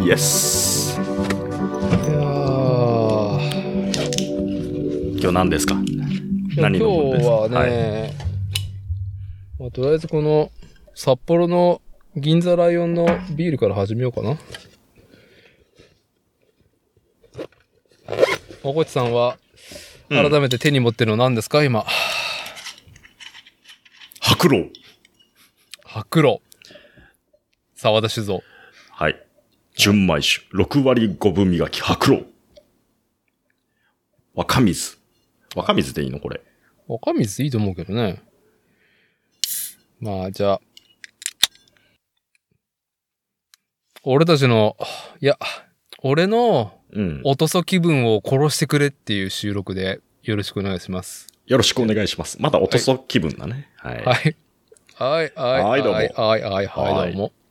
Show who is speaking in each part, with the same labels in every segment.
Speaker 1: イエス。
Speaker 2: いや
Speaker 1: 今日何ですか？何のものですか？
Speaker 2: 今日はね、まあ、とりあえずこの札幌の銀座ライオンのビールから始めようかな。まこっちさんは改めて手に持ってるの何ですか、今。
Speaker 1: 白露。
Speaker 2: 白露。沢田酒造。
Speaker 1: はい。純米酒。6割5分磨き白露。若水。若水でいいのこれ。
Speaker 2: 若水いいと思うけどね。まあ、じゃあ。俺たちの、いや、俺のおとそ気分を殺してくれっていう収録でよろしくお願いします。
Speaker 1: よろしくお願いします。まだおとそ気分だね。はい。
Speaker 2: はい。はい、はい、
Speaker 1: はい、どうも。
Speaker 2: はい、はい、はい、はい、どうも。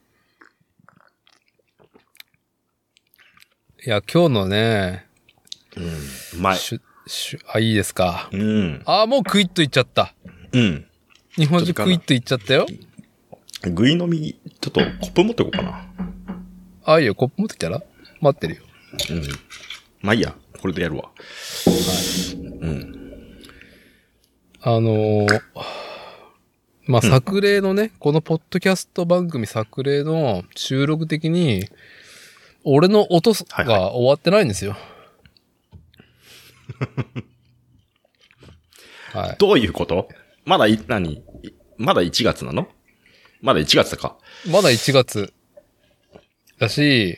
Speaker 2: いや、今日のね、
Speaker 1: うまい。
Speaker 2: いいですか。もうクイッといっちゃった。日本人クイッといっちゃったよ。
Speaker 1: グイ飲み、ちょっとコップ持ってこうかな。
Speaker 2: いいよ、コップ持ってきたら待ってるよ。
Speaker 1: まあいいや、これでやるわ。
Speaker 2: まあ、作例のね、このポッドキャスト番組作例の収録的に、俺の音が終わってないんですよ。
Speaker 1: はい。どういうこと？まだまだ1月なの？まだ1月か。
Speaker 2: まだ1月。だし、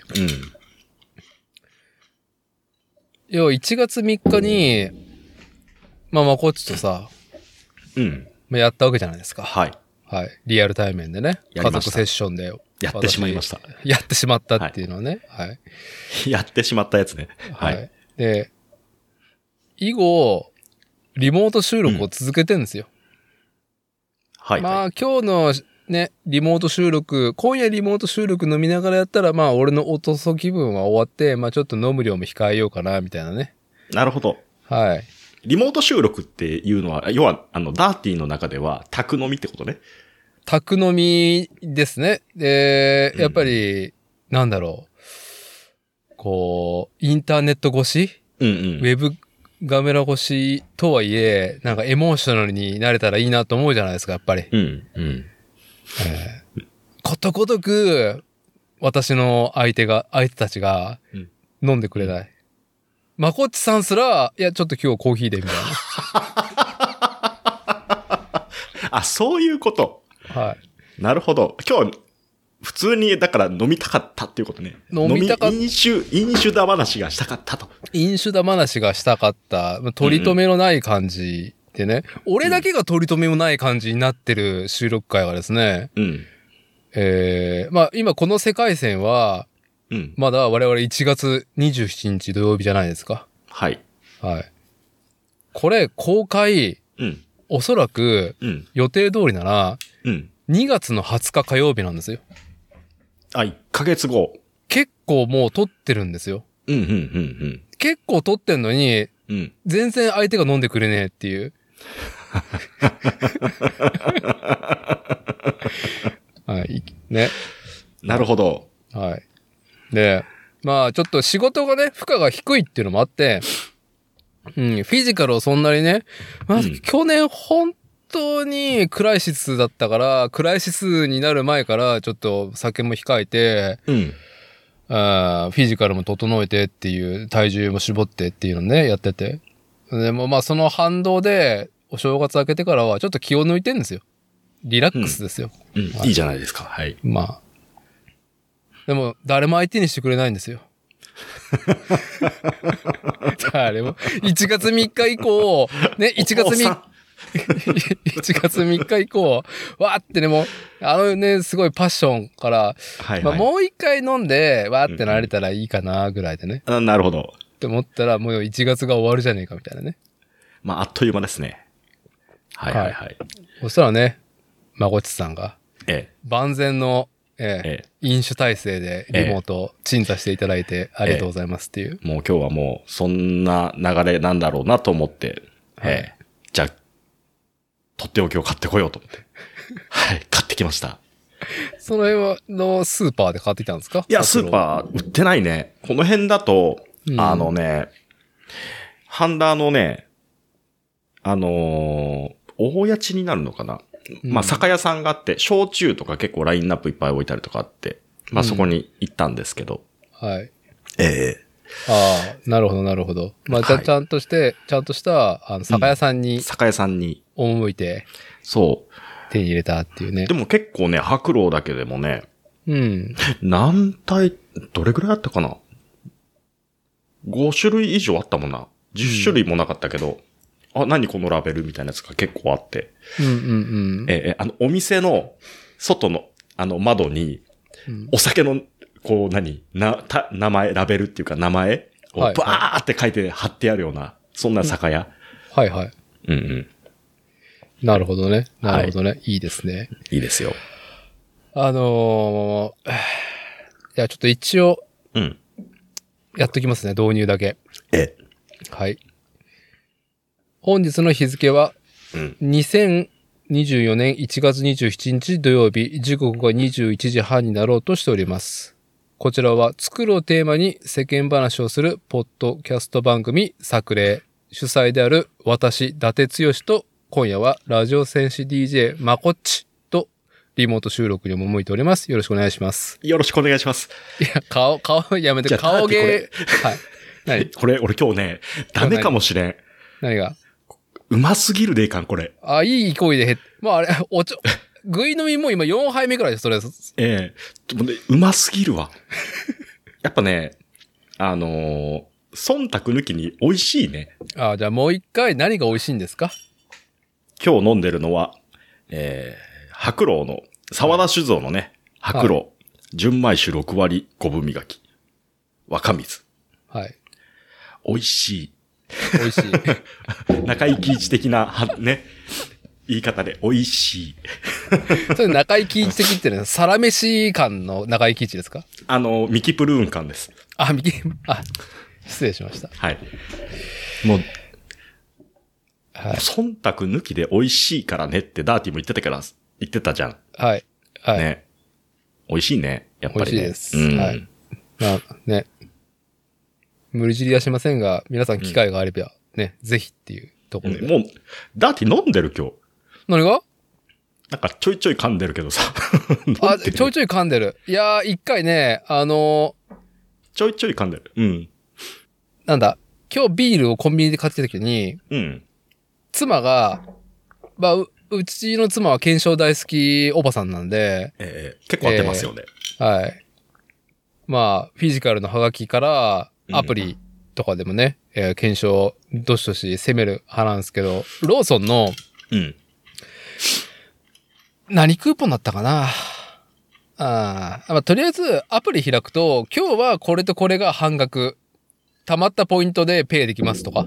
Speaker 2: 要は1月3日に、まあこっちとさ、やったわけじゃないですか。
Speaker 1: はい。
Speaker 2: はい。リアル対面でね。家族セッションで。
Speaker 1: やってしまいました。
Speaker 2: やってしまったっていうのはね。はい。
Speaker 1: やってしまったやつね。はい。
Speaker 2: で、以後、リモート収録を続けてるんですよ。
Speaker 1: はい。
Speaker 2: まあ今日のね、リモート収録、今夜リモート収録飲みながらやったら、まあ俺のおとそ気分は終わって、まあちょっと飲む量も控えようかな、みたいなね。
Speaker 1: なるほど。
Speaker 2: はい。
Speaker 1: リモート収録っていうのは、要は、ダーティーの中では、宅飲みってことね。
Speaker 2: 宅飲みですね。で、やっぱり、なんだろう。こう、インターネット越し、ウェブカメラ越しとはいえ、なんかエモーショナルになれたらいいなと思うじゃないですか、やっぱり。ことごとく、私の相手たちが、飲んでくれない。まこっちさんすら、いや、ちょっと今日コーヒーで、みたいな。
Speaker 1: あ、そういうこと。
Speaker 2: はい。
Speaker 1: なるほど。今日、普通に、だから飲みたかったっていうことね。飲酒だ話がしたかったと。
Speaker 2: 飲酒だ話がしたかった。取り留めのない感じでね。俺だけが取り留めもない感じになってる収録会はですね。まあ今この世界線は、まだ我々1月27日土曜日じゃないですか。
Speaker 1: はい。
Speaker 2: はい。これ公開、おそらく予定通りなら、2月の20日火曜日なんですよ。
Speaker 1: 1ヶ月後。
Speaker 2: 結構もう撮ってるんですよ。結構撮ってんのに、全然相手が飲んでくれねえっていう。はい。ね。
Speaker 1: なるほど。
Speaker 2: はい。で、まあちょっと仕事がね、負荷が低いっていうのもあって、フィジカルをそんなにね、まあ去年本当にクライシスだったから、クライシスになる前からちょっと酒も控えて、フィジカルも整えてっていう、体重も絞ってっていうのね、やってて。でもまあその反動で、お正月明けてからはちょっと気を抜いてんですよ。リラックスですよ。
Speaker 1: いいじゃないですか。はい。
Speaker 2: まあ。でも、誰も相手にしてくれないんですよ。誰も。1月3日以降、ね、1月3日以降、わーってね、もう、ね、すごいパッションから、まあもう一回飲んで、わーってなれたらいいかな、ぐらいでね。
Speaker 1: なるほど。
Speaker 2: って思ったら、もう1月が終わるじゃねえか、みたいなね。
Speaker 1: まあ、あっという間ですね。はいはいはい。
Speaker 2: そしたらね、まこっちさんが、万全の、飲酒体制でリモート鎮座していただいてありがとうございますっていう。
Speaker 1: もう今日はもうそんな流れなんだろうなと思って、じゃあ、とっておきを買ってこようと思って。はい、買ってきました。
Speaker 2: その辺のスーパーで買ってきたんですか？
Speaker 1: いや、スーパー売ってないね。この辺だと、ハンダのね、大家地になるのかな。まあ、酒屋さんがあって、焼酎とか結構ラインナップいっぱい置いたりとかあって、まあそこに行ったんですけど。
Speaker 2: はい。
Speaker 1: あ
Speaker 2: あ、なるほど、なるほど。まあ、じゃあちゃんとした、酒屋さんに、
Speaker 1: 酒屋さんに。
Speaker 2: 赴いて、
Speaker 1: そう。
Speaker 2: 手に入れたっていうね。
Speaker 1: でも結構ね、白老だけでもね、何体、どれぐらいあったかな ?5 種類以上あったもんな。10種類もなかったけど、何このラベルみたいなやつが結構あって。お店の外の窓に、お酒の、こう名前、ラベルっていうか名前をバーって書いて貼ってあるような、そんな酒屋。
Speaker 2: はいはい。なるほどね。なるほどね。いいですね。
Speaker 1: いいですよ。
Speaker 2: いや、ちょっと一応、やっときますね、導入だけ。はい。本日の日付は、2024年1月27日土曜日、時刻が21時半になろうとしております。こちらは作るをテーマに世間話をするポッドキャスト番組作例。主催である私、伊達剛と今夜はラジオ戦士 DJ まこっちとリモート収録にも向いております。よろしくお願いします。
Speaker 1: よろしくお願いします。
Speaker 2: いや、顔やめて、顔芸。はい。
Speaker 1: 何これ、俺今日ね、ダメかもしれん。
Speaker 2: 何が
Speaker 1: うますぎるでいかん、これ。
Speaker 2: いい声でまああれ、ぐい飲みも今4杯目くらいです、それ。
Speaker 1: うますぎるわ。やっぱね、忖度抜きに美味しいね。
Speaker 2: じゃあもう一回何が美味しいんですか？
Speaker 1: 今日飲んでるのは、白老の、沢田酒造のね、白老、純米酒6割5分磨き、若水。
Speaker 2: はい。
Speaker 1: 美味しい。
Speaker 2: 美味しい。
Speaker 1: 中井貴一的な、ね、言い方で美味しい。
Speaker 2: それ中井貴一的ってのは、サラメシ感の中井貴一ですか？
Speaker 1: ミキプルーン感です。
Speaker 2: 失礼しました。
Speaker 1: はい。もう、忖度抜きで美味しいからねってダーティも言ってたじゃん。
Speaker 2: はい。はい。
Speaker 1: ね。美味しいね。やっぱり、ね。
Speaker 2: 美味しいです。はい。まあね。無理尻はしませんが、皆さん機会があればね、ぜひっていうところで。
Speaker 1: もう、ダーティ飲んでる今日。
Speaker 2: 何が？
Speaker 1: なんかちょいちょい噛んでるけどさ。
Speaker 2: ちょいちょい噛んでる。いやー、一回ね、
Speaker 1: ちょいちょい噛んでる。
Speaker 2: なんだ、今日ビールをコンビニで買ってた時に、妻が、まあ、うちの妻は検証大好きおばさんなんで、
Speaker 1: 結構合ってますよね。
Speaker 2: はい。まあ、フィジカルのハガキからアプリとかでもね、検証どしどし攻める派なんですけど、ローソンの、何クーポンだったかな？まあ、とりあえずアプリ開くと、今日はこれとこれが半額。溜まったポイントでペイできますとか。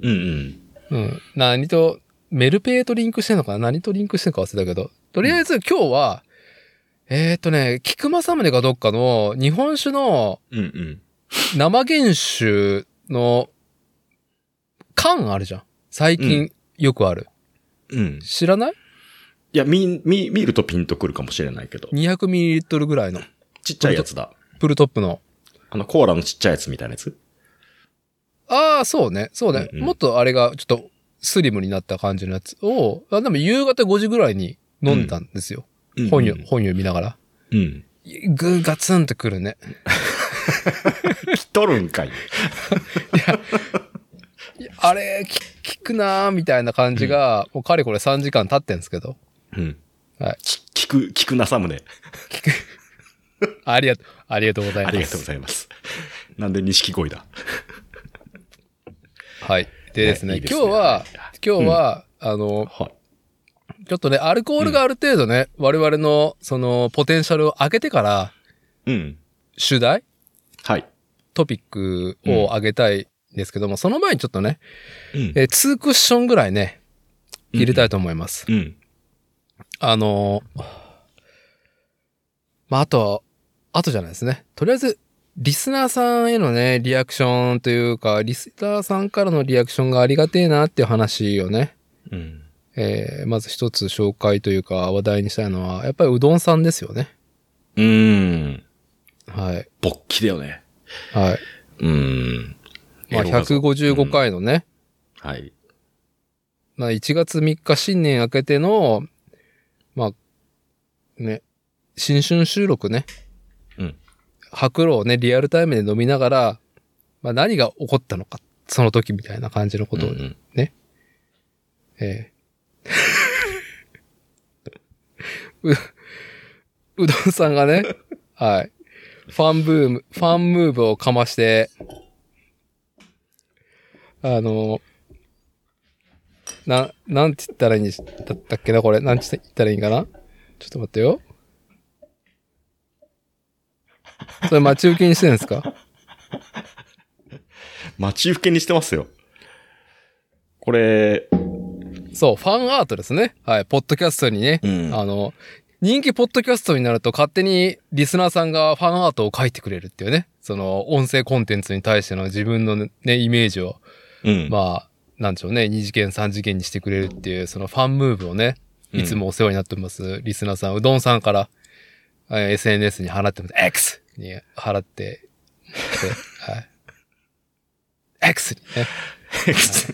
Speaker 2: 何と、メルペイとリンクしてんのかな？何とリンクしてんのか忘れたけど。とりあえず今日は、菊正宗がどっかの日本酒の生原酒の缶あるじゃん。最近よくある。知らない？
Speaker 1: いや、見るとピンとくるかもしれないけど。
Speaker 2: 200ml ぐらいの。
Speaker 1: ちっちゃいやつだ。
Speaker 2: プルトップの。
Speaker 1: コーラのちっちゃいやつみたいなやつ？
Speaker 2: そうね。そうね。もっとあれがちょっとスリムになった感じのやつを、でも夕方5時ぐらいに飲んだんですよ。本読みながら。ガツンとくるね。
Speaker 1: 来とるんかい。
Speaker 2: あれ、効くなーみたいな感じが、もうかれこれ3時間経ってんですけど。
Speaker 1: はい。効くなさむね。
Speaker 2: ありがとうございます。
Speaker 1: ありがとうございます。なんで錦鯉だ。
Speaker 2: はい。でですね、今日は、ちょっとね、アルコールがある程度ね、我々の、ポテンシャルを上げてから、主題トピックを上げたいんですけども、その前にちょっとね、2クッションぐらいね、入れたいと思います。まあ、あとじゃないですね。とりあえず、リスナーさんへのね、リアクションというか、リスナーさんからのリアクションがありがてえなっていう話をね、 まず一つ紹介というか話題にしたいのは、やっぱりうどんさんですよね。はい。
Speaker 1: 勃起だよね。
Speaker 2: はい。まあ、155回のね。
Speaker 1: はい。
Speaker 2: まあ、1月3日新年明けての、まあ、ね、新春収録ね。白露をね、リアルタイムで飲みながら、まあ、何が起こったのか、その時みたいな感じのことをね。うどんさんがね、はい。ファンムーブをかまして、なんて言ったらいいんだったっけな、これ。なんて言ったらいいんかな。ちょっと待ってよ。それ待ち受けにしてるんですか？
Speaker 1: 待ち受けにしてますよ。これ、
Speaker 2: そう、ファンアートですね。はい、ポッドキャストにね。人気ポッドキャストになると勝手にリスナーさんがファンアートを書いてくれるっていうね。その音声コンテンツに対しての自分のね、イメージを、まあ、なんでしょうね、2次元3次元にしてくれるっていう、そのファンムーブをね、いつもお世話になってます、リスナーさん、うどんさんから、SNS に払ってます。X に払って、はい。X にね。
Speaker 1: X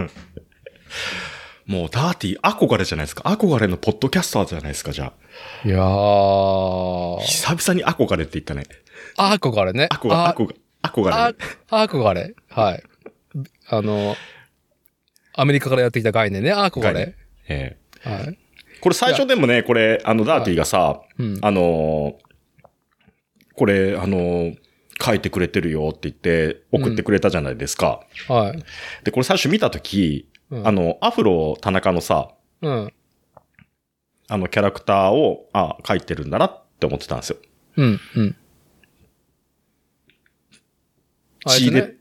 Speaker 1: もうダーティー憧れじゃないですか。憧れのポッドキャスターじゃないですか、じゃあ。
Speaker 2: いやー。
Speaker 1: 久々に憧れって言ったね。
Speaker 2: 憧れね。
Speaker 1: 憧れ。
Speaker 2: 憧れ。はい。アメリカからやってきた概念ね。憧れ。
Speaker 1: はい。これ最初でもね、これ、ダーティーがさ、これ、書いてくれてるよって言って送ってくれたじゃないですか。
Speaker 2: はい。
Speaker 1: で、これ最初見たとき、アフロ田中のさ、キャラクターを、書いてるんだなって思ってたんですよ。血で、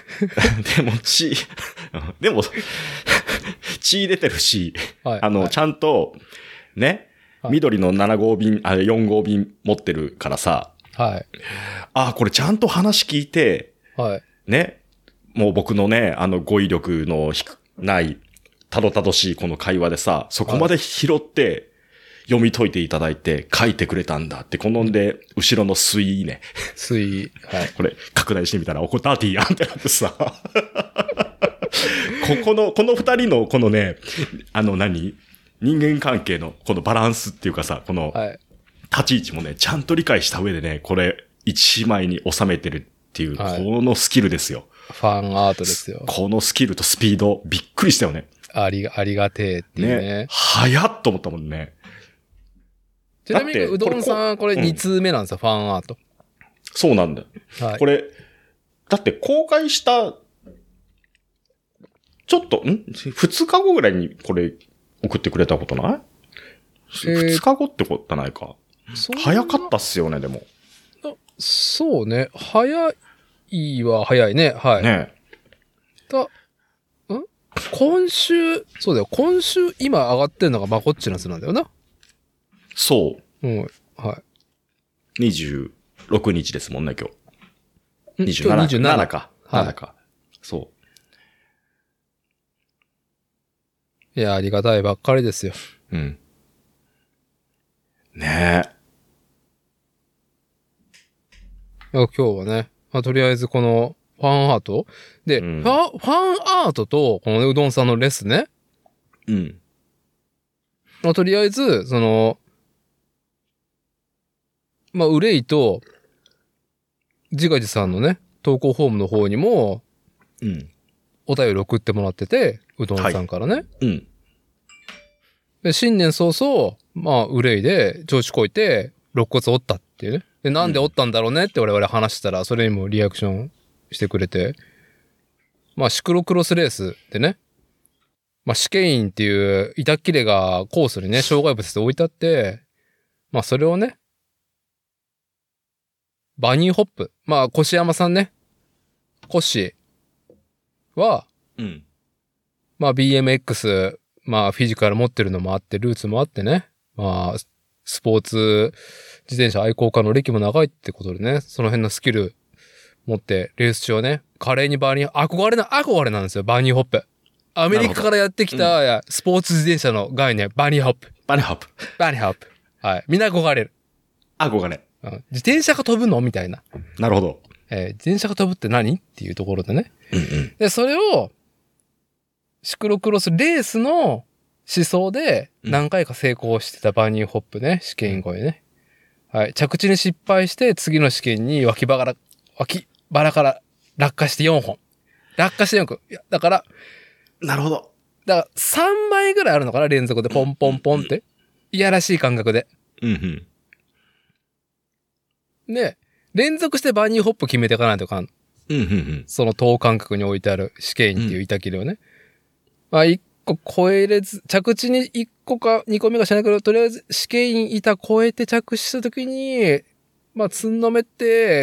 Speaker 1: でも、血出てるし、ちゃんと、ね、緑の7号便、4号便持ってるからさ、これちゃんと話聞いて、ね、もう僕のね、語彙力のない、たどたどしいこの会話でさ、そこまで拾って、読み解いていただいて書いてくれたんだって、このんで、後ろの水ね。
Speaker 2: 水。はい。
Speaker 1: これ、拡大してみたら、これダーティーやんってなってさ。この二人の、このね、人間関係の、このバランスっていうかさ、この、立ち位置もね、ちゃんと理解した上でね、これ、一枚に収めてるっていう、このスキルですよ。
Speaker 2: ファンアートですよ。
Speaker 1: このスキルとスピード、びっくりしたよね。
Speaker 2: ありがてえっていうね。
Speaker 1: 早っと思ったもんね。
Speaker 2: ちなみに、うどんさん、これ2通目なんですよ、ファンアート。
Speaker 1: そうなんだ。これ、だって公開した、ちょっと、2日後ぐらいにこれ送ってくれたことない？ 2 日後ってことないか。早かったっすよね、でも。
Speaker 2: そうね。早いは早いね。はい。ね。今週、そうだよ。今週今上がってるのがまこっちのやつなんだよな。
Speaker 1: そう。
Speaker 2: はい。
Speaker 1: 26日ですもんね、今日。
Speaker 2: 27
Speaker 1: か。7か。そう。
Speaker 2: いや、ありがたいばっかりですよ。
Speaker 1: ね
Speaker 2: え。今日はね、とりあえずこのファンアートで、ファンアートとこのうどんさんのレスね。とりあえず、憂いと、自画自さんのね、投稿フォームの方にも、お便り送ってもらってて、うどんさんからね。で、新年早々、憂いで、調子こいて、肋骨折ったっていうね。で、なんで折ったんだろうねって我々話したら、それにもリアクションしてくれて、シクロクロスレースでね、試験員っていう板切れがコースにね、障害物で置いてあって、それをね、バニーホップ。越山さんね。コッシーは、BMX、フィジカル持ってるのもあって、ルーツもあってね。スポーツ自転車愛好家の歴も長いってことでね、その辺のスキル持って、レース中はね、華麗にバーニー、憧れなんですよ、バーニーホップ。 アメリカからやってきた、スポーツ自転車の概念、バニーホップ。
Speaker 1: バニーホップ。
Speaker 2: バニーホップ。はい。みんな憧れる。
Speaker 1: 憧れ。
Speaker 2: 自転車が飛ぶのみたいな。
Speaker 1: なるほど。
Speaker 2: 自転車が飛ぶって何っていうところでね。
Speaker 1: うんうん、
Speaker 2: で、それを、シクロクロスレースの思想で何回か成功してたバニーホップね、試験越えね。はい。着地に失敗して、次の試験に脇腹から落下して4本。落下して4個。いや、だから、
Speaker 1: なるほど。
Speaker 2: だから3枚ぐらいあるのかな連続でポンポンポンって。いやらしい感覚で。
Speaker 1: うん
Speaker 2: うん。で、連続してバニーホップ決めていかないとかん。
Speaker 1: うんうんうん。
Speaker 2: その等間隔に置いてある試験員っていう板切れをね。まあ1個超えれず、着地に1個か2個目がしないけど、とりあえず試験員板超えて着地した時に、まあ、つんのめって、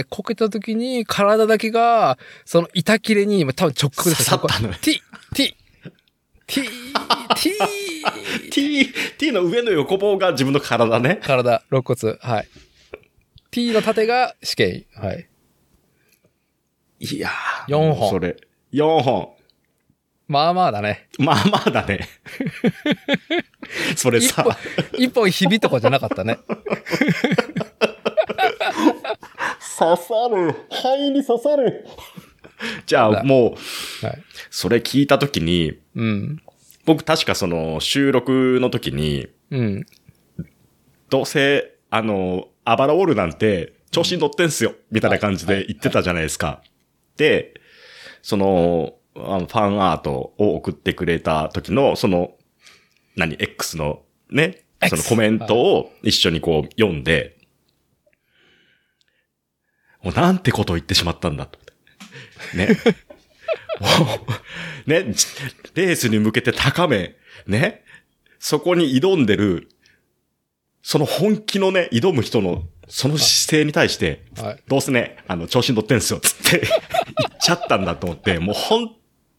Speaker 2: こけた時に、体だけが、その板切れに、多分直角で
Speaker 1: 刺さったの。T の上の横棒が自分の体ね。
Speaker 2: 体、肋骨、はい。T の縦が試験、はい。
Speaker 1: いや
Speaker 2: ー。4本。
Speaker 1: それ、4本。
Speaker 2: まあまあだね。
Speaker 1: まあまあだね。それさ。
Speaker 2: 一本ひびとかじゃなかったね。
Speaker 1: 刺さる。肺に刺さる。じゃあもう、はい、それ聞いたときに、
Speaker 2: うん、
Speaker 1: 僕確かその収録の時に、
Speaker 2: うん、
Speaker 1: どうせ、アバラオールなんて調子に乗ってんすよ、みたいな感じで言ってたじゃないですか。で、その、ファンアートを送ってくれた時の、その、X のね、そのコメントを一緒にこう読んで、もうなんてことを言ってしまったんだと。ね。ね、レースに向けて高め、ね。そこに挑んでる、その本気のね、挑む人の、その姿勢に対して、はい、どうせね、調子に乗ってんすよ、つって言っちゃったんだと思って、もうほ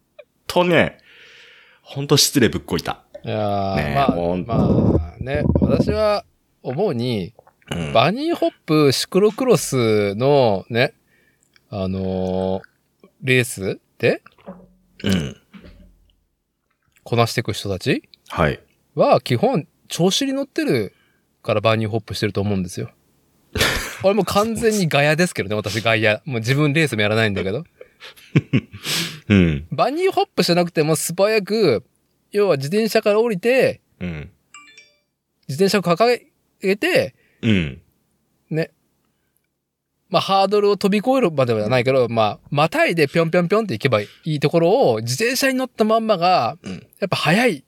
Speaker 1: んと失礼ぶっこいた。
Speaker 2: いやー、ね、まあね、私は思うに、バニーホップシクロクロスのね、レースで、こなしていく人たちは基本調子に乗ってるからバニーホップしてると思うんですよ。これもう完全にガヤですけどね、私ガヤ。もう自分レースもやらないんだけど。
Speaker 1: うん、
Speaker 2: バニーホップしなくても素早く、要は自転車から降りて、自転車を掲げて、ね。まあ、ハードルを飛び越えるまではないけど、まあ、またいでぴょんぴょんぴょんって行けばいいところを、自転車に乗ったまんまが、やっぱ速い。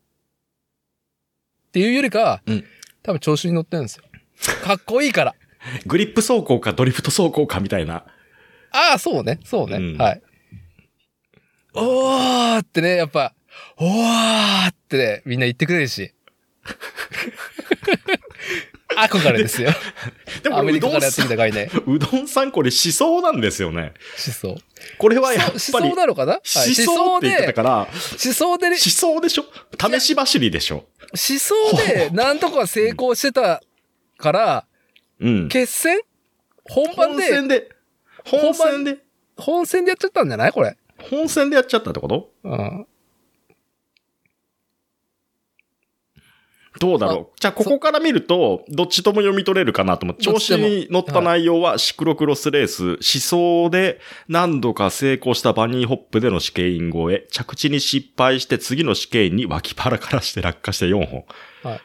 Speaker 2: っていうよりか、多分調子に乗ってるんですよ。かっこいいから。
Speaker 1: グリップ走行かドリフト走行かみたいな。
Speaker 2: ああ、そうね。はい。おーってね、やっぱ、おーってね、みんな言ってくれるし。憧れですよ。でもアメリカからやってきた概念。
Speaker 1: うどんさんこれ思想なんですよね。
Speaker 2: 思想。
Speaker 1: これはやっぱり。思
Speaker 2: 想なのかな？
Speaker 1: 思想って言ってたから。
Speaker 2: 思想で、
Speaker 1: 思想でしょ？試し走りでしょ？
Speaker 2: 思想でなんとか成功してたから、決戦？本戦でやっちゃったんじゃないこれ。
Speaker 1: 本戦でやっちゃったってこと？どうだろう。じゃあ、ここから見ると、どっちとも読み取れるかなと思って、調子に乗った内容はシクロクロスレース、思想で何度か成功したバニーホップでの試験員超え、着地に失敗して次の試験員に脇腹からして落下して4本。
Speaker 2: はい。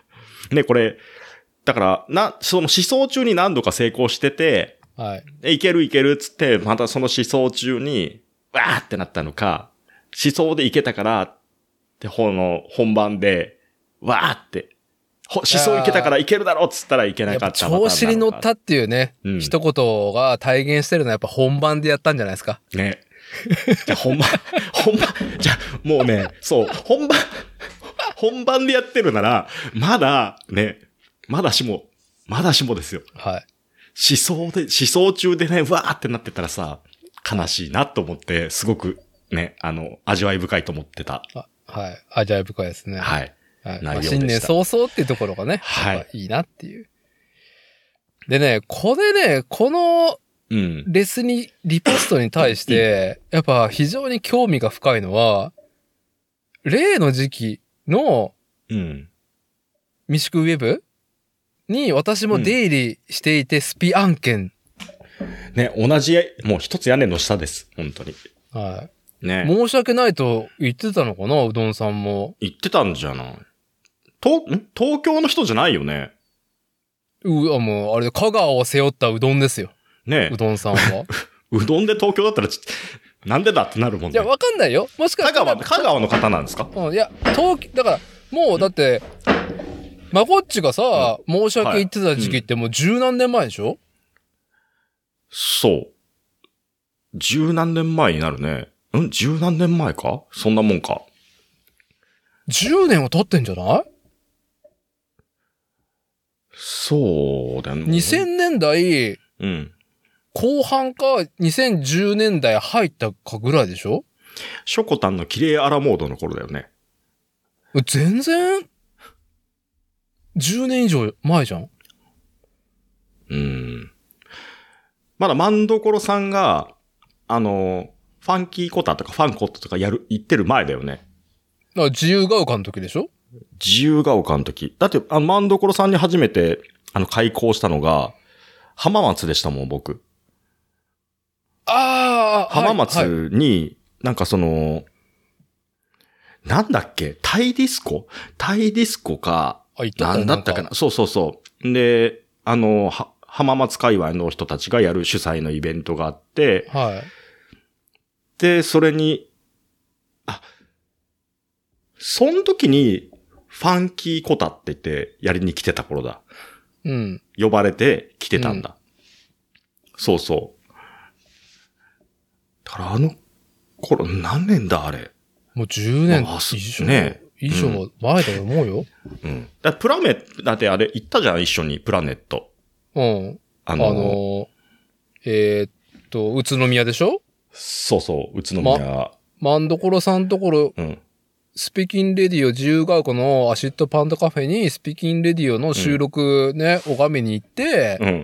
Speaker 1: ね、これ、だから、その思想中に何度か成功してて、
Speaker 2: はい。
Speaker 1: いけるっつって、またその思想中に、わーってなったのか、思想でいけたから、で、本番で、わーって、思想いけたからいけるだろうっつったらいけなかった。
Speaker 2: 調子に乗ったっていうね、一言が体現してるのはやっぱ本番でやったんじゃないですか。
Speaker 1: ね。じゃあ本番、じゃあもうね、そう、本番でやってるなら、まだしもですよ。
Speaker 2: はい。
Speaker 1: 思想中でね、わーってなってたらさ、悲しいなと思って、すごくね、味わい深いと思ってた。
Speaker 2: はい。味わい深いですね。
Speaker 1: はい。
Speaker 2: はい、新年早々っていうところがね、はい、いいなっていう。でね、このレスに、リポストに対して、やっぱ非常に興味が深いのは、 例の時期の、
Speaker 1: うん。
Speaker 2: ミシクウェブに私も出入りしていて、スピ案件。
Speaker 1: ね、同じ、もう一つ屋根の下です。本当に。
Speaker 2: はい。
Speaker 1: ね。
Speaker 2: 申し訳ないと言ってたのかな、うどんさんも。
Speaker 1: 言ってたんじゃない？東京の人じゃないよね。
Speaker 2: もう、あれ、香川を背負ったうどんですよ。
Speaker 1: ね
Speaker 2: うどんさんは。
Speaker 1: うどんで東京だったらなんでだってなるもんね。
Speaker 2: いや、わかんないよ。もしかしたら。
Speaker 1: 香川の方なんですか？
Speaker 2: うん、いや、だから、もう、だって、まこっちがさ、申し訳言ってた時期ってもう十何年前でしょ？
Speaker 1: そう。十何年前になるね。十何年前か？そんなもんか。
Speaker 2: 10年は経ってんじゃない？
Speaker 1: そうだね。
Speaker 2: 2000年代、
Speaker 1: うん。
Speaker 2: 後半か2010年代入ったかぐらいでしょ？
Speaker 1: ショコタンのキレイアラモードの頃だよね。
Speaker 2: 全然、10年以上前じゃん。
Speaker 1: まだマンドコロさんが、ファンキーコタとかファンコットとか言ってる前だよね。
Speaker 2: だから自由が丘の時でしょ？
Speaker 1: 自由が丘の時。だって、マンドコロさんに初めて、開校したのが、浜松でしたもん、僕。浜松に、なんかなんだっけ、タイディスコか、なんだったかな。そうそうそう。で、浜松界隈の人たちがやる主催のイベントがあって、
Speaker 2: はい。
Speaker 1: で、それに、その時に、ファンキーコタって言ってやりに来てた頃だ。
Speaker 2: うん。
Speaker 1: 呼ばれて来てたんだ。そうそう。だから頃何年だあれ。
Speaker 2: もう10年以上前だと思うよ。
Speaker 1: うん。プラネット、だってあれ行ったじゃん、一緒に、プラネット。
Speaker 2: うん。宇都宮でしょ？
Speaker 1: そうそう、宇都宮。
Speaker 2: マンドコロさんところ、スピキンレディオ自由が丘のアシッドパンダカフェにスピキンレディオの収録ね、拝みに行って、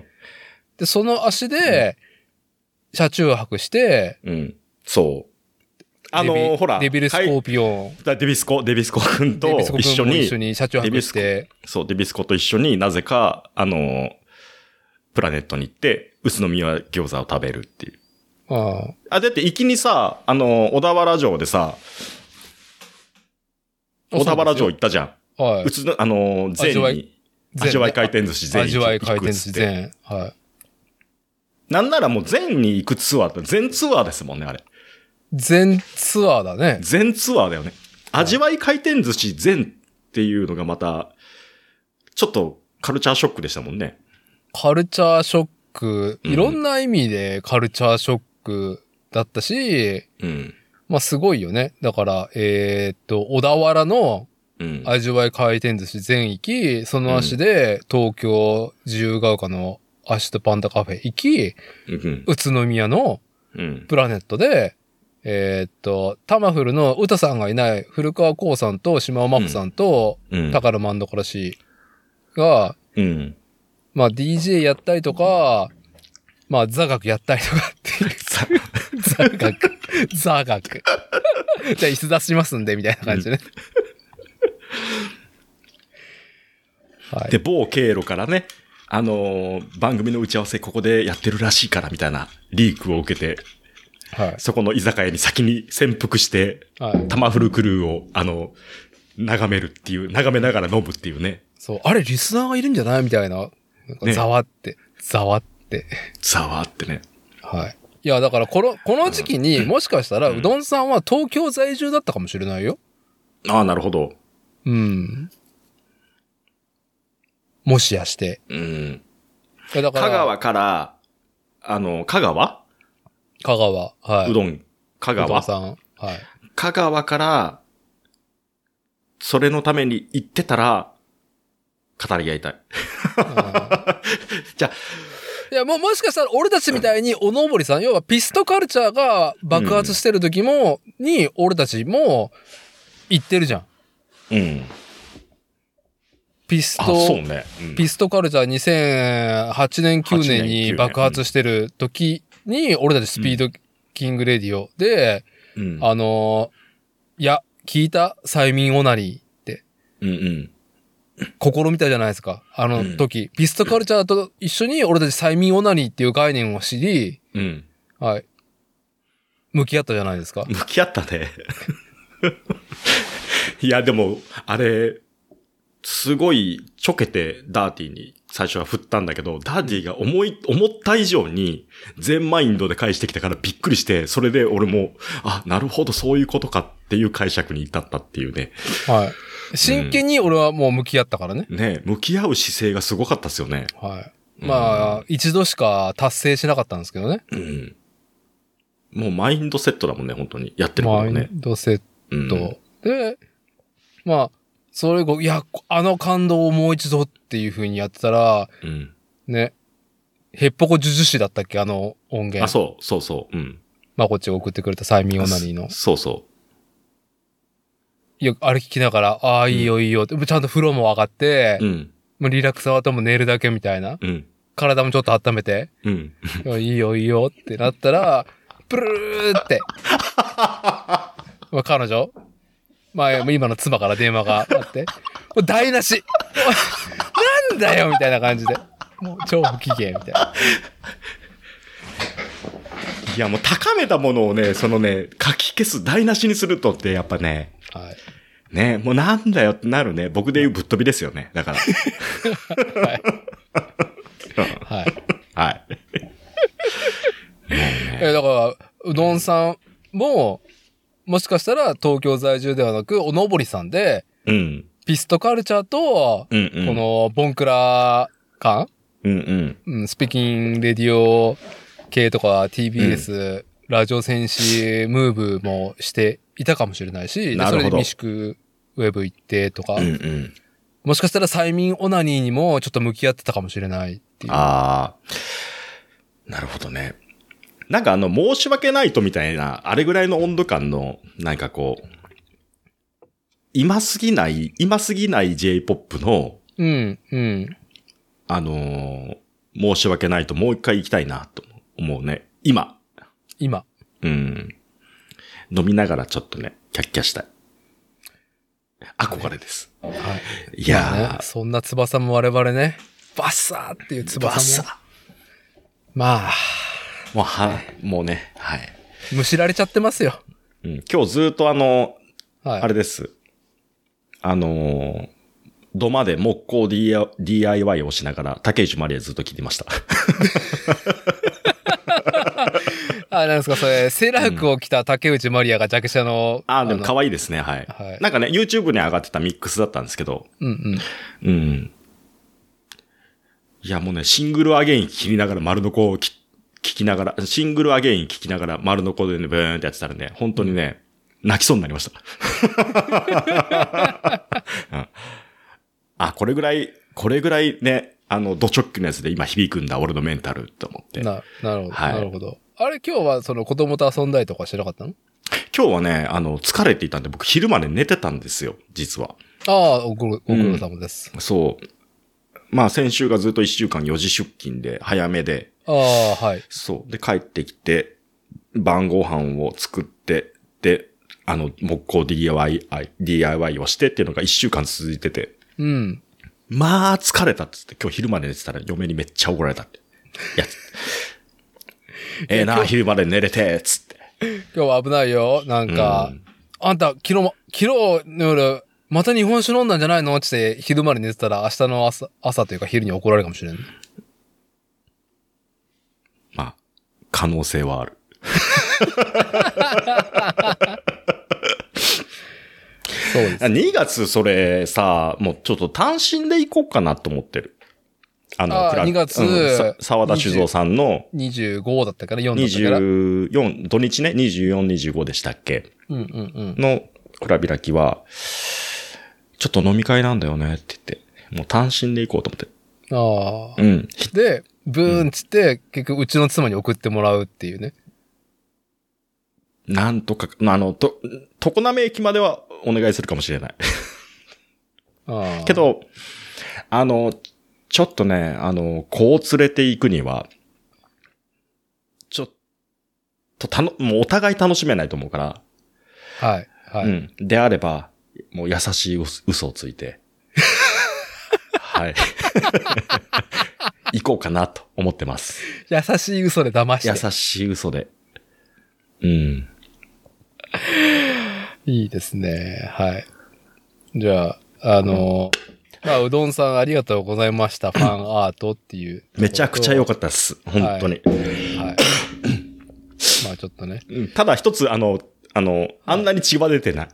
Speaker 2: で、その足で、車中泊して、
Speaker 1: そう。ほら。
Speaker 2: デビルスコーピオン。
Speaker 1: デビスコ君と一緒に
Speaker 2: 車中泊して。
Speaker 1: そう、デビスコと一緒になぜか、プラネットに行って、宇都宮餃子を食べるっていう。だって行きにさ、小田原城でさ、小田原城行ったじゃん。
Speaker 2: はい。
Speaker 1: 全に、味わい回転寿司全
Speaker 2: 味わい回転寿司全。はい。
Speaker 1: なんならもう全に行くツアーって、全ツアーですもんね、あれ。
Speaker 2: 全ツアーだね。
Speaker 1: 全ツアーだよね。味わい回転寿司全っていうのがまた、ちょっとカルチャーショックでしたもんね。
Speaker 2: カルチャーショック、いろんな意味でカルチャーショックだったし、まあすごいよね。だから、小田原の味わい回転寿司全行き、その足で東京自由が丘のアシッドパンダカフェ行き、宇都宮のプラネットで、タマフルの歌さんがいない古川光さんと島尾真子さんと、高野万所氏が、まあ DJ やったりとか、まあ座学やったりとかっていう。座学。じゃあ椅子出しますんで、みたいな感じでね。
Speaker 1: はい、で、某経路からね、番組の打ち合わせここでやってるらしいからみたいなリークを受けて、はい、そこの居酒屋に先に潜伏して、はい、タマフルクルーを、眺めるっていう、眺めながら飲むっていうね。
Speaker 2: そう、あれリスナーがいるんじゃないみたいな。ざわって。ざわって
Speaker 1: ね。
Speaker 2: はい。いや、だからこの時期に、もしかしたら、うどんさんは東京在住だったかもしれないよ。
Speaker 1: ああ、なるほど。
Speaker 2: もしやして。
Speaker 1: だから香川から、香川、
Speaker 2: はい。
Speaker 1: うどん、香川。
Speaker 2: うどんさん。はい。
Speaker 1: 香川から、それのために行ってたら、語り合いたい。じゃあ、
Speaker 2: いや、もしかしたら俺たちみたいに、おのぼりさん、要はピストカルチャーが爆発してる時も、俺たちも、行ってるじゃん。ピストカルチャー2008年9年に爆発してる時に、俺たちスピードキングレディオで、 聞いた催眠オナニーって。
Speaker 1: うんうん。
Speaker 2: 試みたじゃないですか。あの時、ピストカルチャーと一緒に俺たち催眠オナニーっていう概念を知り、
Speaker 1: うん。
Speaker 2: はい。向き合ったじゃないですか。
Speaker 1: 向き合ったね。いや、でも、あれ、すごいちょけてダーティーに最初は振ったんだけど、ダーティーが思った以上に全マインドで返してきたからびっくりして、それで俺も、あ、なるほどそういうことかっていう解釈に至ったっていうね。
Speaker 2: はい。真剣に俺はもう向き合ったからね。
Speaker 1: ね、向き合う姿勢がすごかったですよね。
Speaker 2: はい。まあ、一度しか達成しなかったんですけどね。
Speaker 1: うん。もうマインドセットだもんね、本当に。やってることね。
Speaker 2: マインドセット。で、まあ、それ後、いや、あの感動をもう一度っていう風にやってたら、ね、ヘッポコジュジュシだったっけあの音源。
Speaker 1: あ、そう。うん。
Speaker 2: まあ、こっちが送ってくれた催眠オナニーの。
Speaker 1: そう。
Speaker 2: いや、あれ聞きながら、ああ、いいよいいよって、ちゃんと風呂も上がって、もうリラックスはとも寝るだけみたいな。体もちょっと温めて、いいよいいよってなったら、プルーって。まあ、彼女まあ、今の妻から電話があって、もう台無しなんだよみたいな感じで。もう超不機嫌みたいな。
Speaker 1: いや、もう高めたものをね、そのね、書き消す、台無しにするとってやっぱね、
Speaker 2: はい。
Speaker 1: ね、もうなんだよってなるね。僕で言うぶっ飛びですよね。だから。
Speaker 2: はい。はい。
Speaker 1: はい。
Speaker 2: だから、うどんさんも、もしかしたら東京在住ではなく、おのぼりさんで、ピストカルチャーと、このボンクラ感、スピキンレディオ系とか TBS、ラジオ戦士ムーブもしていたかもしれないし、それでミシクウェブ行ってとか、もしかしたら催眠オナニーにもちょっと向き合ってたかもしれないっていう。
Speaker 1: ああ。なるほどね。なんか申し訳ないとみたいな、あれぐらいの温度感の、なんかこう、今すぎない J-POP の、申し訳ないともう一回行きたいなと思うね。今。飲みながらちょっとね、キャッキャしたい。憧れです。
Speaker 2: はい。いやー、そんな翼も我々ね、バッサーっていう翼も。まあ。
Speaker 1: もうね、はい。
Speaker 2: むしられちゃってますよ。
Speaker 1: 今日ずっとあれです。土間で木工 DIY をしながら、竹内まりやずっと聞いてました。
Speaker 2: なんですか、それ、セーラー服を着た竹内まりやが弱者の。
Speaker 1: でも可愛いですね、はい。なんかね、YouTube に上がってたミックスだったんですけど。いや、もうね、シングルアゲイン聞きながら丸の子を聞きながら、シングルアゲイン聞きながら丸の子でね、ブーンってやってたらね、本当にね、泣きそうになりました。これぐらいね、ド直球のやつで今響くんだ、俺のメンタルと思って。
Speaker 2: なるほど、はい。なるほど。あれ、今日はその子供と遊んだりとかしてなかったの？
Speaker 1: 今日はね、疲れていたんで僕昼まで寝てたんですよ、実は。
Speaker 2: ご苦労様です。
Speaker 1: そう。まあ先週がずっと1週間4時出勤で、早めで。
Speaker 2: はい。
Speaker 1: そう。で、帰ってきて、晩ご飯を作って、で、木工 DIY をしてっていうのが1週間続いてて。まあ、疲れたっつって、今日昼まで寝てたら嫁にめっちゃ怒られたって。昼まで寝れて、つって。
Speaker 2: 今日は危ないよ。なんか、あんた、昨日の夜、また日本酒飲んだんじゃないのって昼まで寝てたら明日の朝というか昼に怒られるかもしれん。
Speaker 1: まあ、可能性はある。そうです。2月それさ、もうちょっと単身で行こうかなと思ってる。
Speaker 2: 2月、
Speaker 1: 沢田酒造さんの
Speaker 2: 25だったから、4だったから。
Speaker 1: 24、土日ね、24、25でしたっけ？の蔵開きは、ちょっと飲み会なんだよねって言って、もう単身で行こうと思って。
Speaker 2: で、ブーンつって、結局うちの妻に送ってもらうっていうね。
Speaker 1: なんとか、常滑駅まではお願いするかもしれない。けど、ちょっとね、子を連れて行くには、ちょっともうお互い楽しめないと思うから、
Speaker 2: はい。 はい。
Speaker 1: うん。であれば、もう優しい嘘をついて、はい。行こうかなと思ってます。
Speaker 2: 優しい嘘で騙して。
Speaker 1: 優しい嘘で。うん。
Speaker 2: いいですね。はい。じゃあ、まあ、うどんさんありがとうございました。ファンアートっていう。
Speaker 1: めちゃくちゃ良かったです。本当に。
Speaker 2: はい。まあちょっとね。
Speaker 1: ただ一つ、あんなに血は出てない。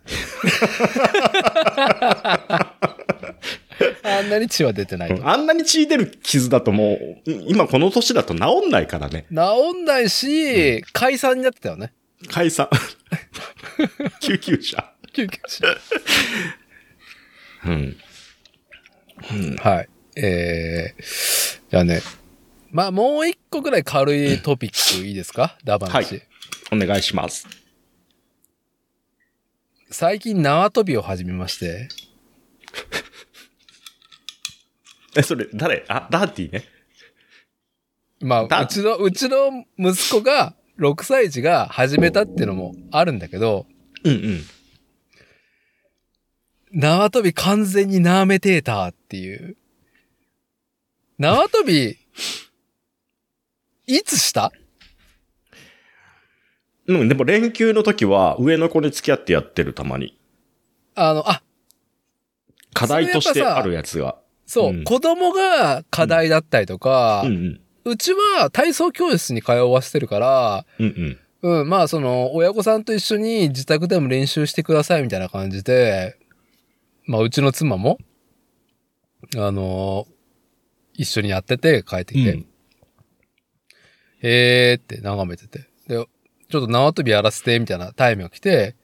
Speaker 2: あんなに血は出てないと。
Speaker 1: あんなに血出る傷だともう、今この年だと治んないからね。
Speaker 2: 治んないし、解散になってたよね。
Speaker 1: 解散。救急車。
Speaker 2: 救急車。
Speaker 1: うん。
Speaker 2: はい。じゃあね。まあもう一個ぐらい軽いトピックいいですか？ダバナシ。
Speaker 1: はい。お願いします。
Speaker 2: 最近縄跳びを始めまして。
Speaker 1: それ、誰？ダーティーね。
Speaker 2: まあ、うちの息子が、6歳児が始めたっていうのもあるんだけど、
Speaker 1: うんうん。
Speaker 2: 縄跳び完全に縄めてーたっていう。縄跳び、いつした？
Speaker 1: うん、でも連休の時は上の子に付き合ってやってる、たまに。課題としてあるやつが。
Speaker 2: そう、うん、子供が課題だったりとか、うちは体操教室に通わせてるから、まあ親御さんと一緒に自宅でも練習してくださいみたいな感じで、まあうちの妻も、一緒にやってて帰ってきて、へーって眺めてて。で、ちょっと縄跳びやらせてみたいなタイムが来て、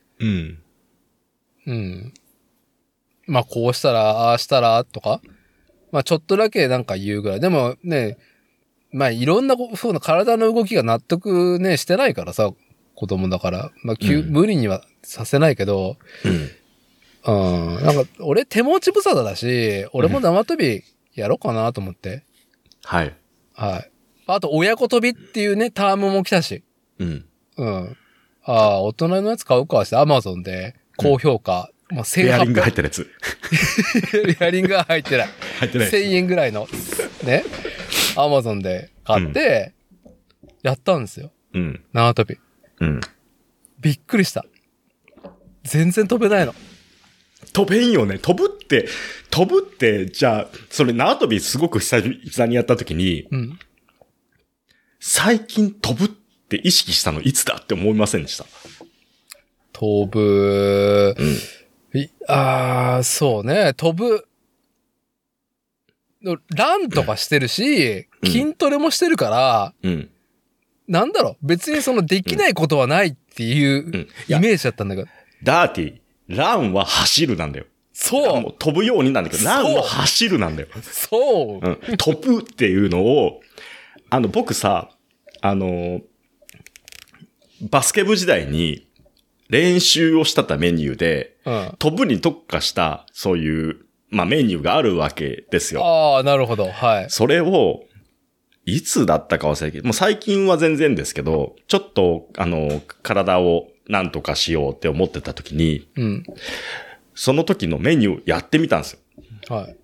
Speaker 2: まあこうしたら、ああしたらとか、まあちょっとだけなんか言うぐらい。でもね、まあいろんな風な体の動きが納得ねしてないからさ、子供だから。まあ無理にはさせないけど、なんか俺手持ち無沙汰だし、俺も縄跳びやろうかなと思って。
Speaker 1: はい。
Speaker 2: はい。あと親子跳びっていうね、タームも来たし。ああ、大人のやつ買うかして、アマゾンで高評価。もう
Speaker 1: ベアリング入ってるやつ。
Speaker 2: ベアリングは入ってない。
Speaker 1: 入ってない。
Speaker 2: 1000円ぐらいの、ね。アマゾンで買って、やったんですよ。縄跳び。びっくりした。全然飛べないの。
Speaker 1: 飛べんよね。飛ぶって、じゃあ、それ縄跳びすごく久々にやった時に、最近飛ぶって意識したのいつだって思いませんでした。
Speaker 2: 飛ぶ、そうね、飛ぶ。ランとかしてるし、筋トレもしてるから、なんだろう、別にできないことはないっていうイメージだったんだけど。
Speaker 1: ダーティー、ランは走るなんだよ。
Speaker 2: そう。
Speaker 1: もう飛ぶようになんだけど、ランは走るなんだよ。
Speaker 2: そう。
Speaker 1: 飛ぶっていうのを、僕さ、バスケ部時代に練習をしたメニューで、飛ぶに特化した、そういう、まあ、メニューがあるわけですよ。
Speaker 2: ああ、なるほど。はい。
Speaker 1: それを、いつだったか忘れたけど、もう最近は全然ですけど、ちょっと、体をなんとかしようって思ってた時に、その時のメニューやってみたんですよ。
Speaker 2: はい。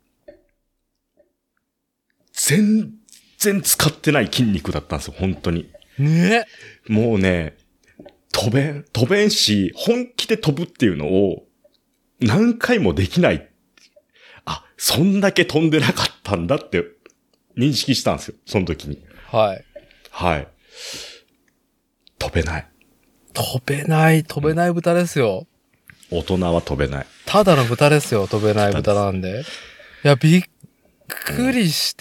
Speaker 1: 全然使ってない筋肉だったんですよ、本当に。
Speaker 2: ね。
Speaker 1: もうね、飛べんし、本気で飛ぶっていうのを何回もできない。あ、そんだけ飛んでなかったんだって認識したんですよ、その時に。
Speaker 2: はい。
Speaker 1: はい。飛べない。
Speaker 2: 飛べない豚ですよ。
Speaker 1: 大人は飛べない。
Speaker 2: ただの豚ですよ、飛べない豚なんで。いや、びっくりして、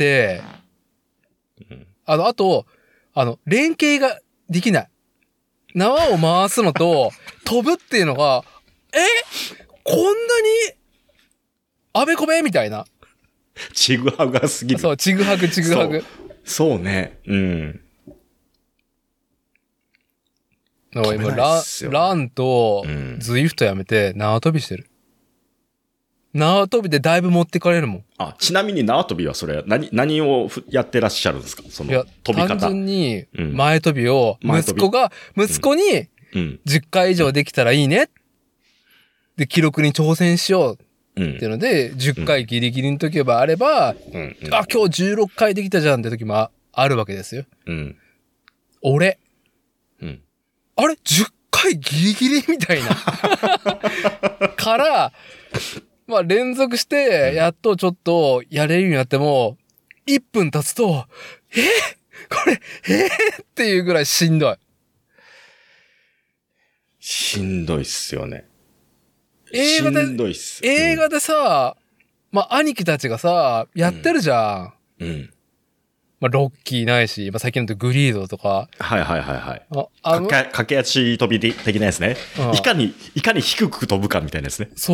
Speaker 2: あと、連携ができない。縄を回すのと、飛ぶっていうのが、こんなに、あべこべみたいな。
Speaker 1: ちぐはぐがすぎる。
Speaker 2: そう、ちぐはぐ。
Speaker 1: そうね。
Speaker 2: 今、ランと、ズイフトやめて、縄跳びしてる。縄跳びでだいぶ持ってかれるもん。
Speaker 1: あ、ちなみに縄跳びはそれ、何をやってらっしゃるんですか？その、飛び方。
Speaker 2: 単純に、前跳びを、息子に、10回以上できたらいいねっで、記録に挑戦しようっていうので、10回ギリギリの時もあれば、今日16回できたじゃんって時もあるわけですよ。俺、あれ ?10 回ギリギリみたいな。から、まあ連続して、やっとちょっとやれるようになっても、1分経つと、これ、っていうぐらいしんどい。
Speaker 1: しんどいっすよね。
Speaker 2: 映画で、
Speaker 1: しんどいっす。
Speaker 2: 映画でさ、まあ兄貴たちがさ、やってるじゃん。まあロッキーないし、まあ最近のとグリードとか。
Speaker 1: はい。駆け足飛び的なやつね。いかに低く飛ぶかみたいなやつね。
Speaker 2: そう。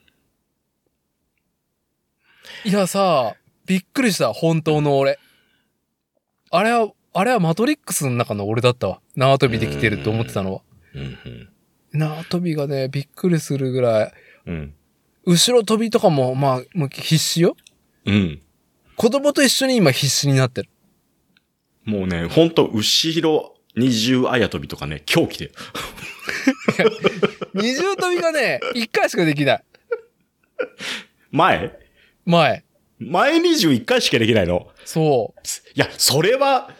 Speaker 2: いやさ、びっくりした、本当の俺。あれはマトリックスの中の俺だったわ。縄跳びできてると思ってたのは。縄跳びがね、びっくりするぐらい。後ろ飛びとかも、まあ、もう必死よ。子供と一緒に今必死になってる。
Speaker 1: もうね、ほんと、後ろ二重あや跳びとかね、狂気で。
Speaker 2: 二重跳びがね、1回しかできない。
Speaker 1: 前21回しかできないの。
Speaker 2: そう。
Speaker 1: いや、それは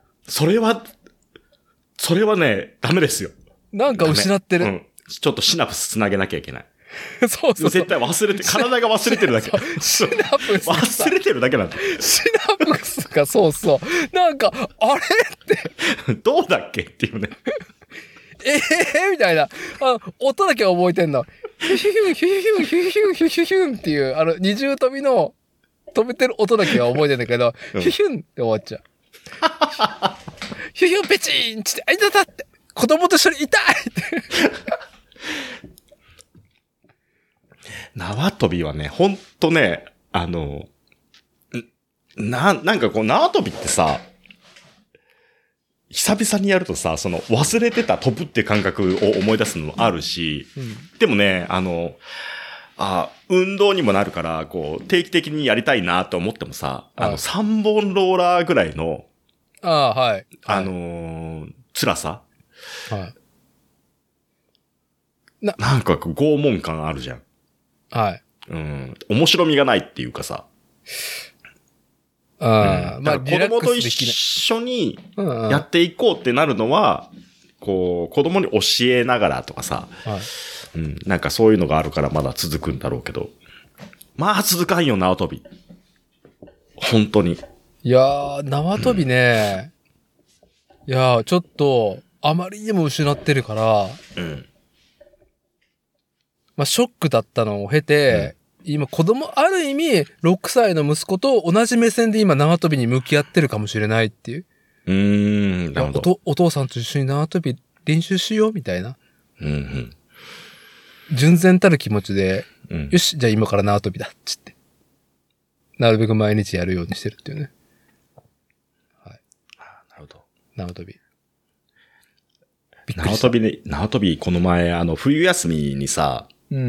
Speaker 1: ね、ダメですよ。
Speaker 2: なんか失ってる。
Speaker 1: ちょっとシナプスつなげなきゃいけない。
Speaker 2: そう。
Speaker 1: 絶対忘れて、体が忘れてるだけ。
Speaker 2: シナプス。
Speaker 1: 忘れてるだけなんだ。
Speaker 2: シナプスがそう。なんか、あれって。
Speaker 1: どうだっけっていうね。
Speaker 2: みたいな。音だけは覚えてんの。ヒュヒュヒュンっていう、二重跳びの飛べてる音だけは覚えてんだけど、ヒュヒュンって終わっちゃう。ヒュヒュンペチーンって、あいたたって。子供と一緒に痛いって
Speaker 1: 縄跳びはね、ほんとね、なんかこう縄跳びってさ、久々にやるとさ、その忘れてた飛ぶって感覚を思い出すのもあるし、でもね、運動にもなるから、こう、定期的にやりたいなと思ってもさ、3本ローラーぐらいの、辛さ、なんか拷問感あるじゃん。面白みがないっていうかさ。まあ、子供と一緒にやっていこうってなるのは、こう、子供に教えながらとかさ、なんかそういうのがあるからまだ続くんだろうけど。まあ続かんよ、縄跳び。本当に。
Speaker 2: いやー、縄跳びね、いやー、ちょっと、あまりにも失ってるから、まあ、ショックだったのを経て、今ある意味、6歳の息子と同じ目線で今縄跳びに向き合ってるかもしれないっていう。
Speaker 1: なるほど。
Speaker 2: お父さんと一緒に縄跳び練習しようみたいな。純然たる気持ちで、よし、じゃあ今から縄跳びだっつって。なるべく毎日やるようにしてるっていうね。
Speaker 1: なるほど。
Speaker 2: 縄跳び。
Speaker 1: 縄跳び、この前、冬休みにさ、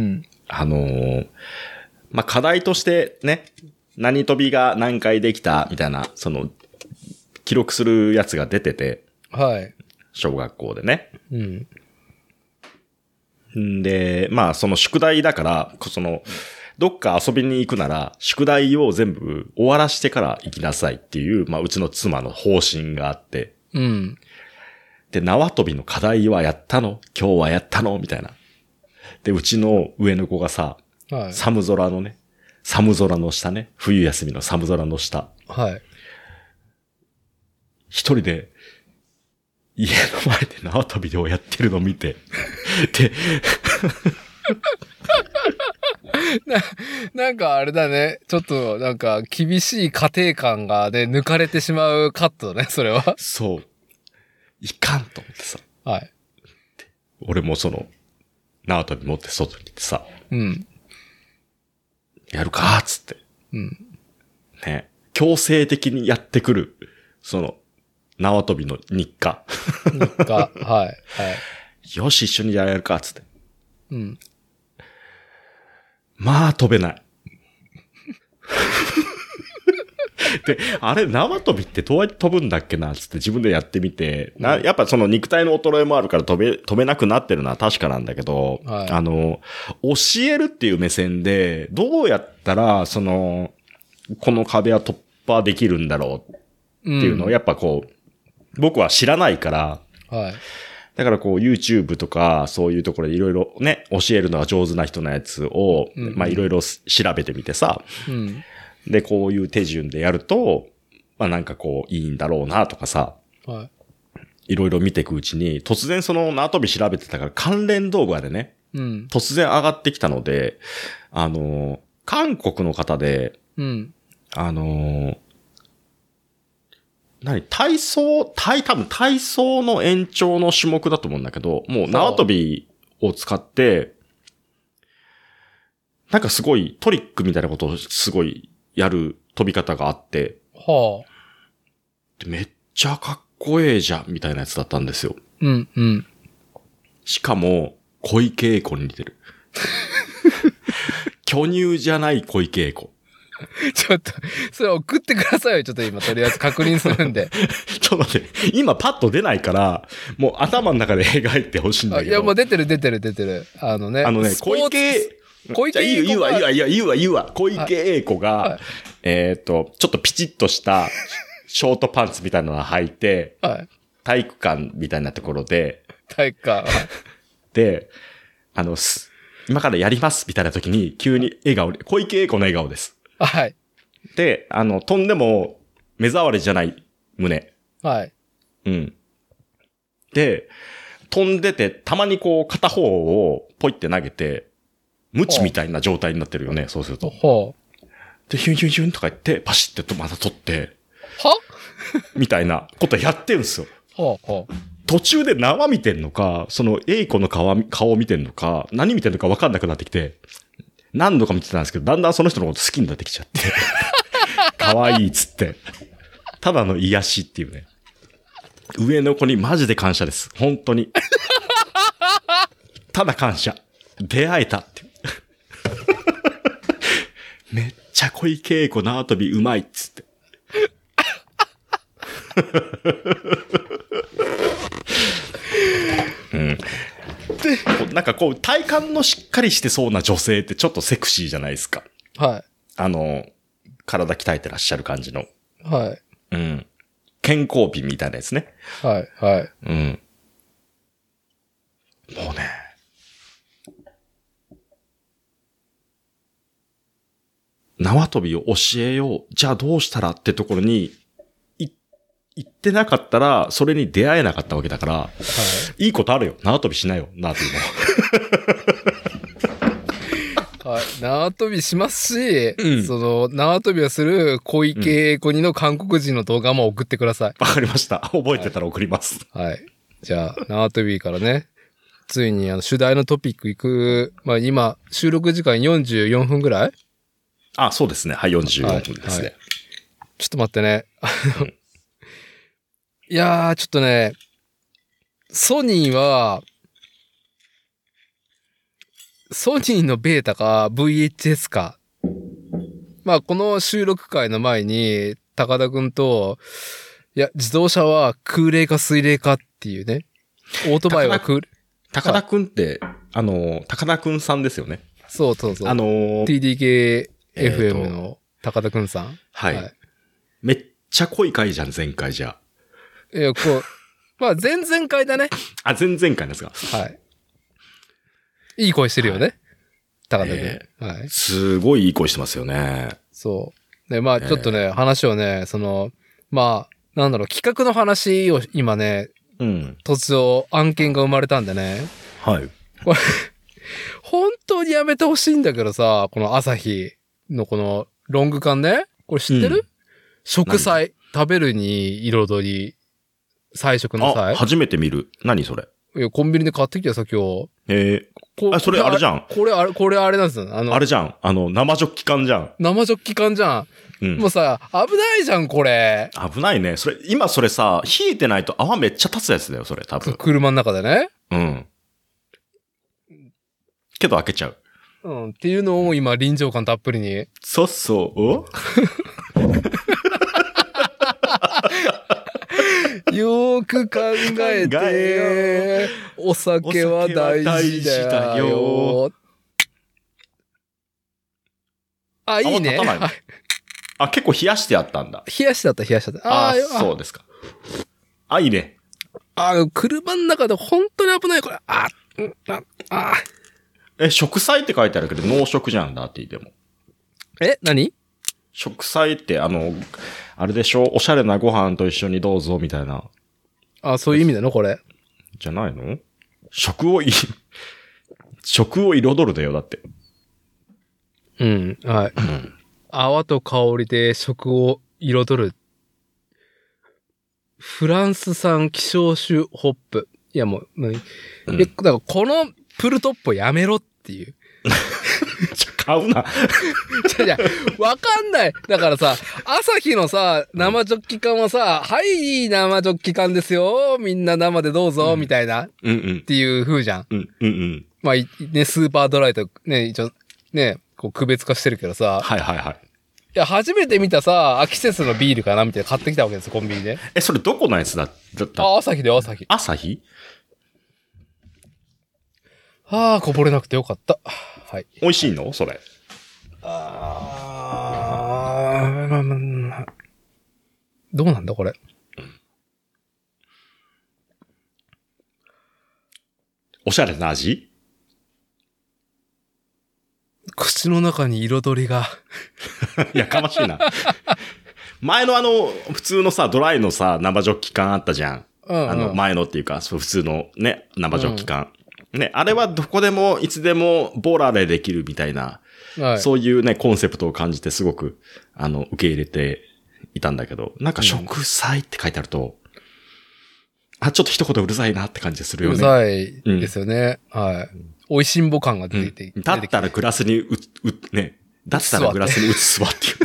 Speaker 1: まあ、課題としてね、何跳びが何回できたみたいな、記録するやつが出てて、小学校でね。で、まあ、その宿題だから、どっか遊びに行くなら、宿題を全部終わらしてから行きなさいっていう、まあ、うちの妻の方針があって、で、縄跳びの課題はやったの？今日はやったの？みたいな。で、うちの上の子がさ、寒空の下ね、冬休みの寒空の下。一人で、家の前で縄跳びをやってるのを見て、で、
Speaker 2: なんかあれだね。ちょっとなんか厳しい家庭感がね、抜かれてしまうカットだね、それは。
Speaker 1: そう。いかんと思ってさ。俺も縄跳び持って外に行ってさ。やるかーっつって。ね。強制的にやってくる、縄跳びの日課。よし、一緒にやるかっつって。まあ、飛べない。 で、あれ、縄跳びってどうやって飛ぶんだっけなつって自分でやってみて、やっぱその肉体の衰えもあるから飛べなくなってるのは確かなんだけど、
Speaker 2: はい、
Speaker 1: 教えるっていう目線で、どうやったら、この壁は突破できるんだろうっていうのを、やっぱこう、僕は知らないから、
Speaker 2: はい。
Speaker 1: だからこう YouTube とかそういうところでいろいろね、教えるのが上手な人のやつを、まあいろいろ調べてみてさ、で、こういう手順でやると、まあなんかこういいんだろうなとかさ、いろいろ見ていくうちに、突然その縄跳び調べてたから関連動画でね、突然上がってきたので、韓国の方で、多分体操の延長の種目だと思うんだけど、もう縄跳びを使って、なんかすごいトリックみたいなことをすごいやる飛び方があって、
Speaker 2: は
Speaker 1: あ、でめっちゃかっこええじゃんみたいなやつだったんですよ。しかも、小池栄子に似てる。巨乳じゃない小池栄子。
Speaker 2: ちょっと、それ送ってくださいよ。ちょっと今、とりあえず確認するんで。
Speaker 1: ちょっと待って、今パッと出ないから、もう頭の中で描いてほしいんだけど。
Speaker 2: いや、もう出てる。
Speaker 1: 小池栄子。言うわ。小池栄子が、ちょっとピチッとしたショートパンツみたいなのを履いて、体育館みたいなところで、で、今からやりますみたいな時に急に小池栄子の笑顔です。
Speaker 2: はい。
Speaker 1: で、飛んでも目障りじゃない胸。
Speaker 2: はい。
Speaker 1: で、飛んでて、たまにこう片方をポイって投げて、ムチみたいな状態になってるよね、そうすると。で、ヒュンヒュンヒュンとか言って、パシってまた取って、みたいなことやってんすよ。途中で縄見てんのか、その栄子の顔見てんのか、何見てんのか分かんなくなってきて、何度か見てたんですけど、だんだんその人のこと好きになってきちゃって。可愛いっつって。ただの癒しっていうね。上の子にマジで感謝です。本当に。ただ感謝。出会えたっていう。めっちゃ小池栄子縄跳びうまいっつって。なんかこう体幹のしっかりしてそうな女性ってちょっとセクシーじゃないですか。
Speaker 2: はい。
Speaker 1: 体鍛えてらっしゃる感じの。
Speaker 2: はい。
Speaker 1: 健康美みたいなやつね。
Speaker 2: はい。
Speaker 1: もうね。縄跳びを教えよう。じゃあどうしたらってところに行ってなかったら、それに出会えなかったわけだから、いいことあるよ。縄跳びしなよ。縄跳び
Speaker 2: も。はい。縄跳びしますし、その、縄跳びをする小池栄子にの韓国人の動画も送ってください。
Speaker 1: わかりました。覚えてたら送ります。
Speaker 2: はい。じゃあ、縄跳びからね、ついに主題のトピック行く、まあ今、収録時間44分ぐらい？
Speaker 1: あ、そうですね。はい、44分ですね。
Speaker 2: ちょっと待ってね。いやー、ちょっとね、ソニーのベータか VHS か。まあ、この収録会の前に、高田くんと、いや、自動車は空冷か水冷かっていうね。オートバイは空冷。
Speaker 1: 高田くんって、高田くんさんですよね。
Speaker 2: そう。TDK-FM の高田くんさん。
Speaker 1: はい。めっちゃ濃い回じゃん、前回じゃ。
Speaker 2: いや、まあ、前々回だね。
Speaker 1: あ、前々回ですか。
Speaker 2: はい。いい声してるよね。高田君。はい。
Speaker 1: すごいいい声してますよね。
Speaker 2: そう。で、まあ、ちょっとね、話をね、まあ、なんだろう、企画の話を今ね、突如案件が生まれたんでね。
Speaker 1: はい。
Speaker 2: これ、本当にやめてほしいんだけどさ、この朝日のこのロング缶ね。これ知ってる？食菜。食べるに彩り。菜食の菜。
Speaker 1: 初めて見る。何それ？
Speaker 2: いや、コンビニで買ってきたよさ、今日。
Speaker 1: それあれじゃん。
Speaker 2: これあれなんですよ。
Speaker 1: あれじゃん。生ジョッキ缶じゃん。
Speaker 2: 生ジョッキ缶じゃん。もうさ、危ないじゃん、これ。
Speaker 1: 危ないね。今それさ、冷えてないと泡めっちゃ立つやつだよ、それ、多分。
Speaker 2: 車の中でね。
Speaker 1: けど開けちゃう。
Speaker 2: っていうのを今、臨場感たっぷりに。
Speaker 1: そう。
Speaker 2: く考えて、お酒は大事だよ。あ、いいね。
Speaker 1: あ、結構冷やしてあったんだ。
Speaker 2: 冷やしてあった。
Speaker 1: あ、そうですか。あ、いいね。
Speaker 2: 車の中で本当に危ない、これ。
Speaker 1: 植栽って書いてあるけど、農食じゃんだって言っても。
Speaker 2: 何？
Speaker 1: 植栽って、あれでしょ、おしゃれなご飯と一緒にどうぞ、みたいな。
Speaker 2: あ、そういう意味なのこれ。
Speaker 1: じゃないの？食を彩るだよ、だって。
Speaker 2: うん、はい。泡と香りで食を彩る。フランス産希少種ホップ。いやもう、だからこのプルトップをやめろっていう。
Speaker 1: 買うな。
Speaker 2: わかんない。だからさ、朝日のさ、生ジョッキ缶はさ、はい、生ジョッキ缶ですよ。みんな生でどうぞ、みたいな。っていう風じゃん。まあ、ね、スーパードライとね、一応、ね、こう区別化してるけどさ。
Speaker 1: はい。
Speaker 2: いや、初めて見たさ、季節のビールかなみたいな買ってきたわけですよ、コンビニで。
Speaker 1: それどこのやつだった？
Speaker 2: 朝日だよ、朝日。
Speaker 1: 朝日？
Speaker 2: こぼれなくてよかった。はい。
Speaker 1: 美味しいの？それ。
Speaker 2: どうなんだ、これ。
Speaker 1: おしゃれな味？
Speaker 2: 口の中に彩りが。
Speaker 1: やかましいな。前の普通のさ、ドライのさ、生ジョッキ缶あったじゃん。前のっていうか、普通のね、生ジョッキ缶。ね、あれはどこでも、いつでも、ボーラーでできるみたいな、そういうね、コンセプトを感じてすごく、受け入れていたんだけど、なんか植栽って書いてあると、ちょっと一言うるさいなって感じするよね。
Speaker 2: うるさいですよね。はい。美味しんぼ感が出てきて。
Speaker 1: だったらグラスにね、だったらグラスに移すわっていう。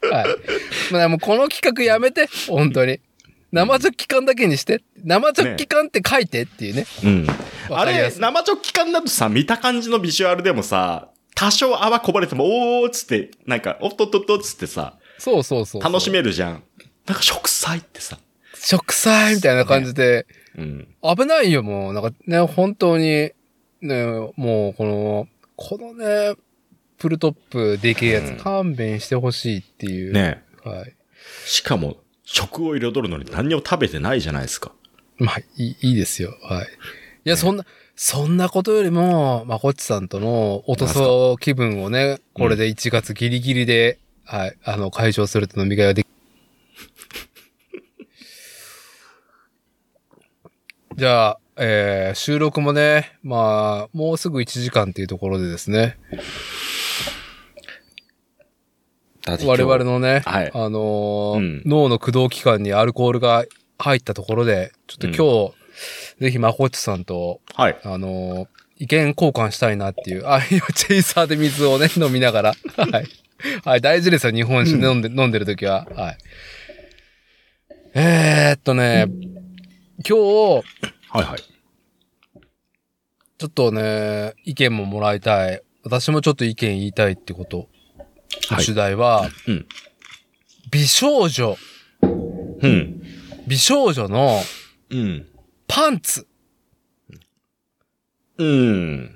Speaker 2: はい。まあもうこの企画やめて、本当に。生ジョッキ缶だけにして。生ジョッキ缶って書いてっていうね。
Speaker 1: あれ、生ジョッキ缶だとさ、見た感じのビジュアルでもさ、多少泡こぼれても、おーっつって、なんか、おっとっとっとっつってさ、
Speaker 2: そう。
Speaker 1: 楽しめるじゃん。なんか植栽ってさ。
Speaker 2: 植栽みたいな感じで、危ないよ、もう。なんかね、本当に、ね、もう、このね、プルトップでけえやつ、勘弁してほしいっていう。
Speaker 1: ね。
Speaker 2: はい。
Speaker 1: しかも、食を彩るのに何を食べてないじゃないですか。
Speaker 2: まあ、いいですよ。はい。いや、そんなことよりも、まこっちさんとのおとそ気分をね、これで1月ギリギリで、はい、解消するって飲み会ができじゃあ、収録もね、まあ、もうすぐ1時間っていうところでですね。我々のね、
Speaker 1: はい、
Speaker 2: 脳の駆動器官にアルコールが入ったところで、ちょっと今日、ぜひまこっちさんと、
Speaker 1: はい、
Speaker 2: 意見交換したいなっていう、今チェイサーで水をね、飲みながら、はい。はい、大事ですよ、日本酒飲んでるときは。はい。今日、
Speaker 1: はい。
Speaker 2: ちょっとね、意見ももらいたい。私もちょっと意見言いたいってこと。主題は、美少女。美少女の、パンツ。に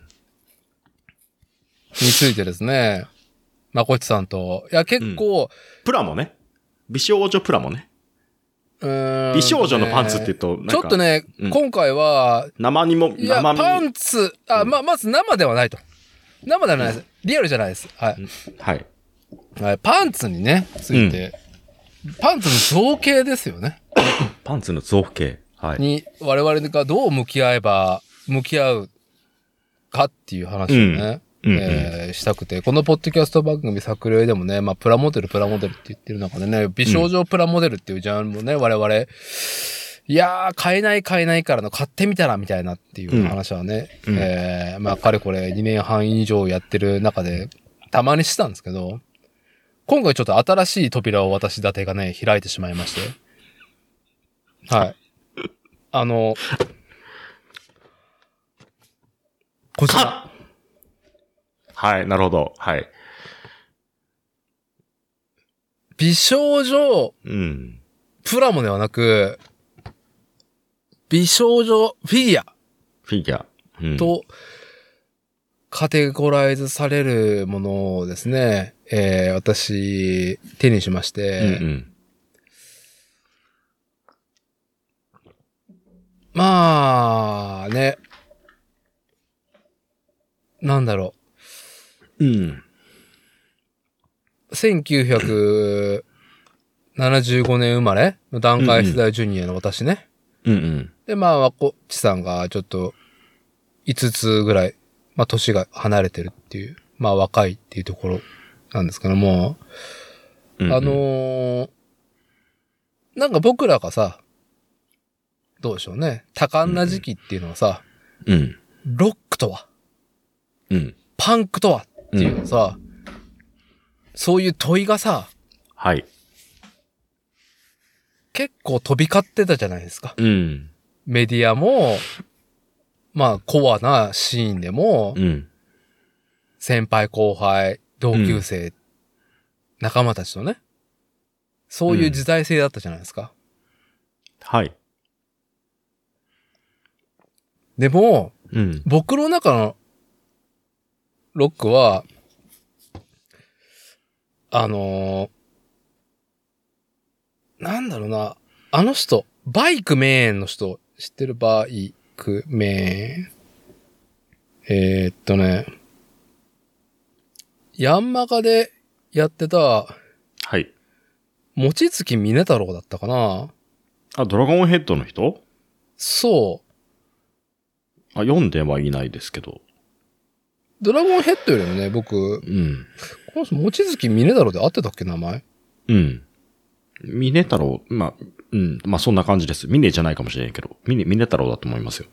Speaker 2: ついてですね、まこっちさんと、いや結構、
Speaker 1: プラもね。美少女プラもね。美少女のパンツって言うと、なんか
Speaker 2: ちょっとね、今回は、
Speaker 1: パ
Speaker 2: ンツ、まず生ではないと。生ではないです。リアルじゃないです。はい。はい。パンツにね、ついて、パンツの造形ですよね。
Speaker 1: パンツの造形。はい。
Speaker 2: に、我々がどう向き合うかっていう話をね、したくて、このポッドキャスト番組作例でもね、まあ、プラモデルって言ってる中でね、美少女プラモデルっていうジャンルもね、我々、いやー、買えないからの買ってみたらみたいなっていう話はね、まあ、かれこれ2年半以上やってる中で、たまにしてたんですけど、今回ちょっと新しい扉を私だてがね、開いてしまいまして、はい。こちら。
Speaker 1: はい、なるほど。はい。
Speaker 2: 美少女、 プラモではなく、美少女フィギュア。
Speaker 1: フィギュア。うん、
Speaker 2: と、カテゴライズされるものをですね、私、手にしまして、
Speaker 1: うんうん、
Speaker 2: まあ、ね。なんだろ
Speaker 1: う。うん。
Speaker 2: 1975年生まれの団塊世代ジュニアの私ね。
Speaker 1: うんうん。
Speaker 2: で、まあ、わこっちさんがちょっと、5つぐらい、まあ、年が離れてるっていう、まあ、若いっていうところなんですけども、
Speaker 1: うんうん、
Speaker 2: なんか僕らがさ、どうでしょうね。多感な時期っていうのはさ、
Speaker 1: うん、
Speaker 2: ロックとは、
Speaker 1: うん、
Speaker 2: パンクとはっていうのさ、そういう問いがさ、
Speaker 1: はい。
Speaker 2: 結構飛び交ってたじゃないですか。
Speaker 1: うん。
Speaker 2: メディアも、まあ、コアなシーンでも、
Speaker 1: うん、
Speaker 2: 先輩後輩、同級生、仲間たちとね、そういう時代性だったじゃないですか。
Speaker 1: はい。
Speaker 2: でも、
Speaker 1: うん、
Speaker 2: 僕の中のロックは、なんだろうな、あの人、バイクメーンの人、知ってる？バイクメーン。ヤンマガでやってた、
Speaker 1: はい。
Speaker 2: 望月峰太郎だったかな？
Speaker 1: あ、ドラゴンヘッドの人？
Speaker 2: そう。
Speaker 1: あ、読んではいないですけど。
Speaker 2: ドラゴンヘッドよりもね、僕、
Speaker 1: うん。
Speaker 2: この人、望月峰太郎で合ってたっけ、名前？
Speaker 1: うん。峰太郎、まあ、うん。まあ、そんな感じです。峰じゃないかもしれないけど、峰太郎だと思いますよ。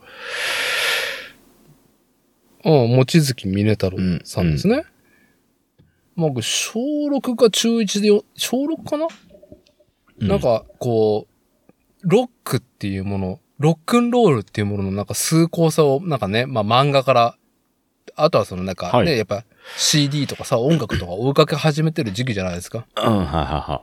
Speaker 2: ああ、望月峰太郎さんですね。まあ、小6か中1で小6かな、なんか、こう、ロックっていうもの、ロックンロールっていうもののなんか崇高さを、なんかね、まあ漫画から、あとはそのなんかね、
Speaker 1: はい、
Speaker 2: やっぱ CD とかさ、音楽とか追いかけ始めてる時期じゃないですか。
Speaker 1: うん、はいはいはい。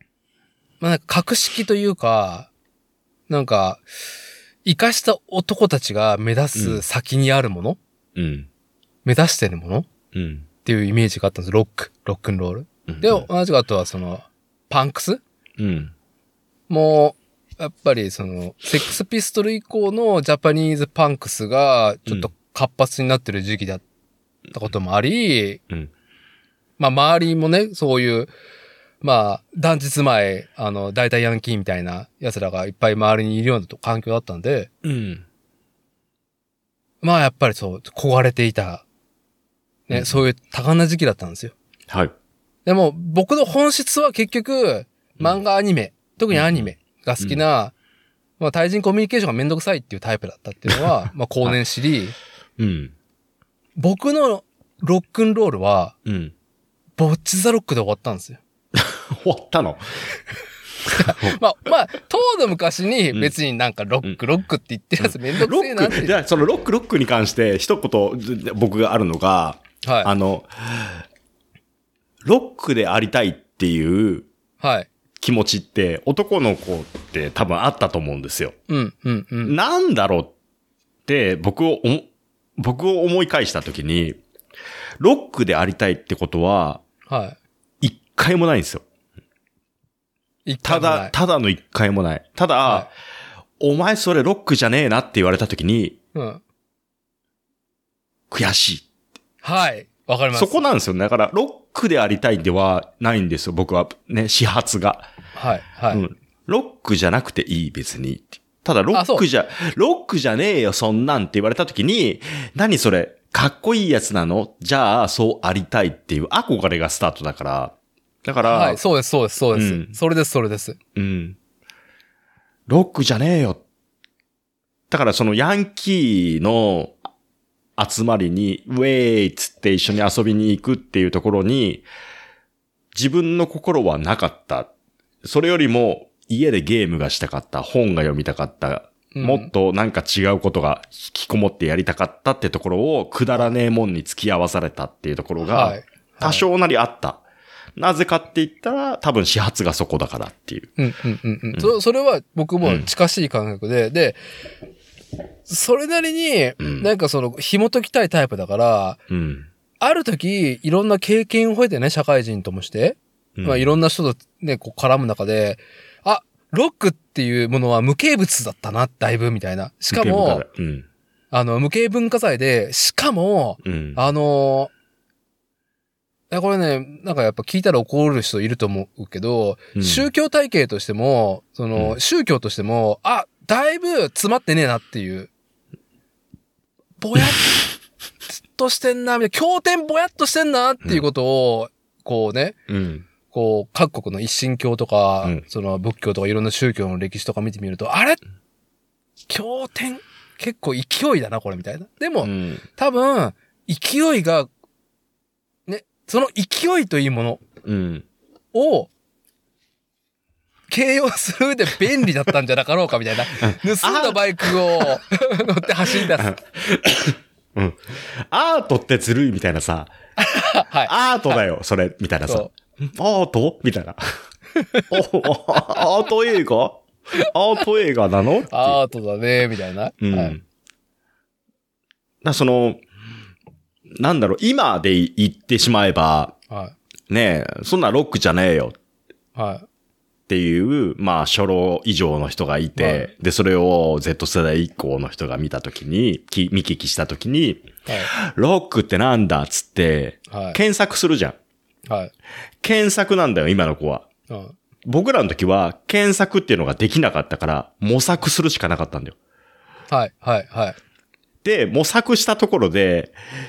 Speaker 2: まあなんか格式というか、なんか、生かした男たちが目指す先にあるもの、
Speaker 1: うん、
Speaker 2: 目指してるもの、
Speaker 1: うん、
Speaker 2: っていうイメージがあったんです。ロックンロール。
Speaker 1: うん、
Speaker 2: で、同じくあとはその、パンクス、
Speaker 1: うん、
Speaker 2: もう、やっぱりその、セックスピストル以降のジャパニーズパンクスが、ちょっと活発になってる時期だったこともあり、
Speaker 1: うん、
Speaker 2: まあ周りもね、そういう、まあ、元日前、大体ヤンキーみたいな奴らがいっぱい周りにいるような環境だったんで、
Speaker 1: うん。
Speaker 2: まあやっぱりそう、焦がれていた、ね、そういう多感な時期だったんですよ。
Speaker 1: はい。
Speaker 2: でも、僕の本質は結局、漫画アニメ、特にアニメが好きな、まあ対人コミュニケーションがめんどくさいっていうタイプだったっていうのは、まあ後年知り、
Speaker 1: うん。
Speaker 2: 僕のロックンロールは、
Speaker 1: うん。
Speaker 2: ボッチザロックで終わったんですよ。
Speaker 1: 終わったの？
Speaker 2: まあ、当の昔に別になんかロックって言ってるやつめんどくせえなって。
Speaker 1: じゃあそのロックに関して一言僕があるのが、
Speaker 2: はい。
Speaker 1: ロックでありたいっていう気持ちって男の子って多分あったと思うんですよ。
Speaker 2: うんうんうん。
Speaker 1: なんだろうって僕を思い返したときに、ロックでありたいってことは、
Speaker 2: はい。
Speaker 1: 一回もないんですよ。ただの一回もない。ただ、はい、お前それロックじゃねえなって言われたときに、
Speaker 2: うん。
Speaker 1: 悔しい。
Speaker 2: はい。わかります。
Speaker 1: そこなんですよね。だから、ロックでありたいではないんですよ。僕はね、始発が。
Speaker 2: はい。はい。うん。
Speaker 1: ロックじゃなくていい、別に。ただ、ロックじゃねえよ、そんなんって言われたときに、何それ、かっこいいやつなの？じゃあ、そうありたいっていう憧れがスタートだから。だから、
Speaker 2: はい、そうです。うん、それです。
Speaker 1: うん。ロックじゃねえよ。だからそのヤンキーの集まりに、ウェイっつって一緒に遊びに行くっていうところに、自分の心はなかった。それよりも家でゲームがしたかった。本が読みたかった。もっとなんか違うことが引きこもってやりたかったってところをくだらねえもんに付き合わされたっていうところが多少なりあった。 なぜかって言ったら、多分始発がそこだからっていう。
Speaker 2: それは僕も近しい感覚で、で、それなりに、なんか紐解きたいタイプだから、ある時、いろんな経験を経てね、社会人ともして、まあいろんな人とね、こう絡む中で、あ、ロックっていうものは無形物だったな、だいぶ、みたいな。しかも、無形文化財で、しかも、これね、なんかやっぱ聞いたら怒る人いると思うけど、宗教体系としても、宗教としても、あ、だいぶ詰まってねえなっていう。ぼやっとしてんな、みたいな、経典ぼやっとしてんなっていうことを、こうね、こう、各国の一神教とか、仏教とかいろんな宗教の歴史とか見てみると、あれ経典結構勢いだな、これ、みたいな。でも、多分、勢いが、ね、その勢いというものを、形容する上で便利だったんじゃなかろうか、みたいな。盗んだバイクを乗って走り出す。
Speaker 1: アートってずるいみたいなさ。はい、アートだよ、それ、みたいなさ。アートみたいな。アート映画アート映画なの
Speaker 2: アートだね、みたいな。
Speaker 1: なんだろう、今で言ってしまえば、ねえ、そんなロックじゃねえよ。っていう、まあ、初老以上の人がいて、で、それを Z 世代以降の人が見たときに、見聞きしたときに、ロックってなんだっつって、検索するじゃん。検索なんだよ、今の子は。僕らの時は、検索っていうのができなかったから、模索するしかなかったんだよ。で、模索したところで、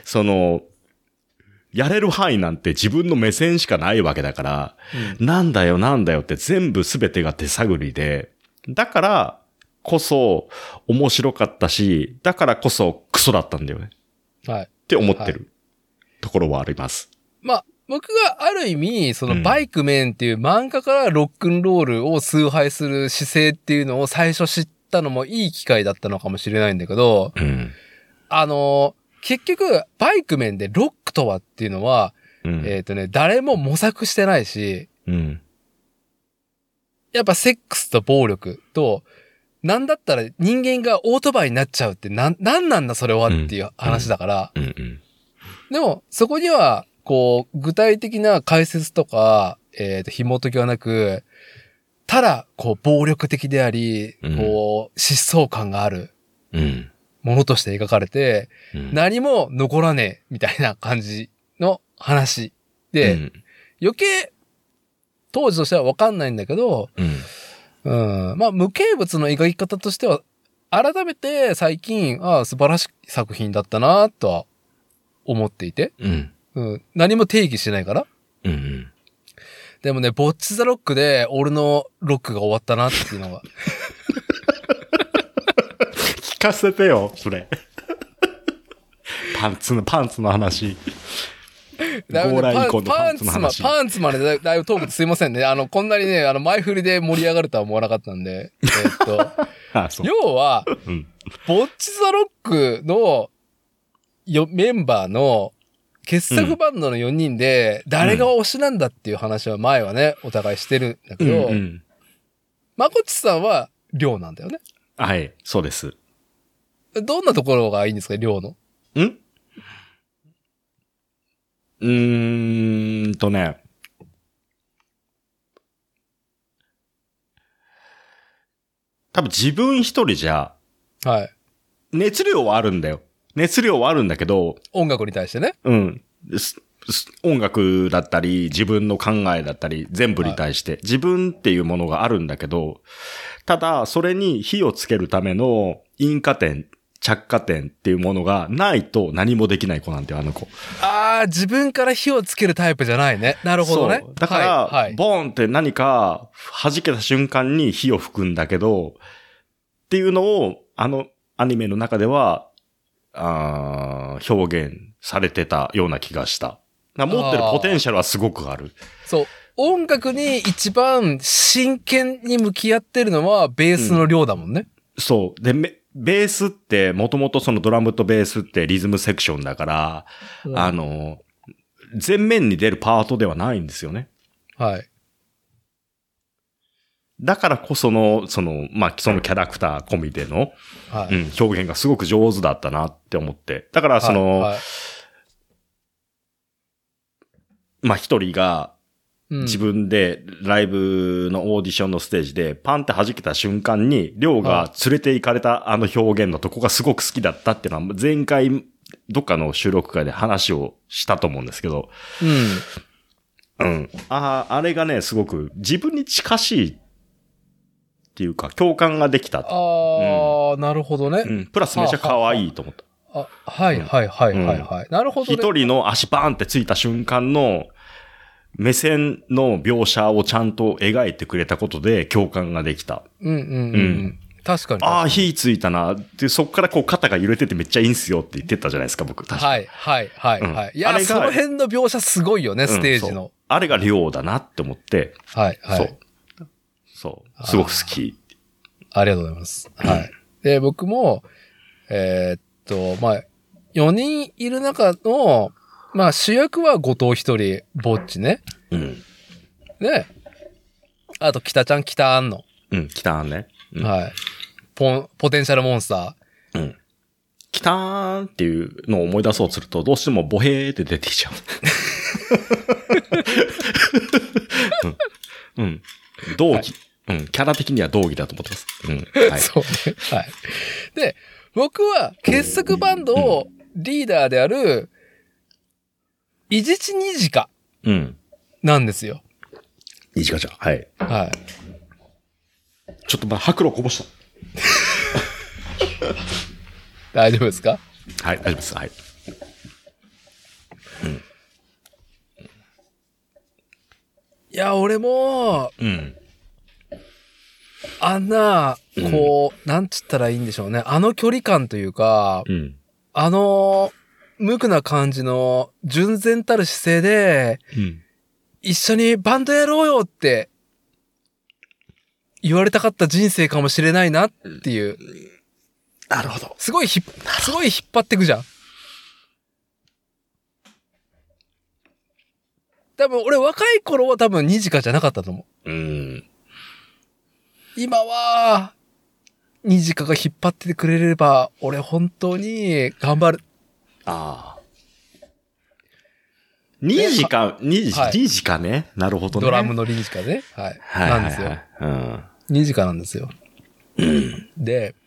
Speaker 1: やれる範囲なんて自分の目線しかないわけだから、なんだよって全部すべてが手探りで、だからこそ面白かったし、だからこそクソだったんだよね。って思ってるところはあります。
Speaker 2: まあ、僕がある意味、バイクメンっていう漫画からロックンロールを崇拝する姿勢っていうのを最初知ったのもいい機会だったのかもしれないんだけど、結局、バイクメンでロックとはっていうのは、誰も模索してないし、やっぱセックスと暴力と、なんだったら人間がオートバイになっちゃうってなんなんだそれはっていう話だから、でも、そこには、こう、具体的な解説とか、紐解きはなく、ただ、こう、暴力的であり、こう、疾走感がある。ものとして描かれて、何も残らねえ、みたいな感じの話で、余計、当時としては分かんないんだけど、まあ、無形物の描き方としては、改めて最近、素晴らしい作品だったなとは思っていて、何も定義してないから。でもね、ボッチザロックで俺のロックが終わったなっていうのが。
Speaker 1: 聞かせてよ、それ。パンツの話。ゴーライコンのパンツの話。
Speaker 2: パンツまでだいぶトークですいませんね。こんなにね、前振りで盛り上がるとは思わなかったんで。要は、ボッチザロックのメンバーの傑作バンドの4人で、誰が推しなんだっていう話は前はね、お互いしてるんだけど、まこっちさんは、りょうなんだよね。
Speaker 1: はい、そうです。
Speaker 2: どんなところがいいんですか、りょうの。
Speaker 1: ね。多分自分一人じゃ、熱量はあるんだよ。熱量はあるんだけど。
Speaker 2: 音楽に対してね。
Speaker 1: 音楽だったり、自分の考えだったり、全部に対して、自分っていうものがあるんだけど、ただ、それに火をつけるための引火点、着火点っていうものがないと何もできない子なんだよ、あの子。
Speaker 2: 自分から火をつけるタイプじゃないね。なるほどね。
Speaker 1: そう。だから、ボーンって何か弾けた瞬間に火を吹くんだけど、っていうのを、アニメの中では、表現されてたような気がした。持ってるポテンシャルはすごくある。
Speaker 2: そう。音楽に一番真剣に向き合ってるのはベースの量だもんね。
Speaker 1: そう。で、ベースってもともとそのドラムとベースってリズムセクションだから、前面に出るパートではないんですよね。
Speaker 2: はい。
Speaker 1: だからこその、そのキャラクター込みでの、
Speaker 2: はい、
Speaker 1: 表現がすごく上手だったなって思って。だから一人が、自分でライブのオーディションのステージでパンって弾けた瞬間に、りょうが連れて行かれたあの表現のとこがすごく好きだったっていうのは、前回どっかの収録会で話をしたと思うんですけど、あれがね、すごく自分に近しいっていうか、共感ができた。
Speaker 2: なるほどね。
Speaker 1: プラスめちゃ可愛いと思った。
Speaker 2: はい。なるほどね。
Speaker 1: 一人の足バーンってついた瞬間の目線の描写をちゃんと描いてくれたことで共感ができた。
Speaker 2: 確かに。
Speaker 1: ああ、火ついたな。で、そっからこう肩が揺れててめっちゃいいんすよって言ってたじゃないですか、僕。確かに。
Speaker 2: はい。いや、その辺の描写すごいよね、ステージの。
Speaker 1: あれが亮だなって思って。
Speaker 2: はい。
Speaker 1: そう。すごく好き。
Speaker 2: ありがとうございます。はい。で、僕も、4人いる中の、主役は後藤一人、ぼっちね。で、あと、北ちゃん、北あんの。
Speaker 1: 北あんね。
Speaker 2: はい。ポテンシャルモンスタ
Speaker 1: ー。北あんっていうのを思い出そうとすると、どうしてもボヘーって出てきちゃう。同期。キャラ的には同義だと思ってます。
Speaker 2: はい。そうね。はい。で、僕は傑作バンドをリーダーである、伊地知にじか。なんですよ。
Speaker 1: にじかちゃん。はい。
Speaker 2: はい。
Speaker 1: ちょっと白露こぼした。
Speaker 2: 大丈夫ですか？
Speaker 1: はい、大丈夫です。はい。
Speaker 2: いや、俺も、あんな、なんつったらいいんでしょうね。あの距離感というか、無垢な感じの純然たる姿勢で、一緒にバンドやろうよって言われたかった人生かもしれないなっていう。
Speaker 1: なるほど。
Speaker 2: すごい引っ張ってくじゃん。多分俺若い頃は多分ニジカじゃなかったと思う。今は、ニジカが引っ張っててくれれば、俺本当に頑張る。
Speaker 1: ニジカね。なるほどね。
Speaker 2: ドラムのニジカね。はい。なんですよ。ニジカなんですよ。で、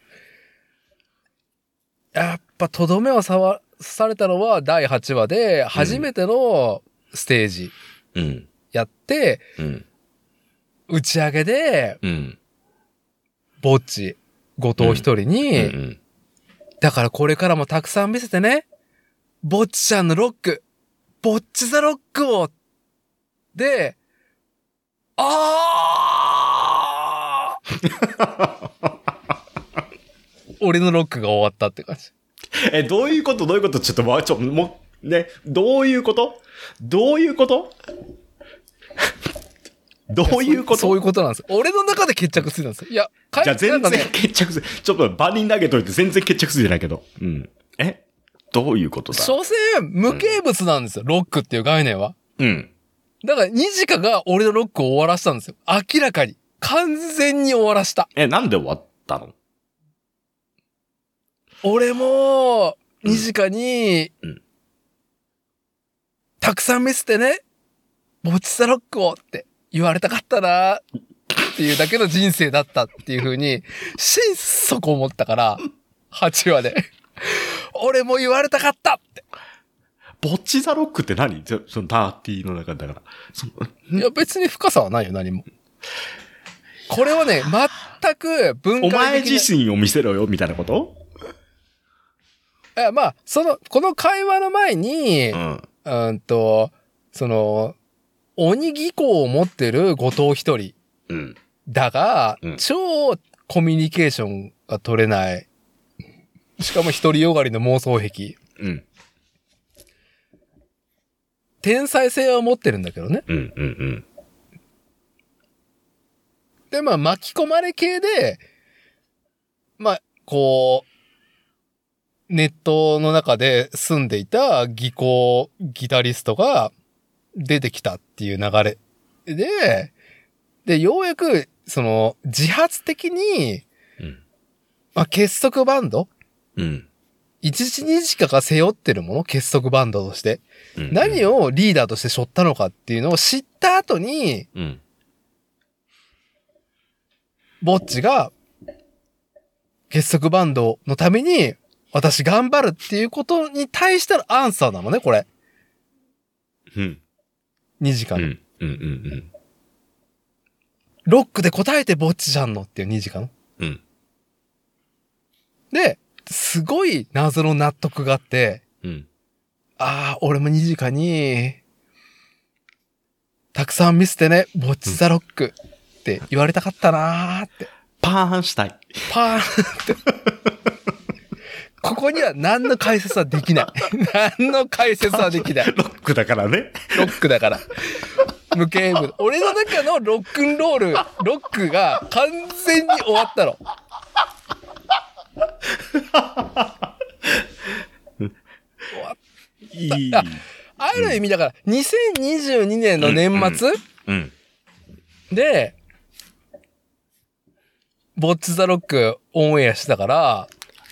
Speaker 2: やっぱとどめを刺されたのは第8話で、初めてのステージやって、打ち上げで、ぼっち、後藤一人に、だからこれからもたくさん見せてね、ぼっちちゃんのロック、ぼっちザロックを、で、俺のロックが終わったって感じ。
Speaker 1: どういうことちょっと、もう、ね、どういうことそういうこと
Speaker 2: なんです。俺の中で決着するんですよ。いや、
Speaker 1: じゃあ全然決着する。ちょっと場に投げといて全然決着するじゃないけど。どういうことだ？
Speaker 2: 所詮、無形物なんですよ、ロックっていう概念は。だから、ニジカが俺のロックを終わらしたんですよ。明らかに。完全に終わらした。
Speaker 1: なんで終わったの？
Speaker 2: 俺も、ニジカに、たくさん見せてね、ぼっちザロックをって言われたかったなっていうだけの人生だったっていう風に、心底思ったから、8話で。俺も言われたかったって。
Speaker 1: ぼっちザロックって何？そのダーティーの中だから。
Speaker 2: いや別に深さはないよ、何も。これはね、全く文化的な。
Speaker 1: お前自身を見せろよ、みたいなこと？
Speaker 2: この会話の前に、鬼技巧を持ってる後藤一人。だが、超コミュニケーションが取れない。しかも独りよがりの妄想癖。天才性は持ってるんだけどね。で、巻き込まれ系で、ネットの中で住んでいた技巧ギタリストが出てきたっていう流れで、ようやく、自発的に、まあ、結束バンド一日二日が背負ってるもの、結束バンドとして、何をリーダーとして背負ったのかっていうのを知った後に、ぼっちが、結束バンドのために、私頑張るっていうことに対してのアンサーなのね、これ。2時間。ロックで答えてぼっちじゃんのっていう2時間。で、すごい謎の納得があって、ああ、俺も2時間に、たくさん見せてね、ぼっちザロックって言われたかったなーって。
Speaker 1: パーンしたい。
Speaker 2: パーンって。ここには何の解説はできない。何の解説はできない。
Speaker 1: ロックだからね。
Speaker 2: ロックだから。無形部。俺の中のロックンロール、ロックが完全に終わったの。
Speaker 1: いい。
Speaker 2: ある意味だから、2022年の年末、で、ボッチザロックオンエアしてたから、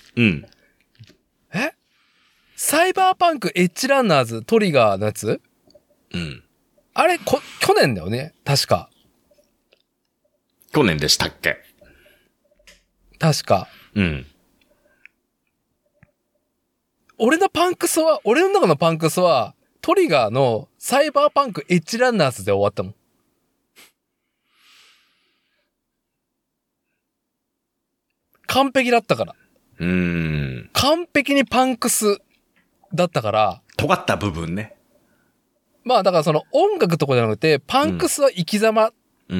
Speaker 2: サイバーパンクエッジランナーズトリガーのやつ？あれ、去年だよね確か。
Speaker 1: 去年でしたっけ？
Speaker 2: 確か。俺の中のパンクスは、トリガーのサイバーパンクエッジランナーズで終わったもん。完璧だったから。完璧にパンクスだったから。
Speaker 1: 尖った部分ね。
Speaker 2: まあだから音楽とかじゃなくて、パンクスは生き様。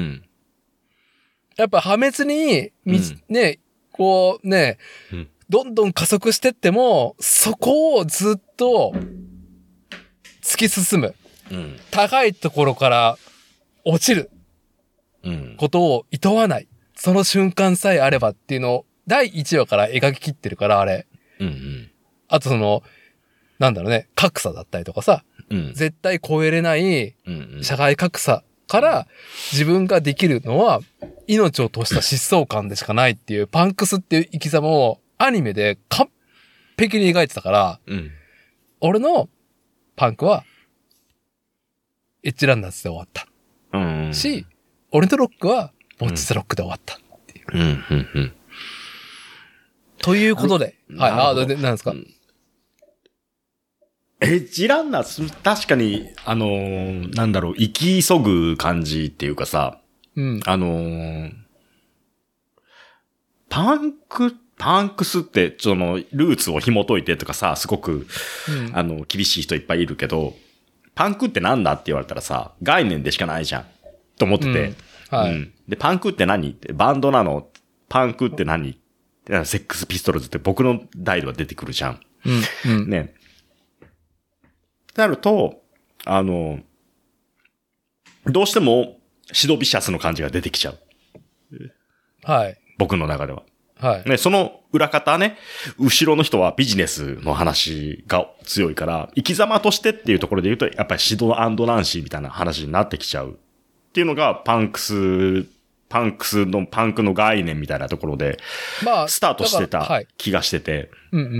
Speaker 2: やっぱ破滅に、ね、こうね、どんどん加速してっても、そこをずっと突き進む。高いところから落ちることを厭わない。その瞬間さえあればっていうのを第1話から描き切ってるから、あれ。あとなんだろうね、格差だったりとかさ、絶対超えれない社会格差から自分ができるのは命を賭した疾走感でしかないっていうパンクスっていう生き様をアニメで完璧に描いてたから、俺のパンクはエッジランナーズで終わった。し、俺のロックはボッチザロックで終わったっていう。ということで、はい、何ですか？
Speaker 1: エッジランナー、確かに、なんだろう、生き急ぐ感じっていうかさ、パンクスって、ルーツを紐解いてとかさ、すごく、厳しい人いっぱいいるけど、パンクってなんだって言われたらさ、概念でしかないじゃん。と思ってて。で、パンクって何って、バンドなの？パンクって何？セックスピストルズって僕の代では出てくるじゃん。ね。ってなると、どうしても、シドビシャスの感じが出てきちゃう。
Speaker 2: はい。
Speaker 1: 僕の中では。
Speaker 2: はい。
Speaker 1: ね、その裏方ね、後ろの人はビジネスの話が強いから、生き様としてっていうところで言うと、やっぱりシド&ナンシーみたいな話になってきちゃう。っていうのが、パンクの概念みたいなところで、まあ、スタートしてた気がしてて。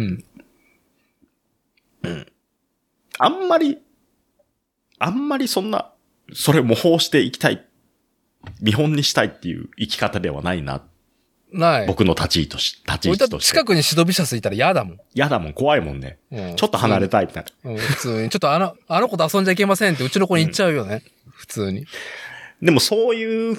Speaker 1: あんまりそんな、それを模倣していきたい、見本にしたいっていう生き方ではないな。
Speaker 2: ない。
Speaker 1: 僕の立ち位置として。
Speaker 2: 俺だって近くにシドビシャスいたら嫌だもん。
Speaker 1: 嫌だもん、怖いもんね。ちょっと離れたいみたい
Speaker 2: な。普通に。ちょっとあの子と遊んじゃいけませんってうちの子に言っちゃうよね。普通に。
Speaker 1: でもそういう、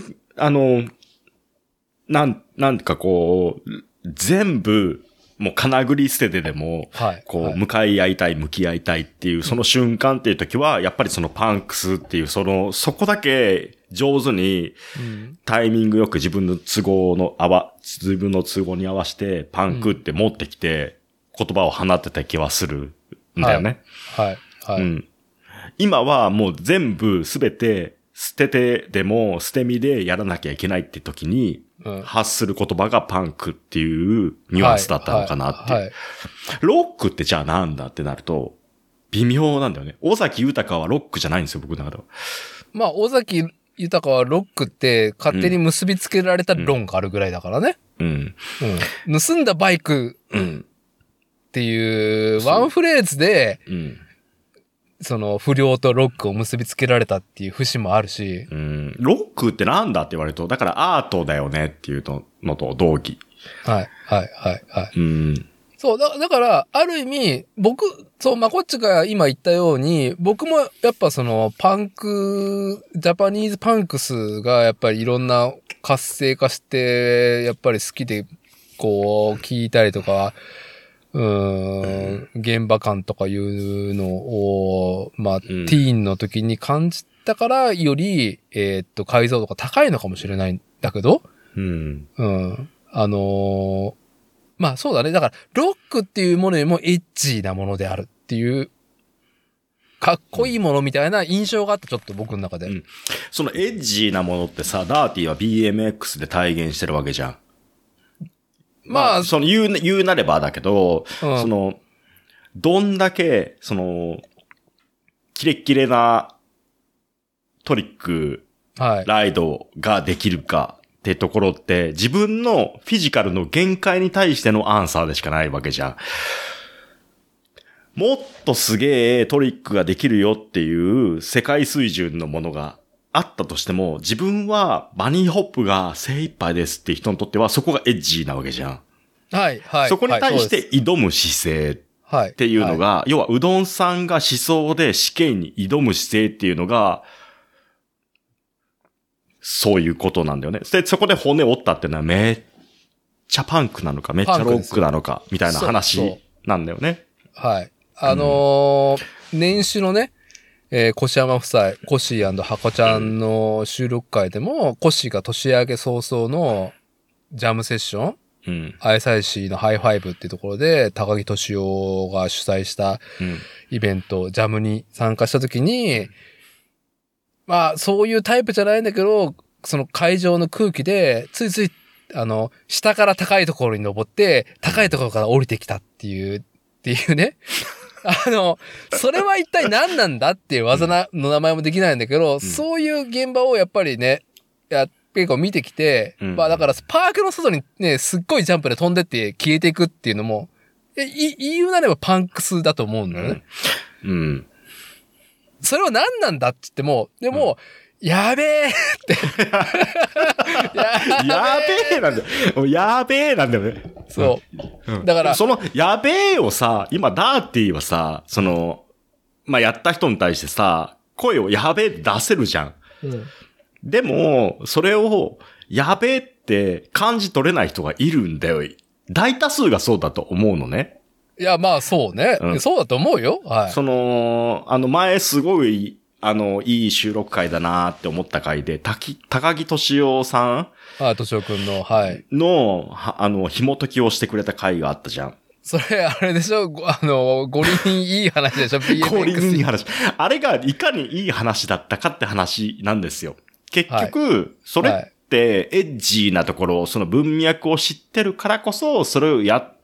Speaker 1: なんかこう、全部、もう金繰り捨ててでも、向かい合いたい、向き合いたいっていう、その瞬間っていう時は、やっぱりそのパンクスっていう、そこだけ上手に、タイミングよく自分の都合に合わせて、パンクって持ってきて、言葉を放ってた気はするんだよね。今はもう全部すべて捨ててでも捨て身でやらなきゃいけないって時に、発する言葉がパンクっていうニュアンスだったのかなっていう。ロックってじゃあなんだってなると、微妙なんだよね。尾崎豊はロックじゃないんですよ、僕の中では。
Speaker 2: まあ、尾崎豊はロックって勝手に結びつけられた論があるぐらいだからね。
Speaker 1: うん。
Speaker 2: うん。盗んだバイクっていうワンフレーズで、
Speaker 1: うん。
Speaker 2: その不良とロックを結びつけられたっていう節もあるし。
Speaker 1: うん。ロックってなんだって言われると、だからアートだよねっていうのと同義。
Speaker 2: はい、はい、はい、はい。
Speaker 1: うん。
Speaker 2: そう、だから、ある意味、そう、まこっちが今言ったように、僕もやっぱそのジャパニーズパンクスがやっぱりいろんな活性化して、やっぱり好きで、こう、聞いたりとか、現場感とかいうのを、まあ、ティーンの時に感じたから、より、解像度が高いのかもしれないんだけど、
Speaker 1: うん。
Speaker 2: まあそうだね。だから、ロックっていうものよりもエッジーなものであるっていう、かっこいいものみたいな印象があった、ちょっと僕の中で。うん、
Speaker 1: そのエッジーなものってさ、ダーティーは BMX で体現してるわけじゃん。まあ、その言うなればだけど、その、どんだけ、その、キレッキレなトリック、ライドができるか。ってところって自分のフィジカルの限界に対してのアンサーでしかないわけじゃん。もっとすげえトリックができるよっていう世界水準のものがあったとしても、自分はバニーホップが精一杯ですって人にとってはそこがエッジーなわけじゃん。
Speaker 2: はい、はい。
Speaker 1: そこに対して挑む姿勢っていうのが、
Speaker 2: はい、
Speaker 1: 要はうどんさんが思想で試験に挑む姿勢っていうのが、そういうことなんだよね。で、そこで骨折ったっていうのはめっちゃパンクなのか、めっちゃロックなのか、みたいな話なんだよね。
Speaker 2: はい。年始のね、越山夫妻、コシーハコちゃんの収録会でも、コシーが年明け早々のジャムセッション、うん、ISIC のハイファイブっていうところで、高木敏夫が主催したイベント、ジャムに参加したときに、まあ、そういうタイプじゃないんだけど、その会場の空気で、ついつい、下から高いところに登って、高いところから降りてきたっていうね。それは一体何なんだっていう技の名前もできないんだけど、そういう現場をやっぱりね、結構見てきて、まあだからパークの外にね、すっごいジャンプで飛んでって消えていくっていうのも、言うなればパンクスだと思うんだよね。それは何なんだって言っても、でも、やべえって
Speaker 1: やべえなんだよ。やべえなんだよね。
Speaker 2: そう。だから。
Speaker 1: その、やべえをさ、今、ダーティーはさ、その、まあ、やった人に対してさ、声をやべえって出せるじゃん。でも、それを、やべえって感じ取れない人がいるんだよ。大多数がそうだと思うのね。
Speaker 2: いや、まあ、そうね。そうだと思うよ。はい。
Speaker 1: その、前すごい、いい収録会だなって思った回で、高木敏夫さん
Speaker 2: 敏夫くんの、はい。
Speaker 1: の、紐解きをしてくれた回があったじゃん。
Speaker 2: それ、あれでしょ五輪いい話でしょ ?BMX。
Speaker 1: 五輪いい話。あれがいかにいい話だったかって話なんですよ。結局、それって、エッジーなところ、その文脈を知ってるからこそ、それをやった、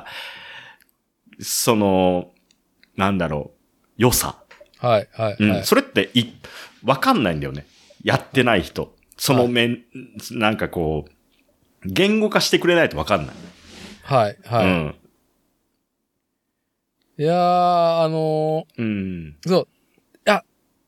Speaker 1: その、なんだろう、良さ。
Speaker 2: はい、はい。
Speaker 1: それって、わかんないんだよね。やってない人。その面、なんかこう、言語化してくれないとわかんない。
Speaker 2: はい、はい。いやー、そう。いや、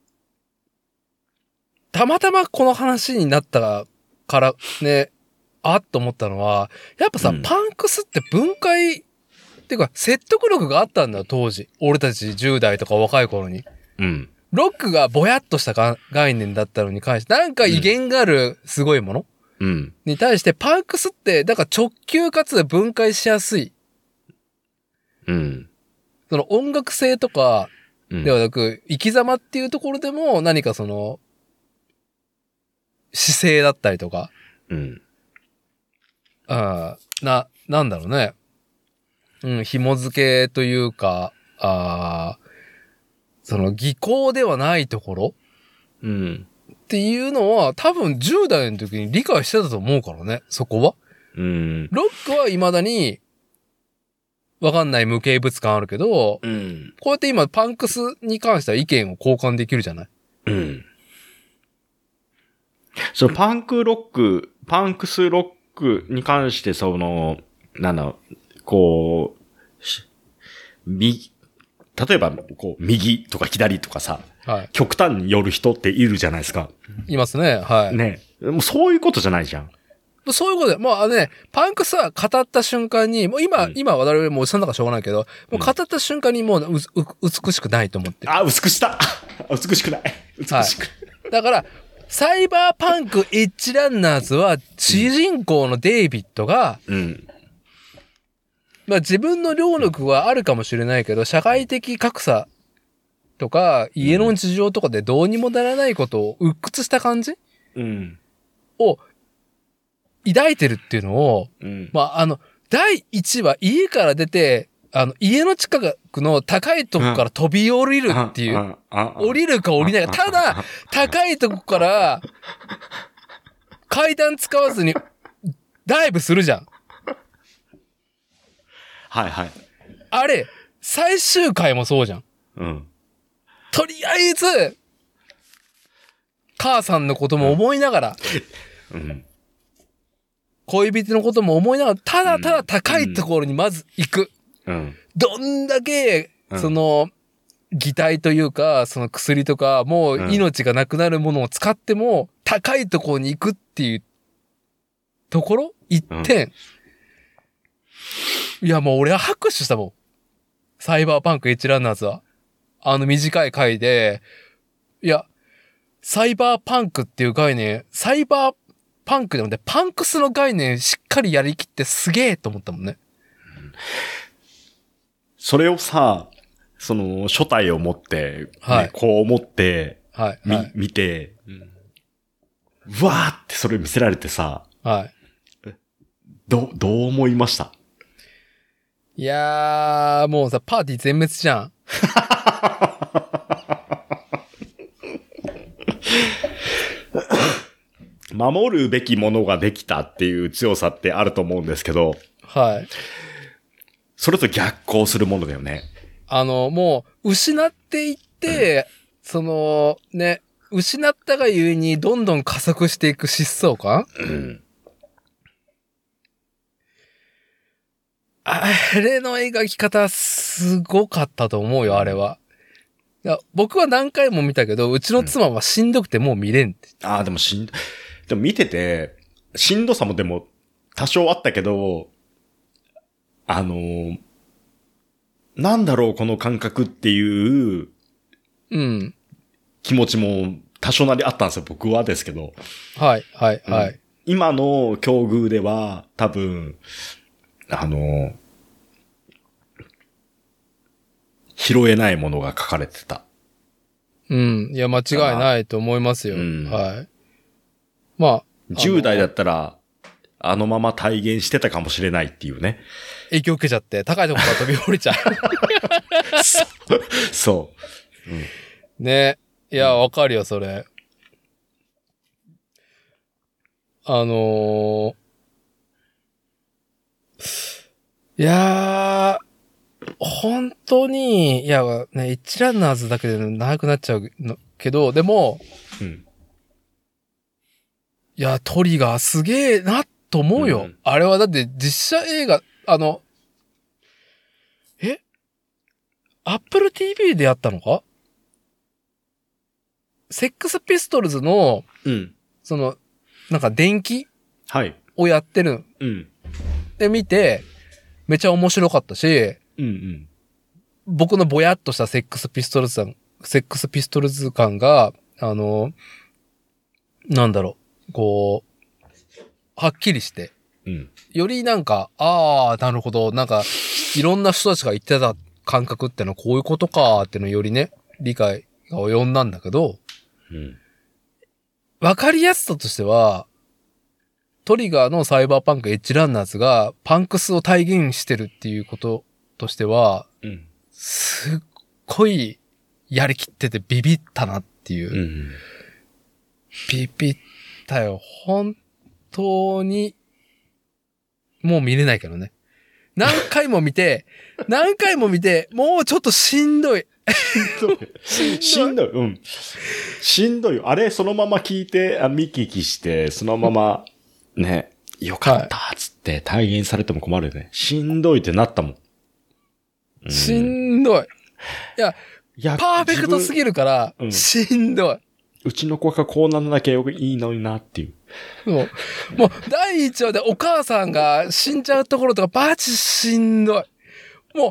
Speaker 2: たまたまこの話になったからね、あっと思ったのは、やっぱさ、パンクスって分解、っていうか、説得力があったんだよ、当時。俺たち10代とか若い頃に。ロックがぼやっとした概念だったのに関して、なんか威厳があるすごいもの、に対して、パンクスって、だから直球かつ分解しやすい。その音楽性とか、ではなく、生き様っていうところでも、何かその、姿勢だったりとか。なんだろうね。紐付けというか、その技巧ではないところっていうのは多分10代の時に理解してたと思うからね、そこは。ロックは未だにわかんない無形物感あるけど、こうやって今パンクスに関しては意見を交換できるじゃない。
Speaker 1: そのパンクスロックに関してこう、例えば、こう、右とか左とかさ、はい、極端に寄る人っているじゃないですか。
Speaker 2: いますね、はい。
Speaker 1: ね。もうそういうことじゃないじゃん。
Speaker 2: そういうことで、まあね、パンクスは語った瞬間に、もう今我々もおじさんだからしょうがないけど、もう語った瞬間にもう美しくないと思ってる。
Speaker 1: あ、美しくない。美しく。はい、
Speaker 2: だから、サイバーパンクエッジランナーズは、主人公のデイビッドが、まあ自分の労力はあるかもしれないけど、社会的格差とか、家の事情とかでどうにもならないことを鬱屈した感じを抱いてるっていうのを、まあ第1話家から出て、家の近くの高いとこから飛び降りるっていう。降りるか降りないか。ただ、高いとこから階段使わずにダイブするじゃん。
Speaker 1: はいはい。
Speaker 2: あれ、最終回もそうじゃん。とりあえず、母さんのことも思いながら、恋人のことも思いながら、ただただ高いところにまず行く。どんだけ、擬態というか、その薬とか、もう命がなくなるものを使っても、高いところに行くっていうところ一点。いや、もう俺は拍手したもん。サイバーパンクエッジランナーズは。短い回で、いや、サイバーパンクっていう概念、サイバーパンクでもね、パンクスの概念しっかりやりきってすげえと思ったもんね。
Speaker 1: それをさ、初代を持って、
Speaker 2: はい、
Speaker 1: こう思って、
Speaker 2: はい、
Speaker 1: 見て、うわーってそれ見せられてさ、
Speaker 2: はい。
Speaker 1: どう思いました？
Speaker 2: いやー、もうさ、パーティー全滅じゃん。
Speaker 1: 守るべきものができたっていう強さってあると思うんですけど、
Speaker 2: はい。
Speaker 1: それと逆行するものだよね。
Speaker 2: もう、失っていって、失ったがゆえにどんどん加速していく疾走感？あれの描き方すごかったと思うよ、あれは。僕は何回も見たけど、うちの妻はしんどくてもう見れんって。
Speaker 1: でも見てて、しんどさもでも多少あったけど、なんだろうこの感覚っていう、気持ちも多少なりあったんですよ、僕はですけど。
Speaker 2: はい、はい、はい。
Speaker 1: 今の境遇では多分、拾えないものが書かれてた。
Speaker 2: いや、間違いないと思いますよ。はい。まあ。
Speaker 1: 10代だったら、まま体現してたかもしれないっていうね。
Speaker 2: 影響受けちゃって、高いところから飛び降りちゃう。
Speaker 1: そう。
Speaker 2: ね。いや、わかるよ、それ。いやー、本当に、いや、ね、エッジランナーズだけで長くなっちゃうのけど、でも、いや、トリガーすげえなと思うよ。あれはだって実写映画、Apple TV でやったのか？セックスピストルズの、なんか電気をやってる。で、見て、めちゃ面白かったし、僕のぼやっとしたセックスピストルズ感が、なんだろう、こう、はっきりして、よりなんか、なるほど、なんか、いろんな人たちが言ってた感覚ってのはこういうことかっていうのをよりね、理解が及んだんだけど、わかりやすさとしては、トリガーのサイバーパンクエッジランナーズがパンクスを体現してるっていうこととしては、すっごいやりきっててビビったなっていう。ビビったよ。本当に、もう見れないけどね。何回も見て、もうちょっとしんどい。
Speaker 1: しんどい。うん。しんどいよ。あれ、そのまま聞いて、見聞きして、そのまま、ね、よかった、つって体現されても困るよね。しんどいってなったもん。
Speaker 2: しんどい。いや、パーフェクトすぎるから、しんどい。
Speaker 1: うちの子がこうなんなきゃいいのになっていう。
Speaker 2: もう第一話でお母さんが死んじゃうところとかマジしんどい。もう、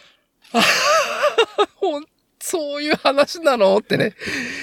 Speaker 2: そういう話なのってね。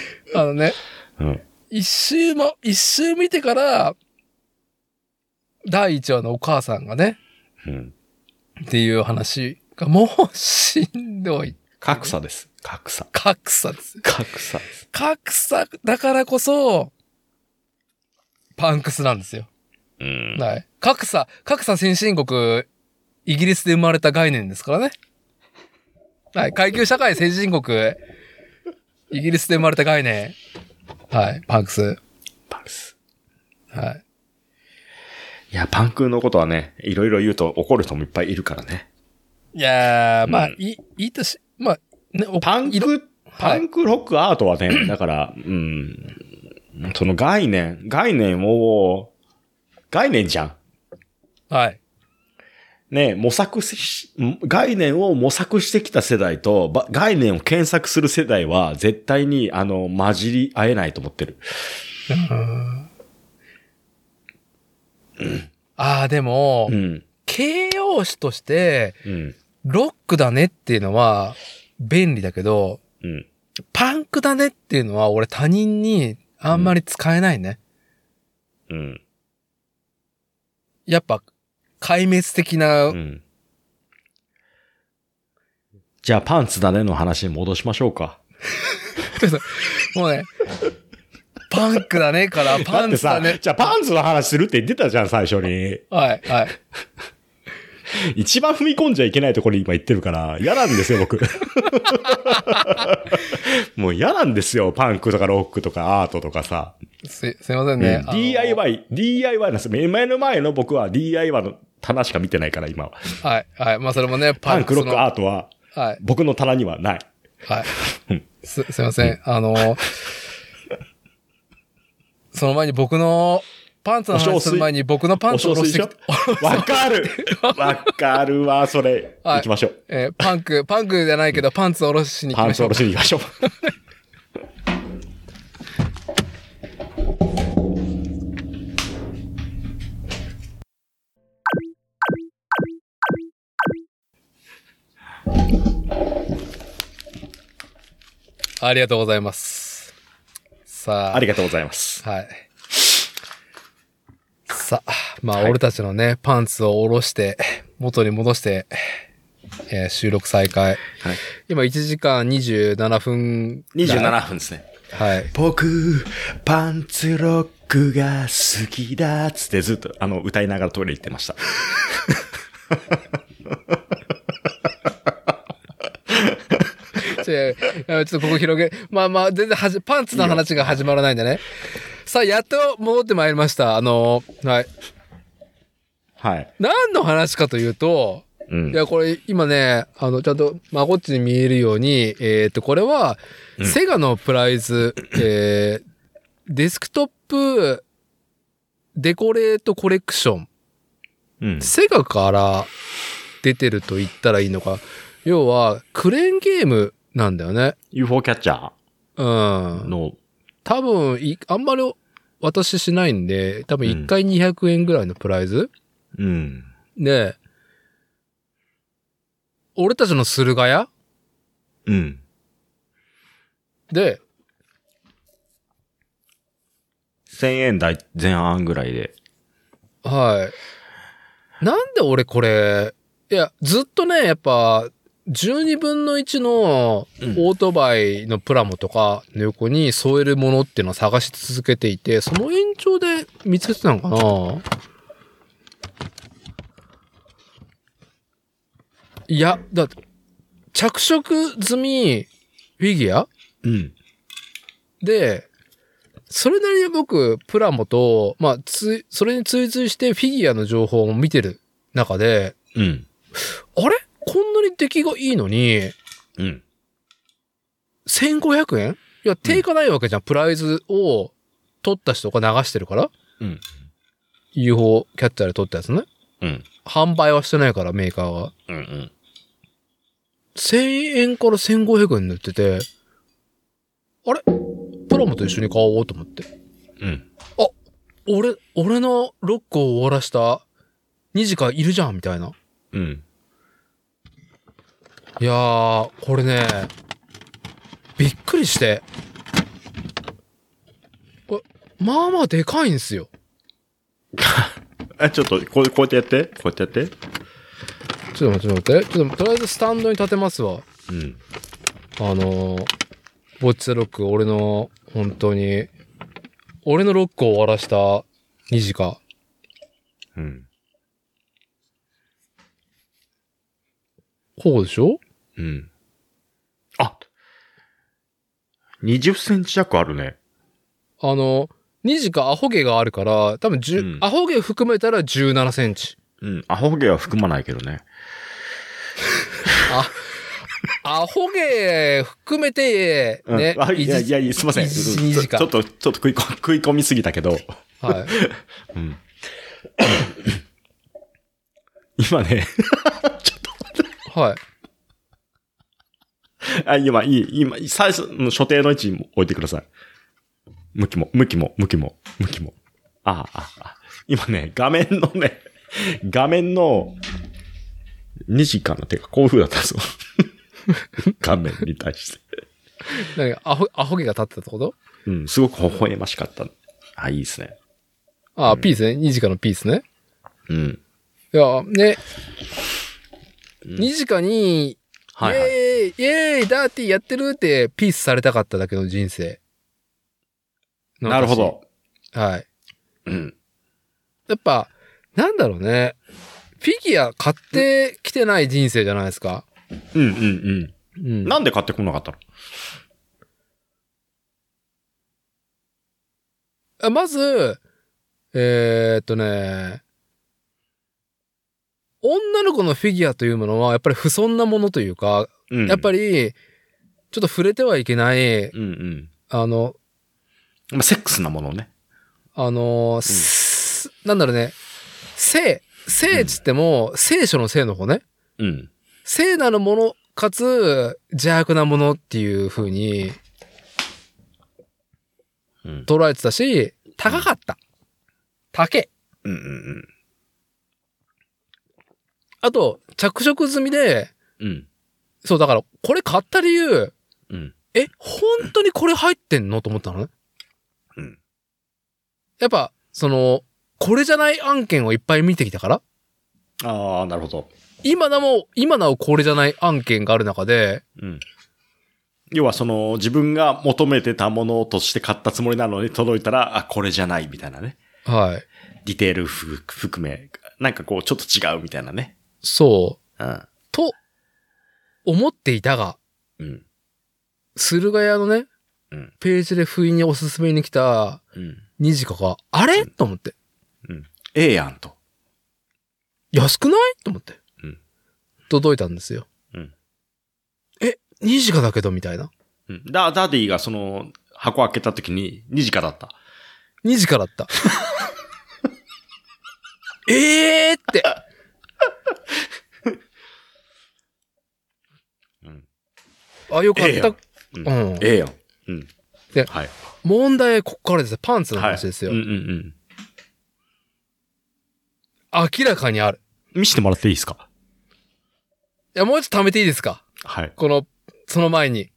Speaker 2: 一周見てから、第一話のお母さんがね、っていう話がもうしんどい。
Speaker 1: 格差です。格差です。
Speaker 2: 格差だからこそ、パンクスなんですよ。はい。格差先進国、イギリスで生まれた概念ですからね。はい。階級社会先進国、イギリスで生まれた概念。はい。パンクス。はい。
Speaker 1: いや、パンクのことはね、いろいろ言うと怒る人もいっぱいいるからね。
Speaker 2: いやー、まあ、いいとし、まあ、
Speaker 1: ね、パンクロックアートはね、だから、その概念じゃん。
Speaker 2: はい。
Speaker 1: ね、概念を模索してきた世代と、概念を検索する世代は絶対に、混じり合えないと思ってる。
Speaker 2: でも、形容詞として、ロックだねっていうのは便利だけど、パンクだねっていうのは俺他人にあんまり使えないね。やっぱ、壊滅的な、
Speaker 1: じゃあパンツだねの話に戻しましょうか。
Speaker 2: もうね、パンクだねからパンツだね。
Speaker 1: だってさ、じゃあパンツの話するって言ってたじゃん、最初に。
Speaker 2: はい。
Speaker 1: 一番踏み込んじゃいけないところに今言ってるから、嫌なんですよ、僕。もう嫌なんですよ、パンクとかロックとかアートとかさ。
Speaker 2: すいませんね。
Speaker 1: DIY なんですよ。目の前の僕は DIY の棚しか見てないから、今は。
Speaker 2: はい。まあそれもね、
Speaker 1: パンクロックアートは、僕の棚にはない。
Speaker 2: はい。すいません。その前に僕の、パンツの話する前に僕のパンツを下ろしてきて。
Speaker 1: わかるわ、それ。行きましょう。
Speaker 2: パンクじゃないけど、パンツを下ろしに行きましょう。
Speaker 1: パンツ下ろしに行きましょう。
Speaker 2: ありがとうございます。さあ。
Speaker 1: ありがとうございます。
Speaker 2: はい。さあ、まあ、俺たちのね、パンツを下ろして、元に戻して、収録再開。
Speaker 1: はい、
Speaker 2: 今1時間27分。
Speaker 1: 27分ですね。
Speaker 2: はい。
Speaker 1: 僕、パンツロックが好きだっつってずっと、歌いながらトイレ行ってました。
Speaker 2: ちょっとここ広げ、まあ、全然パンツの話が始まらないんでね。さあ、やっと戻ってまいりました。はい。
Speaker 1: はい。
Speaker 2: 何の話かというと、いや、これ、今ね、ちゃんと、こっちに見えるように、これは、セガのプライズ、デスクトップデコレートコレクション。セガから出てると言ったらいいのか。要は、クレーンゲームなんだよね。
Speaker 1: UFO キャッチャーの。
Speaker 2: 多分、あんまり私しないんで、多分1回200円ぐらいのプライズ。で、俺たちの駿河屋で、
Speaker 1: 1000円台前半ぐらいで。
Speaker 2: はい。なんで俺これ、いや、ずっとね、やっぱ、12分の1のオートバイのプラモとかの横に添えるものっていうのを探し続けていて、その延長で見つけてたのかな？いや、着色済みフィギュア？で、それなりに僕、プラモと、それに追随してフィギュアの情報を見てる中で、あれ？こんなに出来がいいのに、 1500円？いや、定価ないわけじゃん。プライズを取った人が流してるから。
Speaker 1: うん。
Speaker 2: UFO キャッチャーで取ったやつね。
Speaker 1: うん。
Speaker 2: 販売はしてないから、メーカーは。
Speaker 1: うんうん。
Speaker 2: 1000円から1500円塗ってて、あれプラモと一緒に買おうと思って。
Speaker 1: うん。
Speaker 2: あ、俺のロックを終わらしたニジカいるじゃんみたいな。
Speaker 1: うん。
Speaker 2: いやー、これね、びっくりして。これ、まあまあでかいんすよ。
Speaker 1: ちょっと、こうやってやって。こうやってやって。
Speaker 2: ちょっと待って。とりあえずスタンドに立てますわ。
Speaker 1: うん。
Speaker 2: ボッチザロック、俺のロックを終わらしたニジカ。
Speaker 1: うん。
Speaker 2: こうでしょ？
Speaker 1: うん。あ、20センチ弱あるね。
Speaker 2: ニジカアホ毛があるから、多分アホ毛含めたら17センチ。
Speaker 1: うん、アホ毛は含まないけどね。
Speaker 2: アホ毛含めて、ね。
Speaker 1: いや、すいません。ちょっと食い込みすぎたけど。
Speaker 2: はい。
Speaker 1: うん。今ね、ちょっと待って。
Speaker 2: はい。
Speaker 1: 今、最初の所定の位置に置いてください。向きも。今ね、画面の2時間の手がこういう風だったんですよ。画面に対して。
Speaker 2: 何アホ毛が立ってたってこと？
Speaker 1: うん、すごく微笑ましかった。いいですね。
Speaker 2: ピースね。2時間のピースね。
Speaker 1: うん。
Speaker 2: いや、ね。2時間に、イェーイダーティーやってるってピースされたかっただけの人生。
Speaker 1: なるほど。
Speaker 2: はい。
Speaker 1: うん。
Speaker 2: やっぱ、なんだろうね。フィギュア買ってきてない人生じゃないですか。
Speaker 1: うん。なんで買ってこなかった
Speaker 2: の？まず、女の子のフィギュアというものは、やっぱり不遜なものというか、やっぱり、ちょっと触れてはいけない、
Speaker 1: セックスなものね。
Speaker 2: なんだろうね。聖っつっても、聖書の聖の方ね。
Speaker 1: うん。
Speaker 2: 聖なるもの、かつ、邪悪なものっていう風に、捉えてたし、高かった。高え。あと、着色済みで、そう、だから、これ買った理由、本当にこれ入ってんのと思ったのね。やっぱ、これじゃない案件をいっぱい見てきたから。
Speaker 1: ああ、なるほど。
Speaker 2: 今なおこれじゃない案件がある中で、
Speaker 1: 要は自分が求めてたものとして買ったつもりなのに届いたら、これじゃないみたいなね。
Speaker 2: はい。
Speaker 1: ディテール含め、なんかこう、ちょっと違うみたいなね。
Speaker 2: そう。と、思っていたが、駿河屋のね、ページで不意におすすめに来た、ニジカが、あれと思って。
Speaker 1: やんと。
Speaker 2: 安くないと思って。届いたんですよ。ニジカだけどみたいな。
Speaker 1: ダディが箱開けた時にニジカだった。
Speaker 2: ニジカだった。って。よかった。
Speaker 1: やん。
Speaker 2: で、問題こっからです。パンツの話ですよ。明らかにある。
Speaker 1: 見せてもらっていいですか？
Speaker 2: いや、もうちょっと貯めていいですか？
Speaker 1: はい。
Speaker 2: その前に。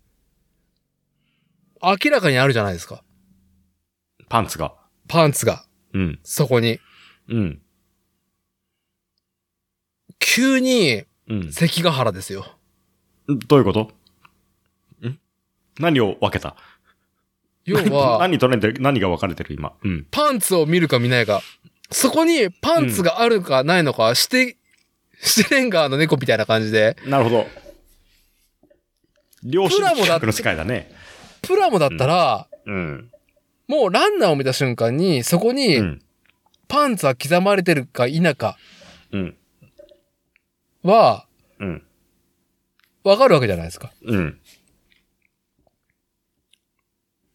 Speaker 2: 明らかにあるじゃないですか。パンツが。そこに。急に、関ヶ原ですよ。
Speaker 1: どういうこと？何を分けた？
Speaker 2: 要は、
Speaker 1: 何が分かれてる今。
Speaker 2: パンツを見るか見ないか。そこにパンツがあるかないのか、シュテレンガーの猫みたいな感じで。
Speaker 1: なるほど。両親企画の世界だね。
Speaker 2: プラモだったら、もうランナーを見た瞬間に、そこに、パンツは刻まれてるか否か、は、わかるわけじゃないですか。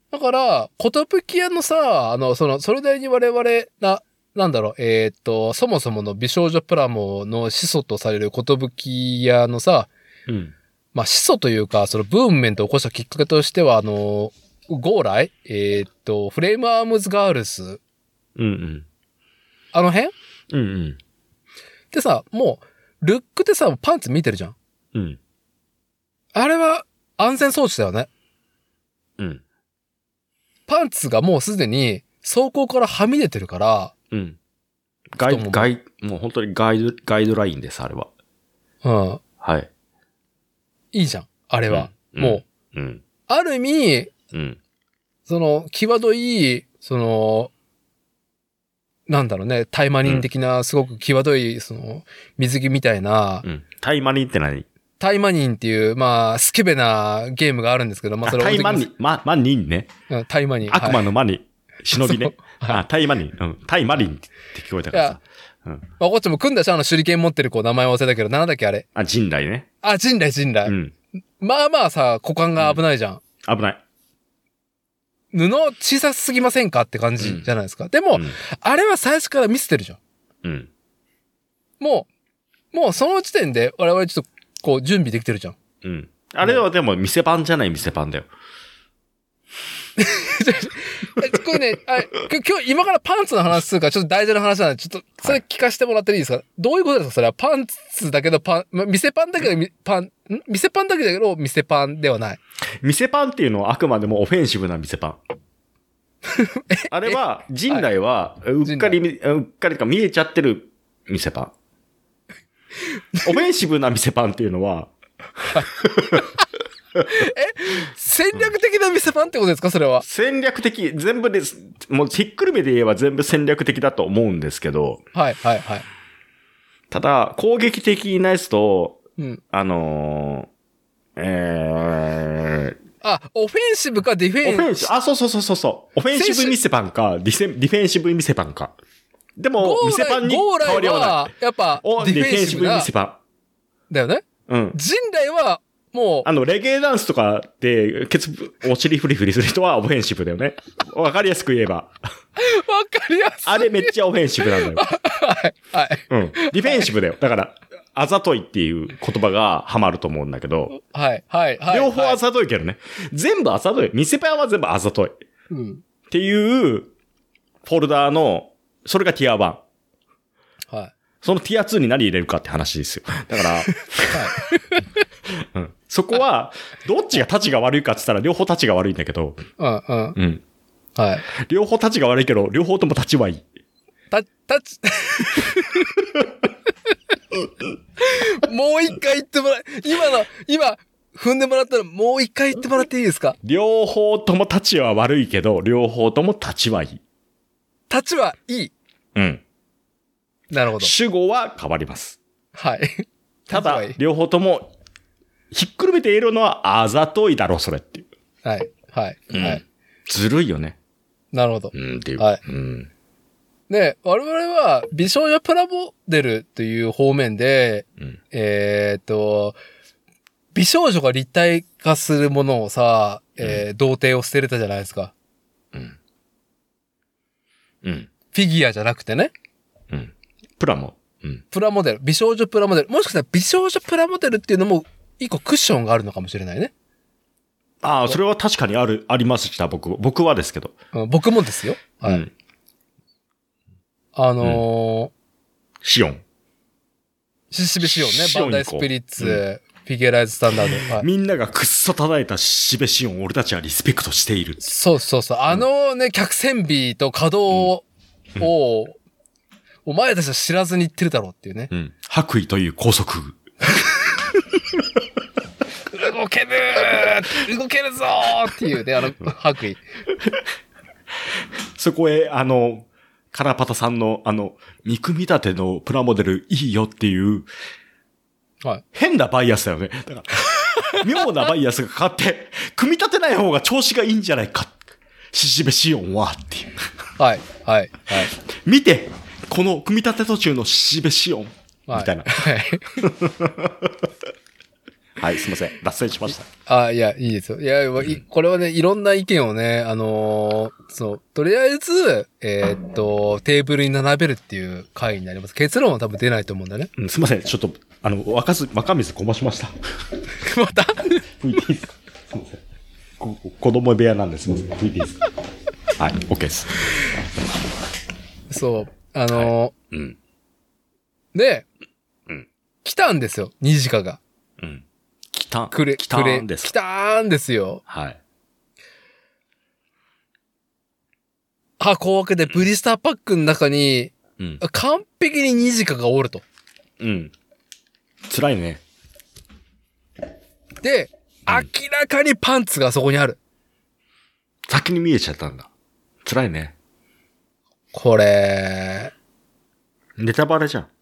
Speaker 2: だから、ことぶき屋のさ、それなりに我々なんだろう、そもそもの美少女プラモの始祖とされることぶき屋のさ、
Speaker 1: うん。
Speaker 2: まあ、始祖というか、そのブームメントを起こしたきっかけとしては、ゴーライフレームアームズガールズ。
Speaker 1: うんうん。
Speaker 2: あの辺
Speaker 1: うんうん。
Speaker 2: でさ、もう、ルックでさ、パンツ見てるじゃん。
Speaker 1: うん。
Speaker 2: あれは安全装置だよね。
Speaker 1: うん。
Speaker 2: パンツがもうすでに走行からはみ出てるから、
Speaker 1: うん。もう本当にガイドラインです、あれは。
Speaker 2: うん。
Speaker 1: はい。
Speaker 2: いいじゃん、あれは。
Speaker 1: うん、
Speaker 2: も
Speaker 1: う。うん。
Speaker 2: ある意味、
Speaker 1: うん。
Speaker 2: 際どい、なんだろうね、タイマニン的な、すごく際どい、水着みたいな。
Speaker 1: うん。タイマニンって何？
Speaker 2: タイマニンっていう、まあ、スケベなゲームがあるんですけど、まあ、それ
Speaker 1: タイマニン、マニンね。
Speaker 2: うん、タイマニン。
Speaker 1: 悪魔のマニ、忍びね。
Speaker 2: はい、
Speaker 1: タイマニン。うん。タイマリンって聞こえたからさ。
Speaker 2: うん。まあ、こっちも組んだし、手裏剣持ってる子、名前忘れたけど、なんだっけ、あれ。
Speaker 1: 人雷ね。
Speaker 2: 人雷。
Speaker 1: うん。
Speaker 2: まあまあさ、股間が危ないじゃん。
Speaker 1: 危ない。
Speaker 2: 布小さすぎませんかって感じじゃないですか。でも、あれは最初から見せてるじゃん。
Speaker 1: うん。
Speaker 2: もうその時点で我々ちょっとこう準備できてるじゃん。
Speaker 1: うん。あれはでも店パンじゃない店パンだよ。
Speaker 2: これね、今日今からパンツの話するからちょっと大事な話なんで、ちょっとそれ聞かせてもらっていいですか、はい、どういうことですかそれはパンツだけど店パンだけど店パンだけど店パンではない。
Speaker 1: 店パンっていうのはあくまでもオフェンシブな店パン。あれは、人雷は、うっかりか見えちゃってる店パン。オフェンシブな店パンっていうのは、
Speaker 2: 戦略的な店パンってことですかそれは。
Speaker 1: 戦略的、全部です。もうひっくるめで言えば全部戦略的だと思うんですけど。
Speaker 2: はい。
Speaker 1: ただ、攻撃的なやつと、
Speaker 2: うん、オフェンシブかディフェンシブ。
Speaker 1: そう。オフェンシブ店パンか、ディフェンシブ店パンか。でも、店パンに変わりはない。
Speaker 2: やっぱ、
Speaker 1: ディフェンシブ店パン。
Speaker 2: だよね。
Speaker 1: うん。
Speaker 2: 人雷は、もう。
Speaker 1: レゲエダンスとかで、お尻フリフリする人はオフェンシブだよね。わかりやすく言えば。
Speaker 2: わかりやすい。
Speaker 1: あれめっちゃオフェンシブなんだよ。
Speaker 2: はい。
Speaker 1: うん。ディフェンシブだよ。だから、あざといっていう言葉がハマると思うんだけど。
Speaker 2: はい。
Speaker 1: 両方あざといけどね。全部あざとい。店パンは全部あざとい。
Speaker 2: うん。
Speaker 1: っていう、フォルダーの、それがティア1。
Speaker 2: はい。
Speaker 1: そのティア2に何入れるかって話ですよ。だから、はい。うん。そこは、どっちが立ちが悪いかって言ったら両方立ちが悪いんだけど。
Speaker 2: うん。はい。
Speaker 1: 両方立ちが悪いけど、両方とも立ちはいい。
Speaker 2: もう一回言ってもら今、踏んでもらったらもう一回言ってもらっていいですか？
Speaker 1: 両方とも立ちは悪いけど、両方とも立ちはいい。
Speaker 2: 立ちはいい。
Speaker 1: うん。
Speaker 2: なるほど。
Speaker 1: 主語は変わります。
Speaker 2: はい。
Speaker 1: ただ、両方とも、ひっくるめているのはあざといだろ、それっていう。
Speaker 2: はい。
Speaker 1: ずるいよね。
Speaker 2: なるほど。
Speaker 1: っていう。
Speaker 2: はい。で、我々は美少女プラモデルという方面で、美少女が立体化するものをさ、童貞を捨てれたじゃないですか。フィギュアじゃなくてね。
Speaker 1: プラモ。
Speaker 2: プラモデル。美少女プラモデル。もしかしたら美少女プラモデルっていうのも一個クッションがあるのかもしれないね。
Speaker 1: ああ、それは確かにありました、僕はですけど。
Speaker 2: 僕もですよ。はい。
Speaker 1: シオン。
Speaker 2: シベシオンね。バンダイスピリッツ、フィギュアライズスタンダード。はい、
Speaker 1: みんながくっそ叩いたシベシオンを俺たちはリスペクトしている。
Speaker 2: そう。客船尾と稼働を、お前たちは知らずに言ってるだろうっていうね。
Speaker 1: 白衣という高速。
Speaker 2: 動けるぞーっていうね、白衣。
Speaker 1: そこへ、カラパタさんの、見組み立てのプラモデルいいよっていう、
Speaker 2: はい。
Speaker 1: 変なバイアスだよね。だから、妙なバイアスがかかって、組み立てない方が調子がいいんじゃないか。シシベシオンはっていう。
Speaker 2: はい。
Speaker 1: 見てこの組み立て途中のシシベシオン。みたいな。
Speaker 2: はい。
Speaker 1: はい、すいません。脱線しました。
Speaker 2: いや、いいですよ。いや、これはね、いろんな意見をね、とりあえず、テーブルに並べるっていう回になります。結論は多分出ないと思うんだね。
Speaker 1: すいません。ちょっと、若水こぼしました。
Speaker 2: また
Speaker 1: 拭いていいですか？すいません。子供部屋なんです。すいません。拭いていいですか？はい、OK です。
Speaker 2: そう。
Speaker 1: で、
Speaker 2: 来たんですよ。ニジカが。
Speaker 1: 来たんです。
Speaker 2: 来たんですよ。
Speaker 1: はい。
Speaker 2: 箱を開けてブリスターパックの中に、完璧にニジカがおると。
Speaker 1: 辛いね。
Speaker 2: で、明らかにパンツがそこにある。
Speaker 1: 先に見えちゃったんだ。辛いね。
Speaker 2: これ、
Speaker 1: ネタバレじゃん。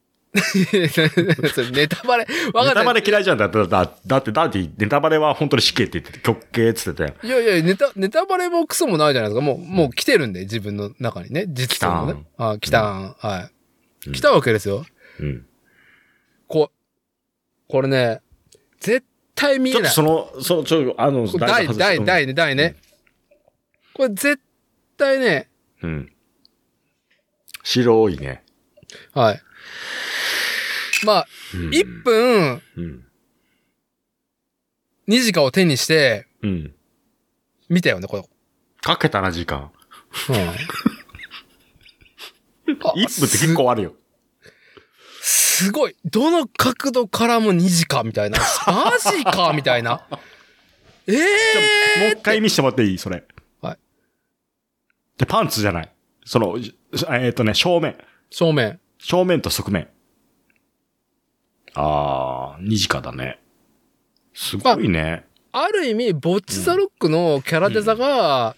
Speaker 2: ネタバレ、
Speaker 1: ネタバレ嫌いじゃん。だってネタバレは本当に死刑って言ってて、極刑って言ってた
Speaker 2: よ。いや、ネタバレもクソもないじゃないですか。もう来てるんで、自分の中にね。実装もね。来たん。はい。来たわけですよ。これね、絶対見えない。
Speaker 1: ちょっと
Speaker 2: 台ね。これ絶対ね。
Speaker 1: 白いね。
Speaker 2: はい。まあ、1分、2時間を手にして、見たよね、これ。
Speaker 1: かけたな、時間。1分って結構あるよ。
Speaker 2: すごい。どの角度からも2時間みたいな。マジかみたいな。も
Speaker 1: う一回見せてもらっていい？それ。
Speaker 2: はい。
Speaker 1: で、パンツじゃない。正面。正面と側面。2時間だね。すごいね。
Speaker 2: ある意味、ボッチザロックのキャラデザが、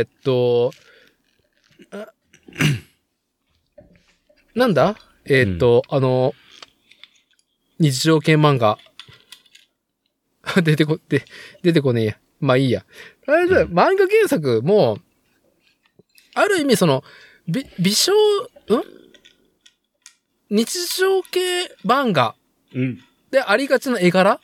Speaker 2: なんだ日常系漫画。出てこねえや。まあいいや。とりあえず、漫画原作も、ある意味美少、日常系漫画でありがちな絵柄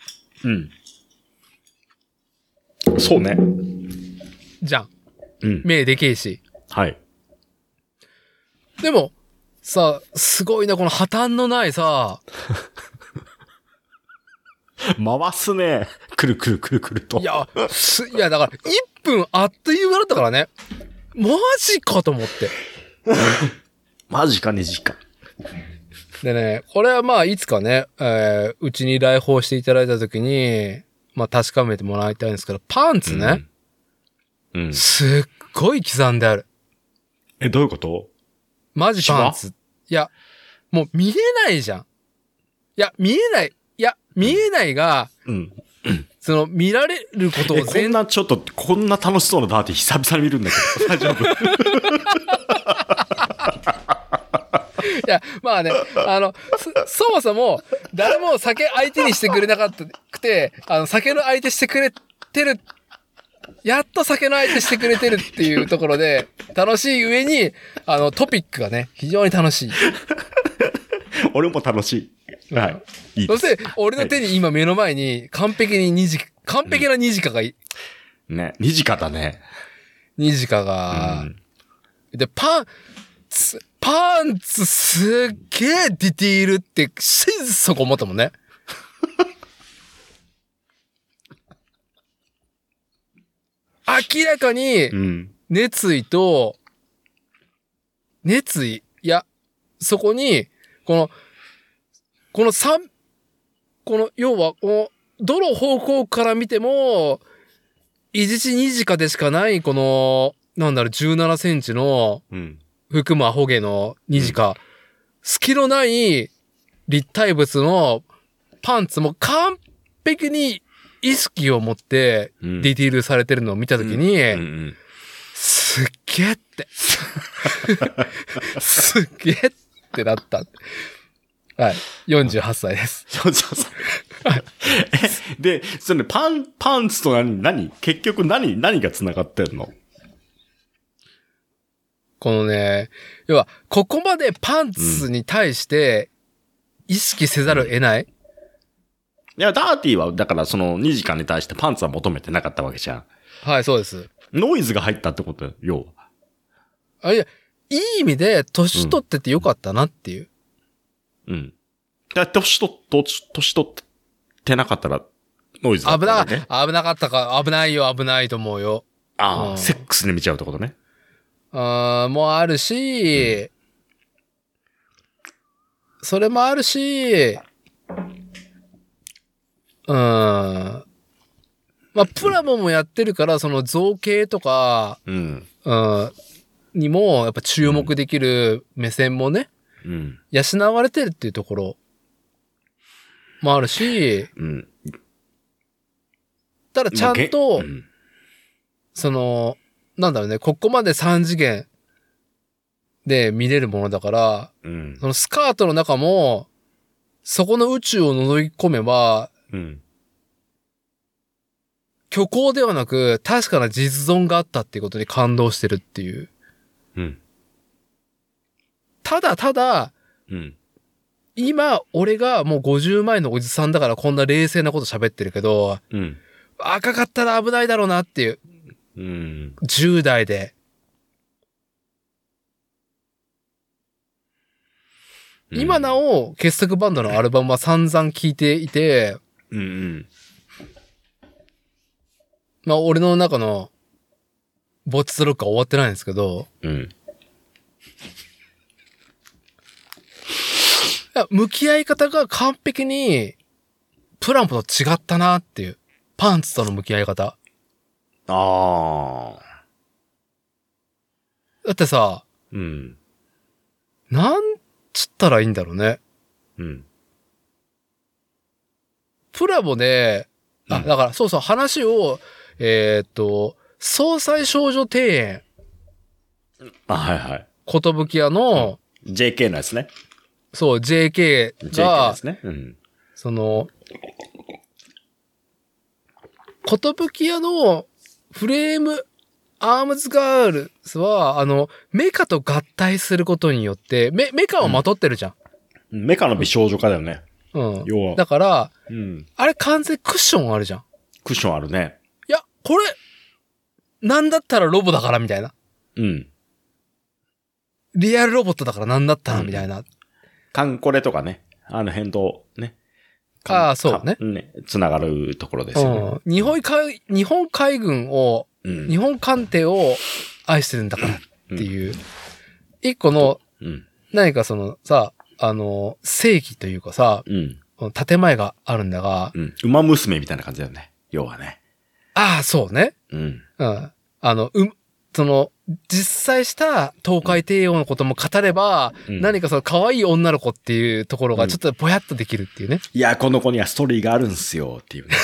Speaker 1: そうね。
Speaker 2: じゃん。目でけえし。
Speaker 1: はい。
Speaker 2: でも、さ、すごいな、この破綻のないさ、
Speaker 1: 回すね。くるくるくるくると。
Speaker 2: いや、だから、1分あっという間だったからね。マジかと思って。
Speaker 1: マジか2時間。
Speaker 2: でね、これはまあ、いつかね、うちに来訪していただいたときに、まあ、確かめてもらいたいんですけど、パンツね。すっごい刻んである。
Speaker 1: どういうこと？
Speaker 2: マジパンツ。いや、もう見えないじゃん。いや、見えないが、見られることを
Speaker 1: こんな楽しそうなダーティー久々に見るんだけど、大丈夫？
Speaker 2: いや、まあね、そもそも、誰も酒相手にしてくれなかったくて、酒の相手してくれてる、やっと酒の相手してくれてるっていうところで、楽しい上に、トピックがね、非常に楽しい。
Speaker 1: 俺も楽しい。はい。いいです。
Speaker 2: そして、俺の手に今目の前に、完璧な2時間がいい。
Speaker 1: ね、2時間だね。
Speaker 2: 2時間が、で、パンツすっげえディティールってそこ思ったもんね。明らかに熱意、いや、そこに、要は、どの方向から見ても、いじち2時間でしかない、17センチの、含むアホ毛の2時間、隙のない立体物のパンツも完璧に意識を持ってディティールされてるのを見たときに、すっげーって。すっげーってなった。はい。48歳です。
Speaker 1: 48歳。はい。で、パンツと結局何が繋がってんの？
Speaker 2: このね、要は、ここまでパンツに対して意識せざるを得ない。
Speaker 1: いや、ダーティーは、だからその2時間に対してパンツは求めてなかったわけじゃん。
Speaker 2: はい、そうです。
Speaker 1: ノイズが入ったってことよ、要は。
Speaker 2: あ、いや、いい意味で、年取っててよかったなっていう。
Speaker 1: うん。だ年取ってなかったら、ノイズだったわけね。
Speaker 2: 危なかったか、危ないよ、危ないと思うよ。
Speaker 1: ああ、セックスで見ちゃうってことね。
Speaker 2: もうあるし、それもあるし、まあ、プラモもやってるから、その造形とか、にも、やっぱ注目できる目線もね、養われてるっていうところもあるし、ただちゃんと、その、なんだろうね、ここまで3次元で見れるものだから、そのスカートの中も、そこの宇宙を覗き込めば、虚構ではなく、確かな実存があったっていうことに感動してるっていう。ただ、今、俺がもう50前のおじさんだからこんな冷静なこと喋ってるけど、赤かったら危ないだろうなっていう。10代で。今なお、傑作バンドのアルバムは散々聴いていて、まあ、俺の中の、ボッチザロックは終わってないんですけど、向き合い方が完璧に、プラモと違ったなっていう。パンツとの向き合い方。だってさ、なんつったらいいんだろうね。プラモで、だからそうそう、話を、総裁少女庭園。
Speaker 1: はいはい。
Speaker 2: ことぶき屋の、
Speaker 1: JK のやつね。
Speaker 2: そう、JK が、
Speaker 1: ですね。
Speaker 2: その、ことぶき屋のフレームアームズガールズは、メカと合体することによって、メカをまとってるじゃん。
Speaker 1: メカの美少女化だよね。要は。
Speaker 2: だから、あれ完全クッションあるじゃん。
Speaker 1: クッションあるね。
Speaker 2: いや、これ、なんだったらロボだからみたいな。リアルロボットだからなんだったらみたいな。
Speaker 1: カンコレとかね。辺とね。
Speaker 2: そうね。
Speaker 1: つながるところですよね。
Speaker 2: 日本海軍を、日本艦艇を愛してるんだからっていう、一個の、何かそのさ、正義というかさ、建前があるんだが、
Speaker 1: 馬娘みたいな感じだよね。要はね。
Speaker 2: そうね。その、実際した東海帝王のことも語れば、何かその可愛い女の子っていうところがちょっとぼやっとできるっていうね。
Speaker 1: いや、この子にはストーリーがあるんすよっていうね。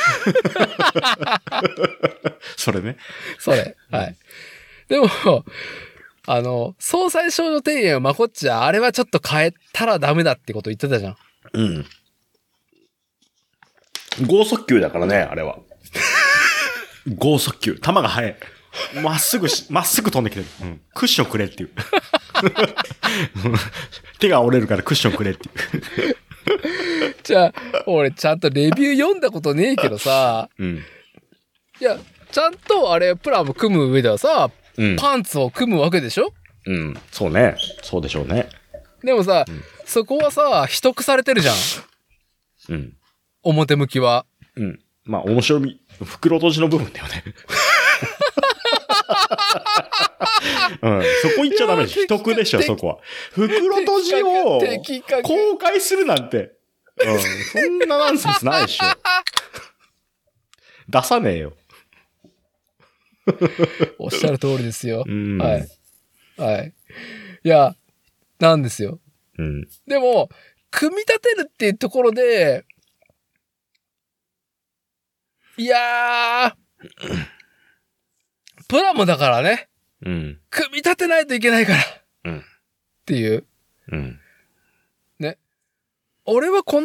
Speaker 1: それね。
Speaker 2: それ。はい。でも、総裁少女庭園をまこっちゃ、あれはちょっと変えたらダメだってこと言ってたじゃん。
Speaker 1: 剛速球だからね、あれは。剛速球。球が速い。まっすぐ飛んできてる。クッションくれっていう。手が折れるからクッションくれっていう。
Speaker 2: じゃあ、俺ちゃんとレビュー読んだことねえけどさ、いや、ちゃんとあれ、プラモ組む上ではさ、パンツを組むわけでしょ？
Speaker 1: そうね。そうでしょうね。
Speaker 2: でもさ、そこはさ、秘匿されてるじゃん。表向きは。
Speaker 1: まあ、面白み、袋閉じの部分だよね。そこ行っちゃダメでしょ。秘匿でしょ、そこは。袋閉じを公開するなんて。そんなナンセンスないでしょ。出さねえよ。
Speaker 2: おっしゃる通りですよ。はい。いや、なんですよ。でも、組み立てるっていうところで、いやー、プラモだからね。組み立てないといけないから。っていう。ね。俺はこの、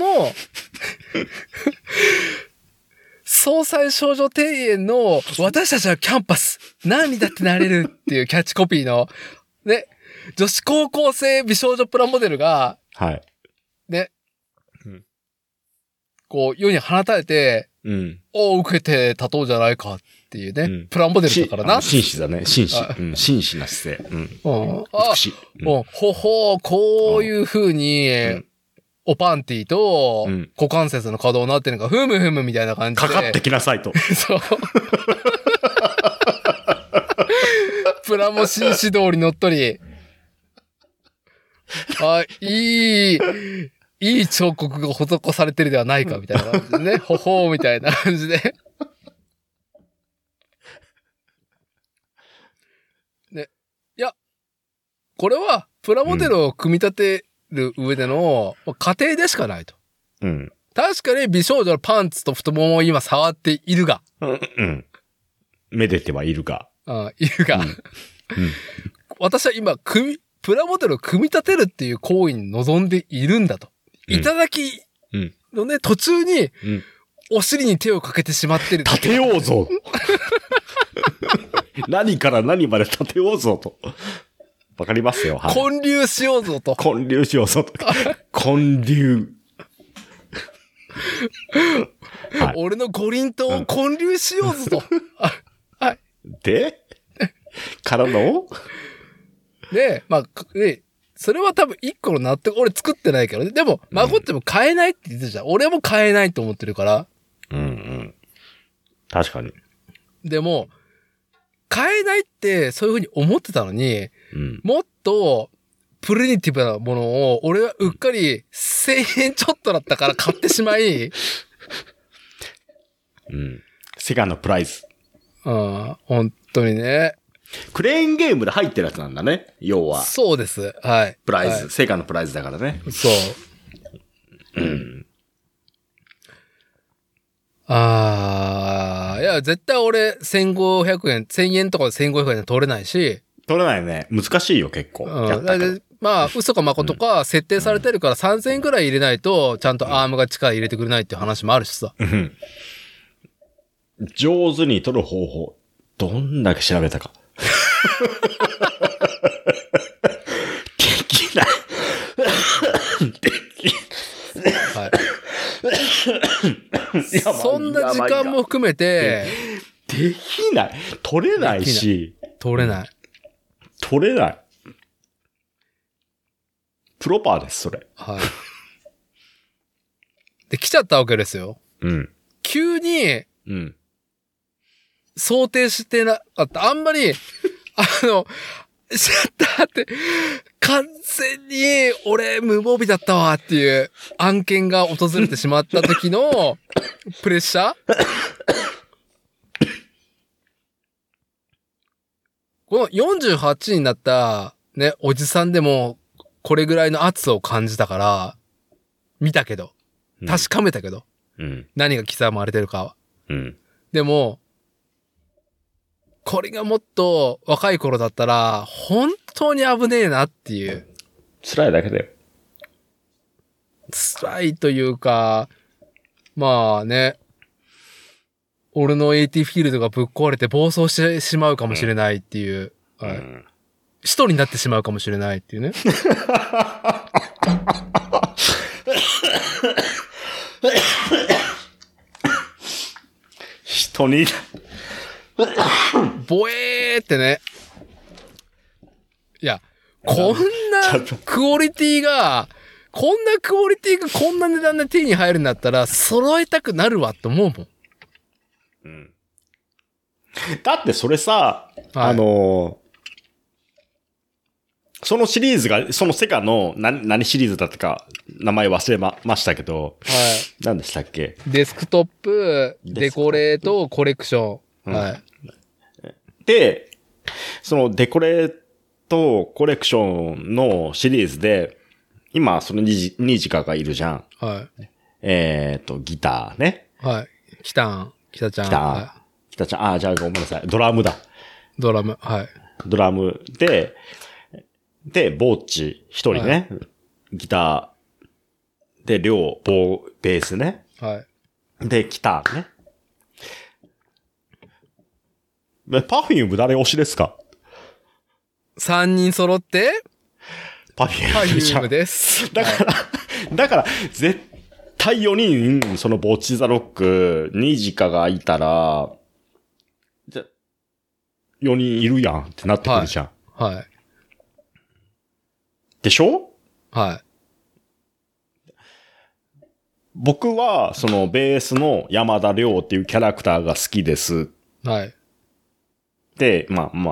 Speaker 2: 総裁少女庭園の私たちはキャンパス。何にだってなれるっていうキャッチコピーの、ね。女子高校生美少女プラモデルが、ね。 こう、世に放たれて、受けて立とうじゃないかっていうね。プラモデルだからな。
Speaker 1: 紳士だね。紳士。紳士な姿勢。美しい。
Speaker 2: こういう風に、おパンティと股関節の可動になってるのが、ふむふむみたいな感じで。
Speaker 1: かかってきなさいと。そう。
Speaker 2: プラモ紳士通り乗っ取り。いい彫刻が施されてるではないか、みたいな感じでね。ほほーみたいな感じで。ね。いや、これは、プラモデルを組み立てる上での、過程でしかないと。確かに美少女のパンツと太ももを今触っているが。
Speaker 1: めでてはいるが。
Speaker 2: いるが。私は今、プラモデルを組み立てるっていう行為に臨んでいるんだと。いただきのね、途中に、お尻に手をかけてしまってる。
Speaker 1: 立てようぞ何から何まで立てようぞと。わかりますよ。
Speaker 2: 建立しようぞと。
Speaker 1: 建立しようぞと。建立。
Speaker 2: 俺の五輪刀を建立しようぞと。
Speaker 1: でからの
Speaker 2: で、それは多分一個の納得、俺作ってないからね。でも、まこっても買えないって言ってたじゃん。俺も買えないと思ってるから。
Speaker 1: 確かに。
Speaker 2: でも、買えないってそういう風に思ってたのに、もっと、プリミティブなものを、俺はうっかり1000円ちょっとだったから買ってしまい、
Speaker 1: セガのプライズ。
Speaker 2: 本当にね。
Speaker 1: クレーンゲームで入ってるやつなんだね、要は。
Speaker 2: そうです。はい。
Speaker 1: プライズ、セガのプライズだからね。
Speaker 2: そう。いや、絶対俺1500円、1000円とかで1500円で取れないし。
Speaker 1: 取れないね。難しいよ、結構。
Speaker 2: 嘘か誠か設定されてるから3000円くらい入れないと、ちゃんとアームが力入れてくれないっていう話もあるしさ。
Speaker 1: 上手に取る方法、どんだけ調べたか。できない。
Speaker 2: はい。そんな時間も含めて、
Speaker 1: できない。取れないし。
Speaker 2: 取れない。
Speaker 1: 取れない。プロパーです、それ。
Speaker 2: はい。で、来ちゃったわけですよ。急に、想定してなかった。あんまり、シャッターって、完全に俺無防備だったわっていう案件が訪れてしまった時のプレッシャーこの48になったね、おじさんでもこれぐらいの圧を感じたから、見たけど、確かめたけど、何が刻まれてるかは。でも、これがもっと若い頃だったら、本当に危ねえなっていう。
Speaker 1: 辛いだけだよ。
Speaker 2: 辛いというか、まあね、俺の AT フィールドがぶっ壊れて暴走してしまうかもしれないっていう。使徒になってしまうかもしれないっていうね。
Speaker 1: 人に
Speaker 2: ボエーってね。いや、こんなクオリティがこんな値段で手に入るんだったら揃えたくなるわって思うもん。
Speaker 1: だってそれさ、そのシリーズが、そのセガの何シリーズだったか名前忘れましたけど、何でしたっけ？
Speaker 2: デスクトップ、デコレート、コレクション。
Speaker 1: で、そのデコレート、コレクションのシリーズで、今そのニジカがいるじゃん。ギターね。
Speaker 2: キタちゃん。
Speaker 1: キタちゃん。じゃあごめんなさい。ドラムだ。
Speaker 2: ドラム
Speaker 1: で、ボッチ一人ね、ギター、で、ベースね。で、ギターね。パフューム誰推しですか
Speaker 2: ？3人揃って、
Speaker 1: パフューム
Speaker 2: です。
Speaker 1: だから、絶対4人、そのボッチザロック、ニジカがいたら、じゃ、4人いるやんってなってくるじゃん。
Speaker 2: はい。はい。
Speaker 1: でしょ？
Speaker 2: はい。
Speaker 1: 僕は、そのベースの山田亮っていうキャラクターが好きです。
Speaker 2: はい。
Speaker 1: で、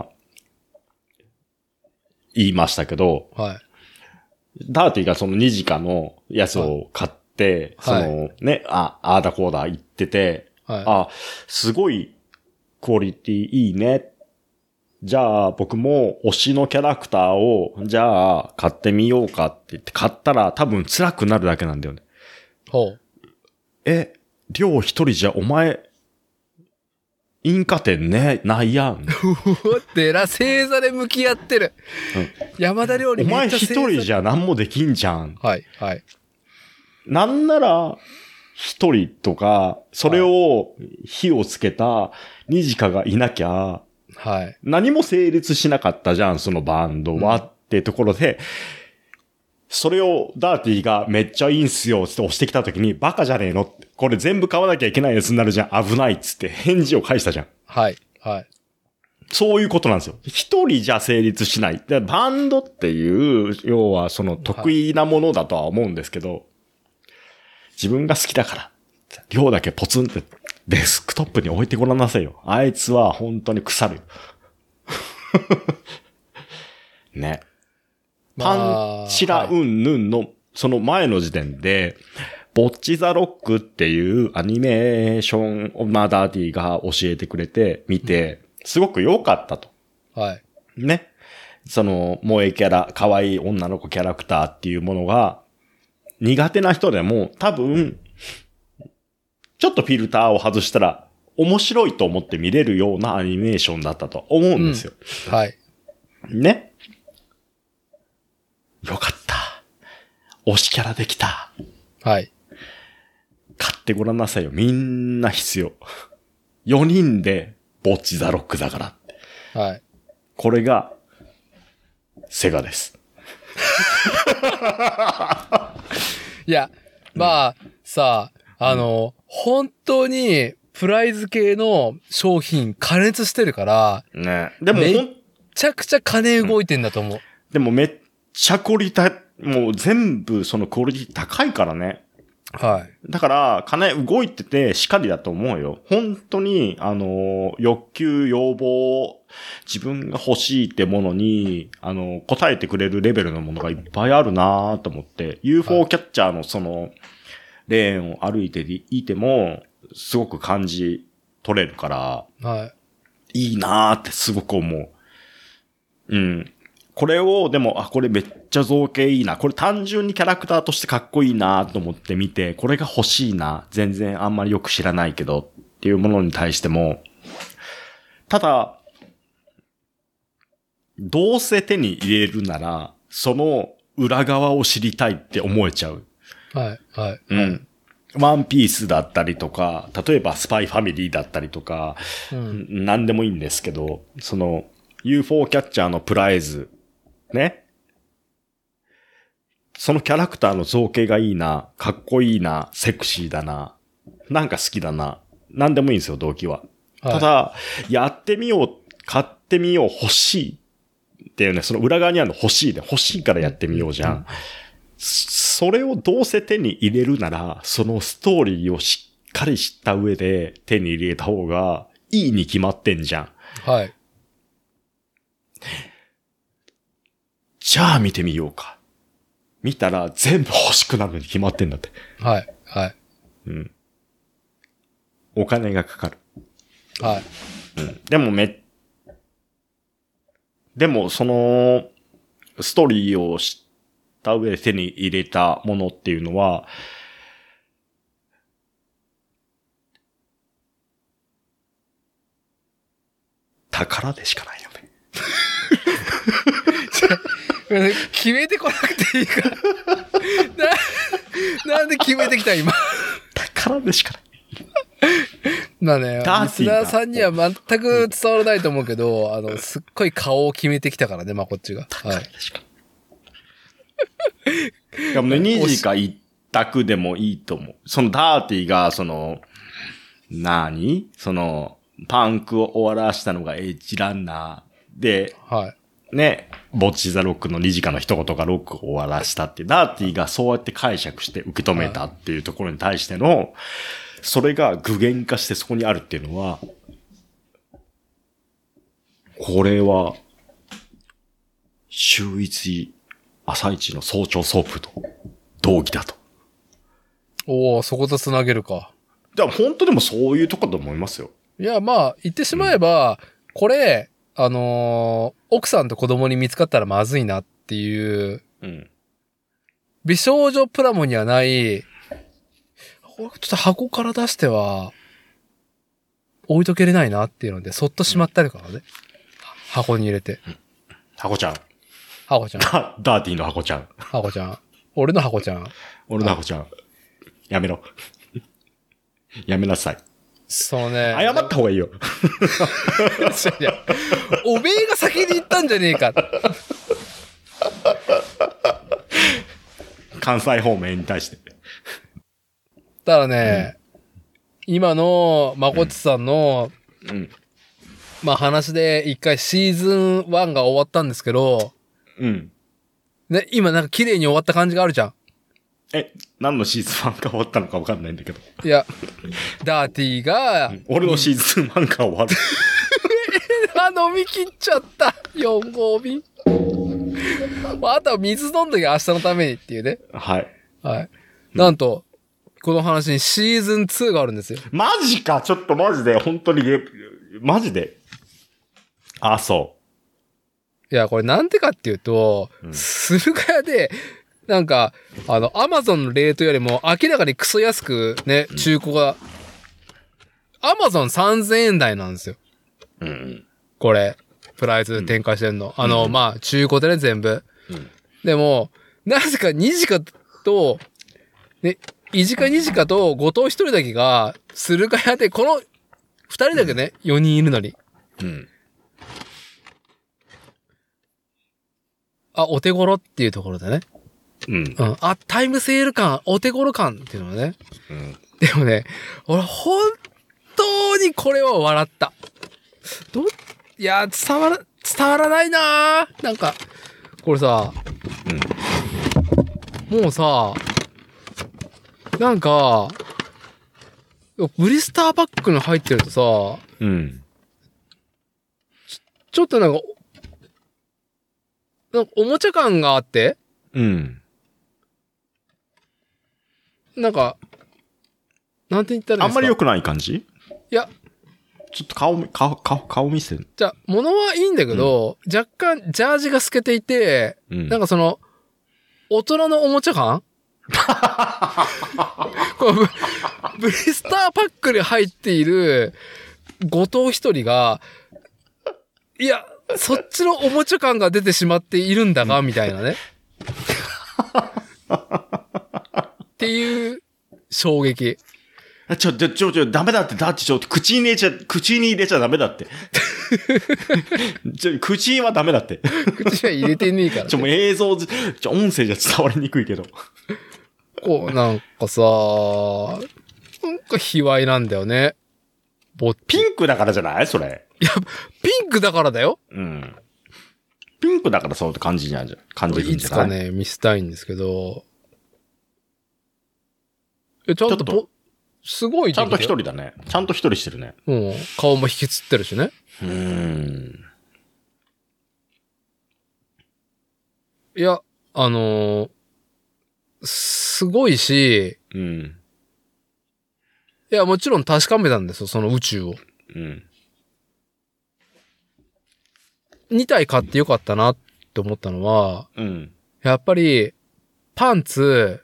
Speaker 1: 言いましたけど、
Speaker 2: はい。
Speaker 1: ダーティがそのニジカのやつを買って、
Speaker 2: はい、
Speaker 1: そのね、ああだこうだ言ってて、
Speaker 2: はい、
Speaker 1: あ、すごいクオリティいいね。じゃあ僕も推しのキャラクターを、じゃあ買ってみようかって言って買ったら多分辛くなるだけなんだよね。
Speaker 2: ほう。
Speaker 1: 亮一人じゃお前、インカ店ね、ないやん。
Speaker 2: でら星座で向き合ってる。うん、山田料理
Speaker 1: お前一人じゃ何もできんじゃん。
Speaker 2: はい、はい。
Speaker 1: なんなら、一人とか、それを火をつけたニジカがいなきゃ、
Speaker 2: はい。
Speaker 1: 何も成立しなかったじゃん、そのバンドは、ってところで、それをダーティがめっちゃいいんすよって押してきた時にバカじゃねえのって、これ全部買わなきゃいけないやつになるじゃん、危ないっつって返事を返したじゃん。
Speaker 2: はい、はい。
Speaker 1: そういうことなんですよ。一人じゃ成立しない。でバンドっていう、要はその得意なものだとは思うんですけど、自分が好きだから、量だけポツンってデスクトップに置いてごらんなさいよ。あいつは本当に腐るよ。ね。パンチラうんぬんの、その前の時点で、ボッチザロックっていうアニメーションをダーティが教えてくれて見て、すごく良かったと。
Speaker 2: はい。
Speaker 1: ね。その、萌えキャラ、可愛い女の子キャラクターっていうものが、苦手な人でも多分、ちょっとフィルターを外したら面白いと思って見れるようなアニメーションだったと思うんですよ。
Speaker 2: はい。
Speaker 1: ね。よかった。推しキャラできた。
Speaker 2: はい。
Speaker 1: 買ってごらんなさいよ。みんな必要。4人でボッチザロックだから。
Speaker 2: はい。
Speaker 1: これが、セガです。
Speaker 2: いや、さあ、本当に、プライズ系の商品加熱してるから、
Speaker 1: ね。でも
Speaker 2: めっちゃくちゃ金動いてんだと思う。
Speaker 1: でもめっちゃクオリティ、もう全部そのクオリティ高いからね。
Speaker 2: はい。
Speaker 1: だから、金動いててしかりだと思うよ。本当に、欲求、要望、自分が欲しいってものに、答えてくれるレベルのものがいっぱいあるなと思って、UFO キャッチャーのその、レーンを歩いていても、すごく感じ取れるから、
Speaker 2: はい。
Speaker 1: いいなってすごく思う。うん。これを、でも、これめっちゃ造形いいな。これ単純にキャラクターとしてかっこいいなと思って見て、これが欲しいな。全然あんまりよく知らないけど、っていうものに対しても、ただ、どうせ手に入れるなら、その裏側を知りたいって思えちゃう。
Speaker 2: はい、はい。
Speaker 1: うん。ワンピースだったりとか、例えばスパイファミリーだったりとか、何でもいいんですけど、その UFO キャッチャーのプライズ、ね。そのキャラクターの造形がいいな、かっこいいな、セクシーだな、なんか好きだな、何でもいいんですよ、動機は。はい、ただ、やってみよう、買ってみよう、欲しいっていうね、その裏側にあるの欲しいで、欲しいからやってみようじゃん。それをどうせ手に入れるなら、そのストーリーをしっかり知った上で手に入れた方がいいに決まってんじゃん。
Speaker 2: はい。
Speaker 1: じゃあ見てみようか。見たら全部欲しくなるに決まってんだって。
Speaker 2: はい、はい。
Speaker 1: うん。お金がかかる。
Speaker 2: はい。
Speaker 1: うん。でもその、ストーリーを知った上で手に入れたものっていうのは、宝でしかないよね。
Speaker 2: 決めてこなくていいからなんで決めてきた今
Speaker 1: 宝でしかない。
Speaker 2: まあね、リスナーさんには全く伝わらないと思うけど、すっごい顔を決めてきたからね、まあこっちが。
Speaker 1: 宝でしかない。でもね、2時か行っ択でもいいと思う。そのダーティが、パンクを終わらしたのがエッジランナーで、
Speaker 2: はい。
Speaker 1: ね、ボッチザロックの理事家の一言がロックを終わらしたって、ダーティがそうやって解釈して受け止めたっていうところに対しての、それが具現化してそこにあるっていうのは、これは、週一朝一の早朝ソープと同義だと。
Speaker 2: おー、そこと繋げるか。
Speaker 1: じゃあ本当でもそういうとこだと思いますよ。
Speaker 2: いや、まあ、言ってしまえば、これ、奥さんと子供に見つかったらまずいなっていう、美少女プラモにはない、ちょっと箱から出しては、置いとけれないなっていうので、そっとしまったりからね。箱に入れて。
Speaker 1: 箱ちゃん。
Speaker 2: 箱ちゃん。
Speaker 1: ダーティーの箱ちゃん。
Speaker 2: 箱ちゃん。俺の箱ちゃん。
Speaker 1: 俺の箱ちゃん。やめろ。やめなさい。
Speaker 2: そうね。
Speaker 1: 謝った方がいいよ。
Speaker 2: いや、おめえが先に言ったんじゃねえか。
Speaker 1: 関西方面に対して。
Speaker 2: ただね、今のまこっちさんの、まあ話で一回シーズン1が終わったんですけど、ね、今なんか綺麗に終わった感じがあるじゃん。
Speaker 1: 何のシーズン1が終わったのか分かんないんだけど。
Speaker 2: いや、ダーティーが、
Speaker 1: 俺のシーズン1が終わる。
Speaker 2: 飲み切っちゃった。4号瓶。あとは水飲んどき明日のためにっていうね。
Speaker 1: はい。
Speaker 2: はい。なんと、この話にシーズン2があるんですよ。
Speaker 1: マジかちょっとマジで、本当に、マジで。あ、そう。
Speaker 2: いや、これなんてかっていうと、駿河屋で、なんか、アマゾンのレートよりも明らかにクソ安くね、中古が、アマゾン3000円台なんですよ。これ、プライス展開してんの。まあ、中古でね、全部。でも、なぜか2時かと、ね、イジカ2時かと後藤1人だけが、駿河屋で、この2人だけね、4人いるのに。お手頃っていうところでね。タイムセール感、お手頃感っていうのはね。でもね、俺本当にこれは笑った。いや、伝わらないなぁ。なんか、これさ、もうさ、なんか、ブリスターパックに入ってるとさ、ちょっとなんかおもちゃ感があって、なんか、なんて言ったらいいんですか？
Speaker 1: あんまり良くない感じ？
Speaker 2: いや、
Speaker 1: ちょっと顔見せる。
Speaker 2: じゃあ、物はいいんだけど、若干ジャージが透けていて、なんか大人のおもちゃ感ブリスターパックに入っている後藤一人が、いや、そっちのおもちゃ感が出てしまっているんだが、みたいなね。っていう衝撃。
Speaker 1: ダメだって、だって口に入れちゃダメだって。口はダメだって。
Speaker 2: 口は入れてねえから、ね。
Speaker 1: もう映像、音声じゃ伝わりにくいけど。
Speaker 2: こう、なんかさ、なんか卑猥なんだよね。
Speaker 1: ピンクだからじゃないそれ。
Speaker 2: いや、ピンクだからだよ。
Speaker 1: ピンクだからそうって感じるんじゃない
Speaker 2: いつかね、見せたいんですけど。ちゃんと、すごい
Speaker 1: ちゃんと一人だね。ちゃんと一人してるね。
Speaker 2: 顔も引きつってるしね。いや、すごいし、いや、もちろん確かめたんですよ、その宇宙を。2体買ってよかったなって思ったのは、やっぱり、パンツ、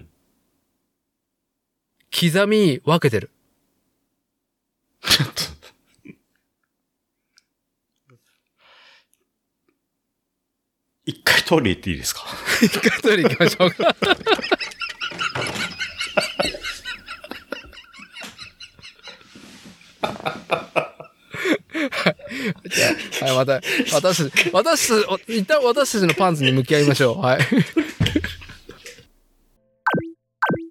Speaker 2: 刻み分けてる。
Speaker 1: ちょっと。一回トイレ行っていいですか？
Speaker 2: 一回トイレ行きましょうか。はい、また、一旦私たちのパンツに向き合いましょう。はい。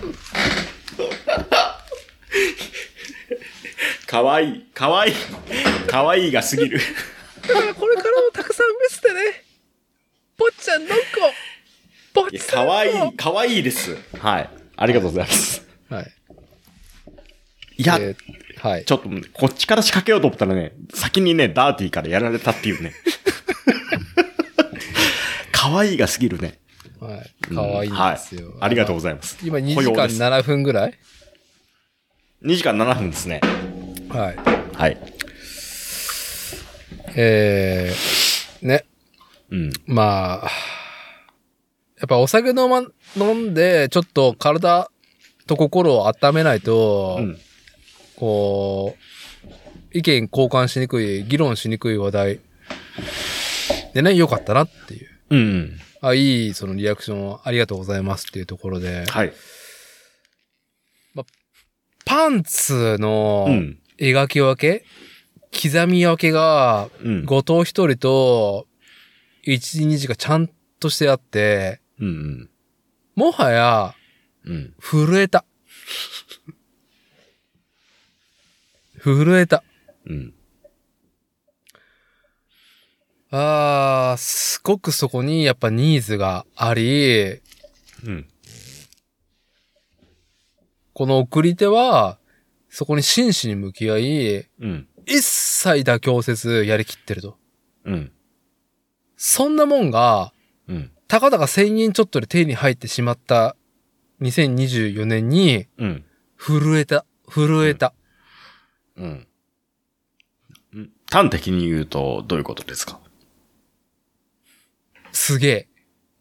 Speaker 1: かわいいが過ぎる。
Speaker 2: これからもたくさん見せてね。坊ちゃんの子。坊ちゃんの子。
Speaker 1: かわいいです。はい。ありがとうございます。
Speaker 2: はい。
Speaker 1: いや、
Speaker 2: はい。
Speaker 1: ちょっとこっちから仕掛けようと思ったらね、先にね、ダーティーからやられたっていうね。かわいいが過ぎるね。
Speaker 2: はい。かわいいんですよ、
Speaker 1: はい。ありがとうございます。
Speaker 2: 今2時間7分ぐらい
Speaker 1: ?2 時間7分ですね。
Speaker 2: はい。
Speaker 1: はい。
Speaker 2: ね。
Speaker 1: うん。
Speaker 2: まあ、やっぱお酒飲んで、ちょっと体と心を温めないと、こう、意見交換しにくい、議論しにくい話題でね、良かったなっていう。いい、そのリアクションありがとうございますっていうところで。
Speaker 1: はい。
Speaker 2: パンツの描き分け、刻み分けが、後藤一人と、一時二時がちゃんとしてあって、もはや、震えた。震えた。すごくそこにやっぱニーズがあり、この送り手は、そこに真摯に向き合い、一切妥協せずやりきってると。そんなもんが、たかだか1000円ちょっとで手に入ってしまった2024年に、震えた。
Speaker 1: 端的に言うとどういうことですか？
Speaker 2: すげえ。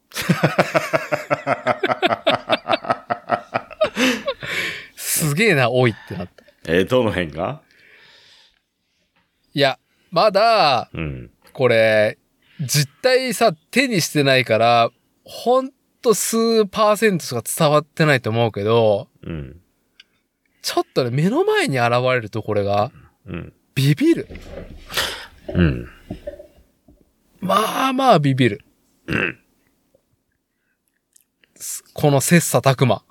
Speaker 2: すげえな、おいってなった。
Speaker 1: どの辺が？
Speaker 2: いや、まだ、これ、実態さ、手にしてないから、ほんと数%しか伝わってないと思うけど、ちょっとね、目の前に現れるとこれが、ビビる。まあまあビビる。この切磋琢磨。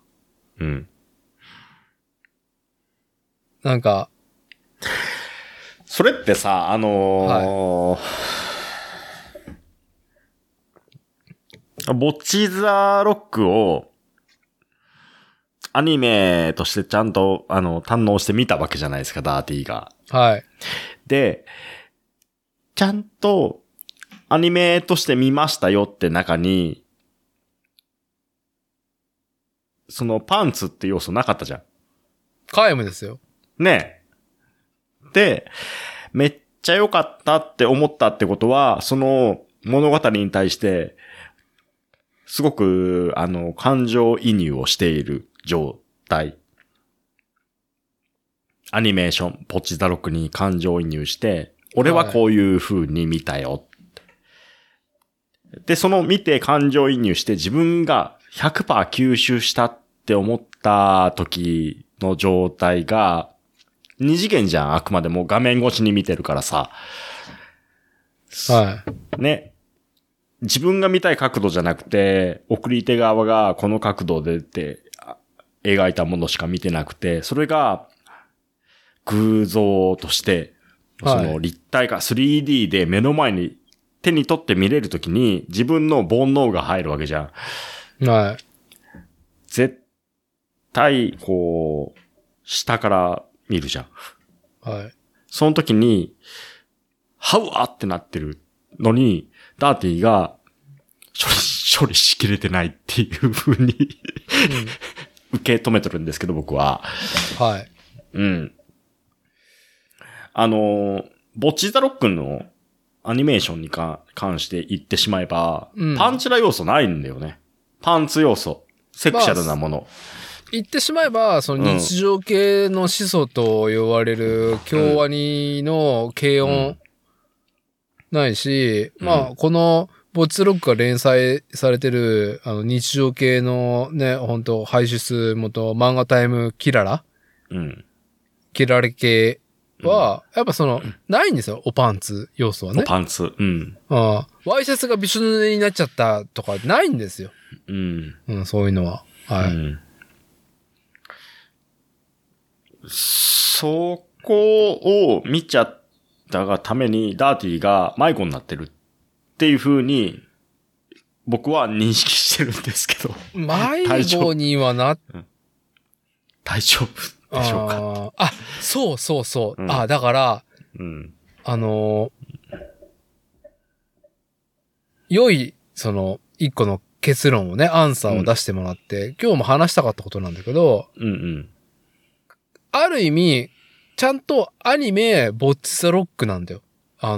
Speaker 2: なんか。
Speaker 1: それってさ、ボッチザロックを、アニメとしてちゃんと、堪能して見たわけじゃないですか、ダーティーが。
Speaker 2: はい。
Speaker 1: で、ちゃんと、アニメとして見ましたよって中に、そのパンツって要素なかったじゃん。
Speaker 2: 皆無ですよ。
Speaker 1: ねえ。で、めっちゃ良かったって思ったってことは、その物語に対して、すごく、感情移入をしている状態。アニメーション、ポチザロックに感情移入して、俺はこういう風に見たよ。で、その見て感情移入して自分が 100% 吸収したって思った時の状態が、二次元じゃん、あくまでも画面越しに見てるからさ。
Speaker 2: はい。
Speaker 1: ね。自分が見たい角度じゃなくて、送り手側がこの角度でって描いたものしか見てなくて、それが偶像として、その立体化、3D で目の前に手に取って見れるときに自分の煩悩が入るわけじゃん。
Speaker 2: はい。
Speaker 1: 絶対、こう、下から見るじゃん。
Speaker 2: はい。
Speaker 1: その時に、はうわってなってるのに、ダーティが、処理しきれてないっていう風に受け止めてるんですけど、僕は。
Speaker 2: はい。
Speaker 1: ボッチザロックのアニメーションに関して言ってしまえば、パンチラ要素ないんだよね。パンツ要素。セクシャルなもの。
Speaker 2: 言ってしまえば、その日常系の始祖と呼ばれる京アニの軽音ないし、このボッチザロックが連載されてる日常系のね、本当排出元漫画タイムキララキラレ系は、やっぱないんですよ、おパンツ要素はね。
Speaker 1: おパンツ。
Speaker 2: ワイシャツがびしょ濡れになっちゃったとかないんですよ。そういうのは。はい。
Speaker 1: そこを見ちゃったがために、ダーティが迷子になってるっていう風に、僕は認識してるんですけど。
Speaker 2: 迷子には
Speaker 1: 大丈夫でしょうか。
Speaker 2: あ、そうそうそう。だから、良い、一個の結論をね、アンサーを出してもらって、今日も話したかったことなんだけど、ある意味、ちゃんとアニメ、ボッチザロックなんだよ。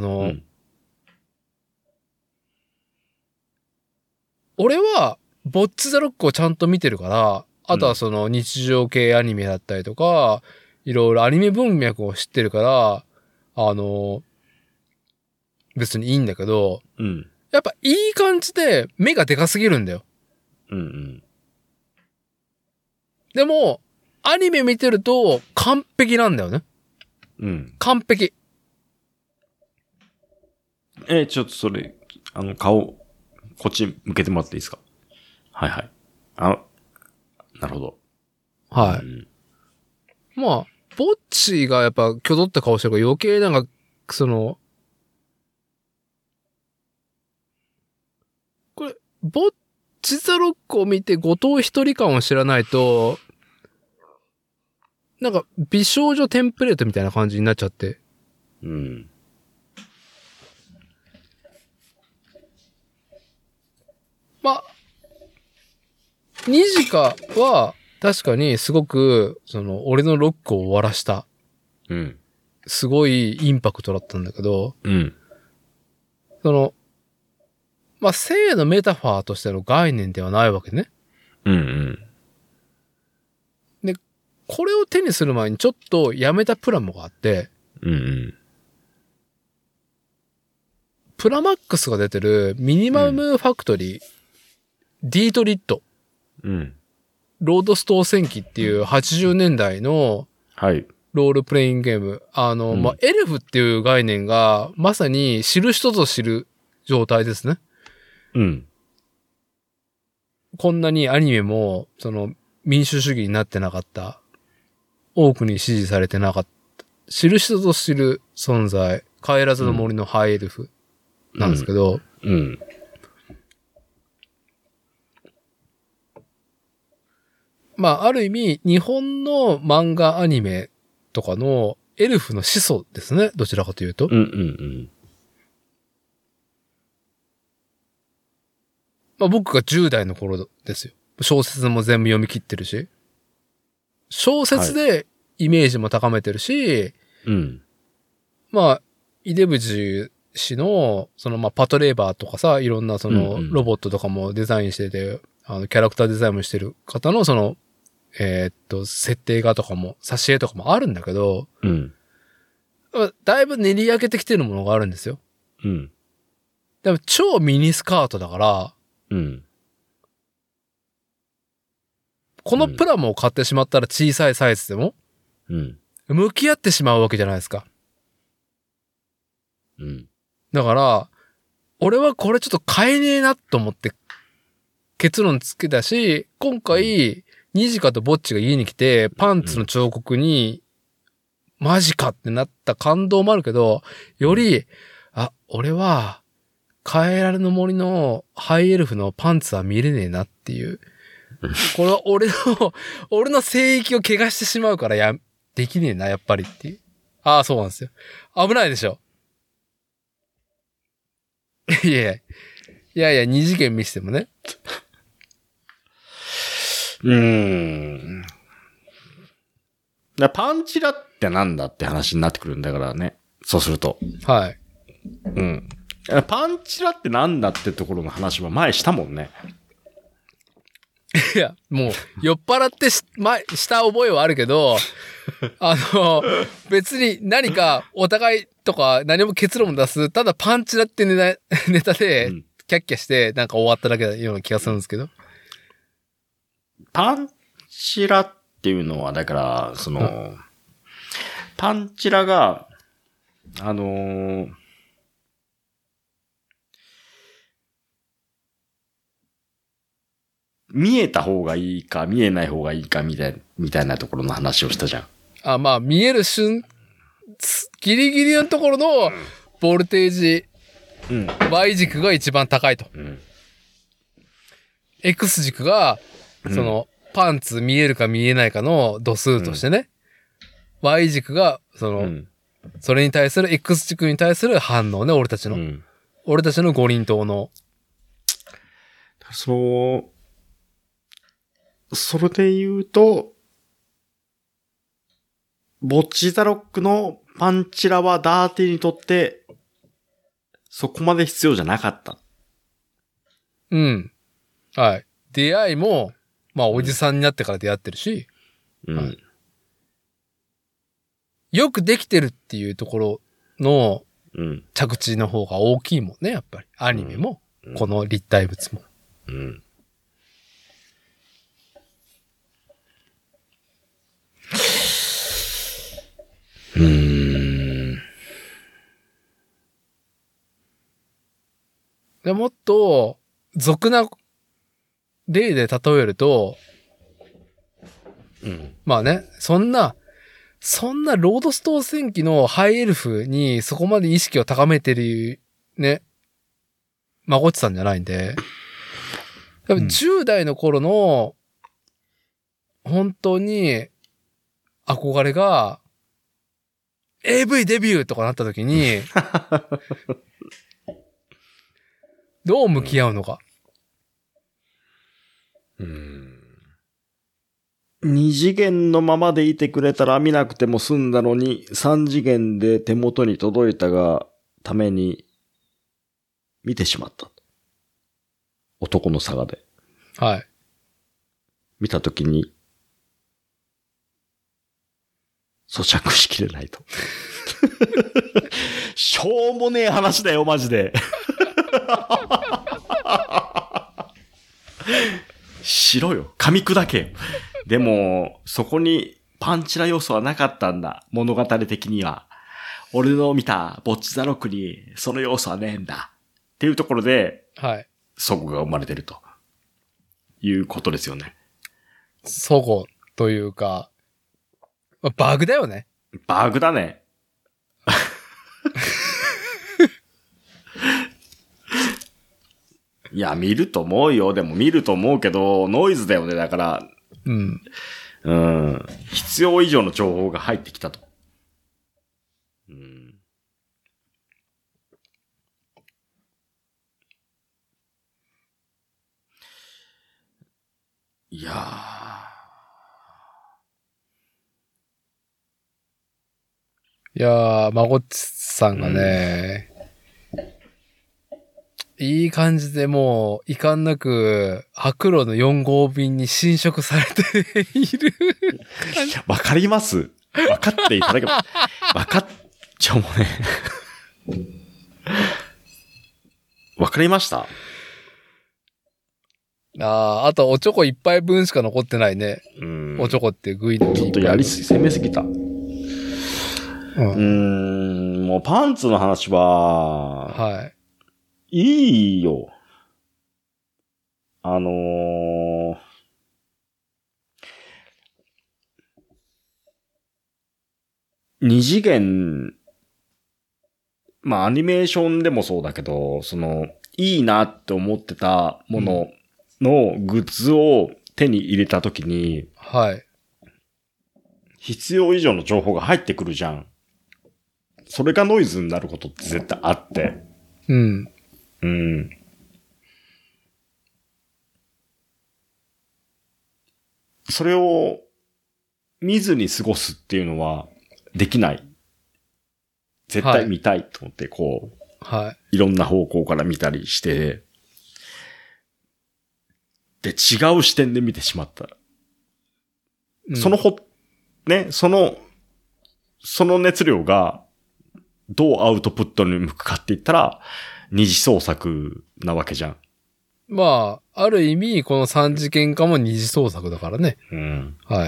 Speaker 2: 俺は、ボッチザロックをちゃんと見てるから、あとは日常系アニメだったりとか、いろいろアニメ文脈を知ってるから、別にいいんだけど、やっぱいい感じで目がでかすぎるんだよ。でも、アニメ見てると完璧なんだよね。完璧。
Speaker 1: ちょっとそれ、顔、こっち向けてもらっていいですか？はいはい。なるほど。
Speaker 2: はい。まあ、ぼっちがやっぱ挙動った顔してるから余計なんか、これ、ぼっちザロックを見て後藤一人感を知らないと、なんか美少女テンプレートみたいな感じになっちゃって。まあ、ニジカは確かにすごく、俺のロックを終わらした。すごいインパクトだったんだけど、まあ、性のメタファーとしての概念ではないわけね。で、これを手にする前にちょっとやめたプラモがあって、プラマックスが出てるミニマムファクトリー、ディートリット、ロードストー戦記っていう80年代のロールプレイングゲーム。まあ、エルフっていう概念がまさに知る人ぞ知る状態ですね。こんなにアニメも、民主主義になってなかった。多くに支持されてなかった。知る人ぞ知る存在。帰らずの森のハイエルフなんですけど、まあ、ある意味、日本の漫画アニメとかのエルフの始祖ですね。どちらかというと。まあ、僕が10代の頃ですよ。小説も全部読み切ってるし。小説でイメージも高めてるし、まあ、井出口氏の、まあ、パトレーバーとかさ、いろんなロボットとかもデザインしてて、キャラクターデザインもしてる方の設定画とかも、挿絵とかもあるんだけど、だいぶ練り上げてきてるものがあるんですよ。でも超ミニスカートだから、このプラモを買ってしまったら小さいサイズでも、向き合ってしまうわけじゃないですか。だから、俺はこれちょっと買えねえなと思って結論つけたし、今回、ニジカとボッチが家に来て、パンツの彫刻に、マジかってなった感動もあるけど、より、俺は、カエラルの森のハイエルフのパンツは見れねえなっていう。これは俺の聖域を怪我してしまうからできねえな、やっぱりっていう。そうなんですよ。危ないでしょ。いや、二次元見せてもね。
Speaker 1: パンチラってなんだって話になってくるんだからね。そうすると。
Speaker 2: はい。
Speaker 1: パンチラってなんだってところの話は前したもんね。
Speaker 2: いや、もう、酔っ払ってした覚えはあるけど、別に何かお互いとか何も結論出す、ただパンチラってネタで、キャッキャしてなんか終わっただけだような気がするんですけど。
Speaker 1: パンチラっていうのは、だから、パンチラが、見えた方がいいか、見えない方がいいかみたいなところの話をしたじゃん。
Speaker 2: まあ見えるギリギリのところのボルテージ、Y 軸が一番高いと。X 軸が、その、パンツ見えるか見えないかの度数としてね。Y 軸が、その、それに対する X 軸に対する反応ね、俺たちの。俺たちの五輪塔の。
Speaker 1: それで言うと、ボッチザロックのパンチラはダーティにとって、そこまで必要じゃなかった。
Speaker 2: うん。はい。出会いも、まあ、おじさんになってから出会ってるし、
Speaker 1: はい、
Speaker 2: よくできてるっていうところの着地の方が大きいもんね、やっぱり。アニメも、この立体物も。でもっと、俗な例で例えると、まあね、そんなロードストー戦記のハイエルフにそこまで意識を高めてるね、まごっちさんじゃないんで、多分10代の頃の、本当に憧れが、AV デビューとかなった時に、どう向き合うのか。
Speaker 1: 2次元のままでいてくれたら見なくても済んだのに、3次元で手元に届いたがために見てしまった。男の差がで。
Speaker 2: はい。
Speaker 1: 見たときに、咀嚼しきれないと。しょうもねえ話だよ、マジで。しろよ。噛み砕けよ。でも、そこにパンチラ要素はなかったんだ。物語的には。俺の見たボッチザロックにその要素はねえんだ。っていうところで、
Speaker 2: はい。
Speaker 1: そこが生まれてると。いうことですよね。
Speaker 2: そごというか、バグだよね。
Speaker 1: バグだね。いや、見ると思うよ。でも見ると思うけど、ノイズだよね。だから、必要以上の情報が入ってきたと。いや
Speaker 2: ー、まごっちさんがね、いい感じでもう、遺憾なく、白露の4号便に侵食されている。
Speaker 1: わかります？わかっていただけば、わかっちゃうもね。わかりました？
Speaker 2: あとおちょこ1杯分しか残ってないね。おちょこってグイの
Speaker 1: ちょっと攻めすぎた。もうパンツの話は、
Speaker 2: はい。
Speaker 1: いいよ。二次元、まあアニメーションでもそうだけど、いいなって思ってたもののグッズを手に入れたときに、
Speaker 2: はい。
Speaker 1: 必要以上の情報が入ってくるじゃん。それがノイズになることって絶対あって。それを見ずに過ごすっていうのはできない。絶対見たいと思っていろんな方向から見たりして、で、違う視点で見てしまった。その熱量がどうアウトプットに向くかって言ったら、二次創作なわけじゃん。
Speaker 2: まあ、ある意味、この三次元化も二次創作だからね。はい。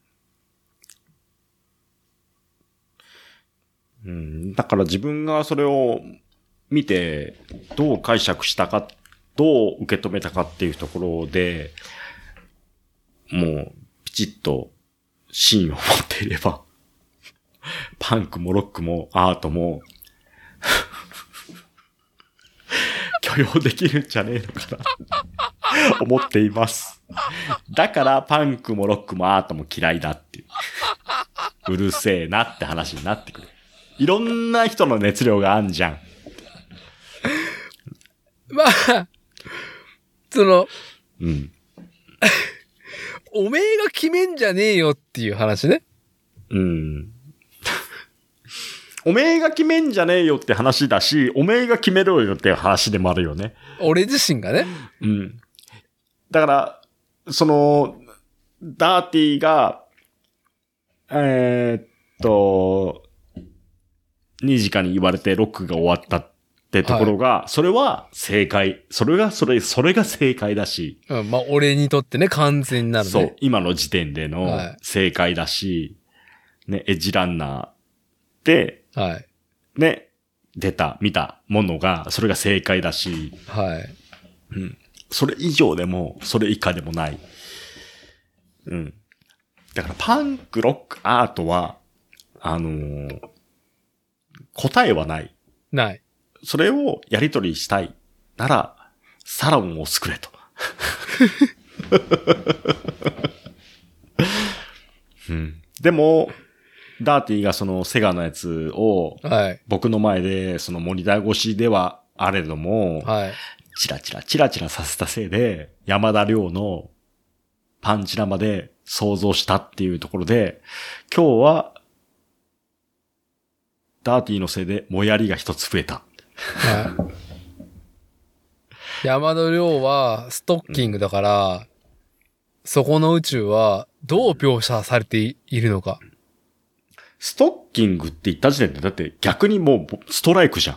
Speaker 1: だから自分がそれを見て、どう解釈したか、どう受け止めたかっていうところで、もう、ピチッと芯を持っていれば、パンクもロックもアートも、許容できるんじゃねえのかな、思っています。だからパンクもロックもアートも嫌いだっていう。うるせえなって話になってくる。いろんな人の熱量があんじゃん。
Speaker 2: まあ、
Speaker 1: うん。
Speaker 2: おめえが決めんじゃねえよっていう話ね。
Speaker 1: うん。おめえが決めんじゃねえよって話だし、おめえが決めろよって話でもあるよね。
Speaker 2: 俺自身がね。
Speaker 1: うん。だから、ダーティーが、ニジカに言われてロックが終わったってところが、はい、それは正解。それが正解だし。
Speaker 2: うん、まあ、俺にとってね、完全になるね。
Speaker 1: そう、今の時点での正解だし、はい、ね、エッジランナーで、
Speaker 2: はい。
Speaker 1: ね、見たものが、それが正解だし、
Speaker 2: はい。
Speaker 1: うん。それ以上でも、それ以下でもない。うん。だからパンク、ロック、アートは、答えはない。
Speaker 2: ない。
Speaker 1: それをやり取りしたいなら、サロンを作れと。うん、でも、ダーティーがそのセガのやつを、僕の前でそのモニター越しではあれども、
Speaker 2: はい、
Speaker 1: チラチラさせたせいで、山田亮のパンチラまで想像したっていうところで、今日は、ダーティーのせいでもやりが一つ増えた。
Speaker 2: はい、山田亮はストッキングだから、うん、そこの宇宙はどう描写されているのか。
Speaker 1: ストッキングって言った時点で、だって逆にもうストライクじゃん。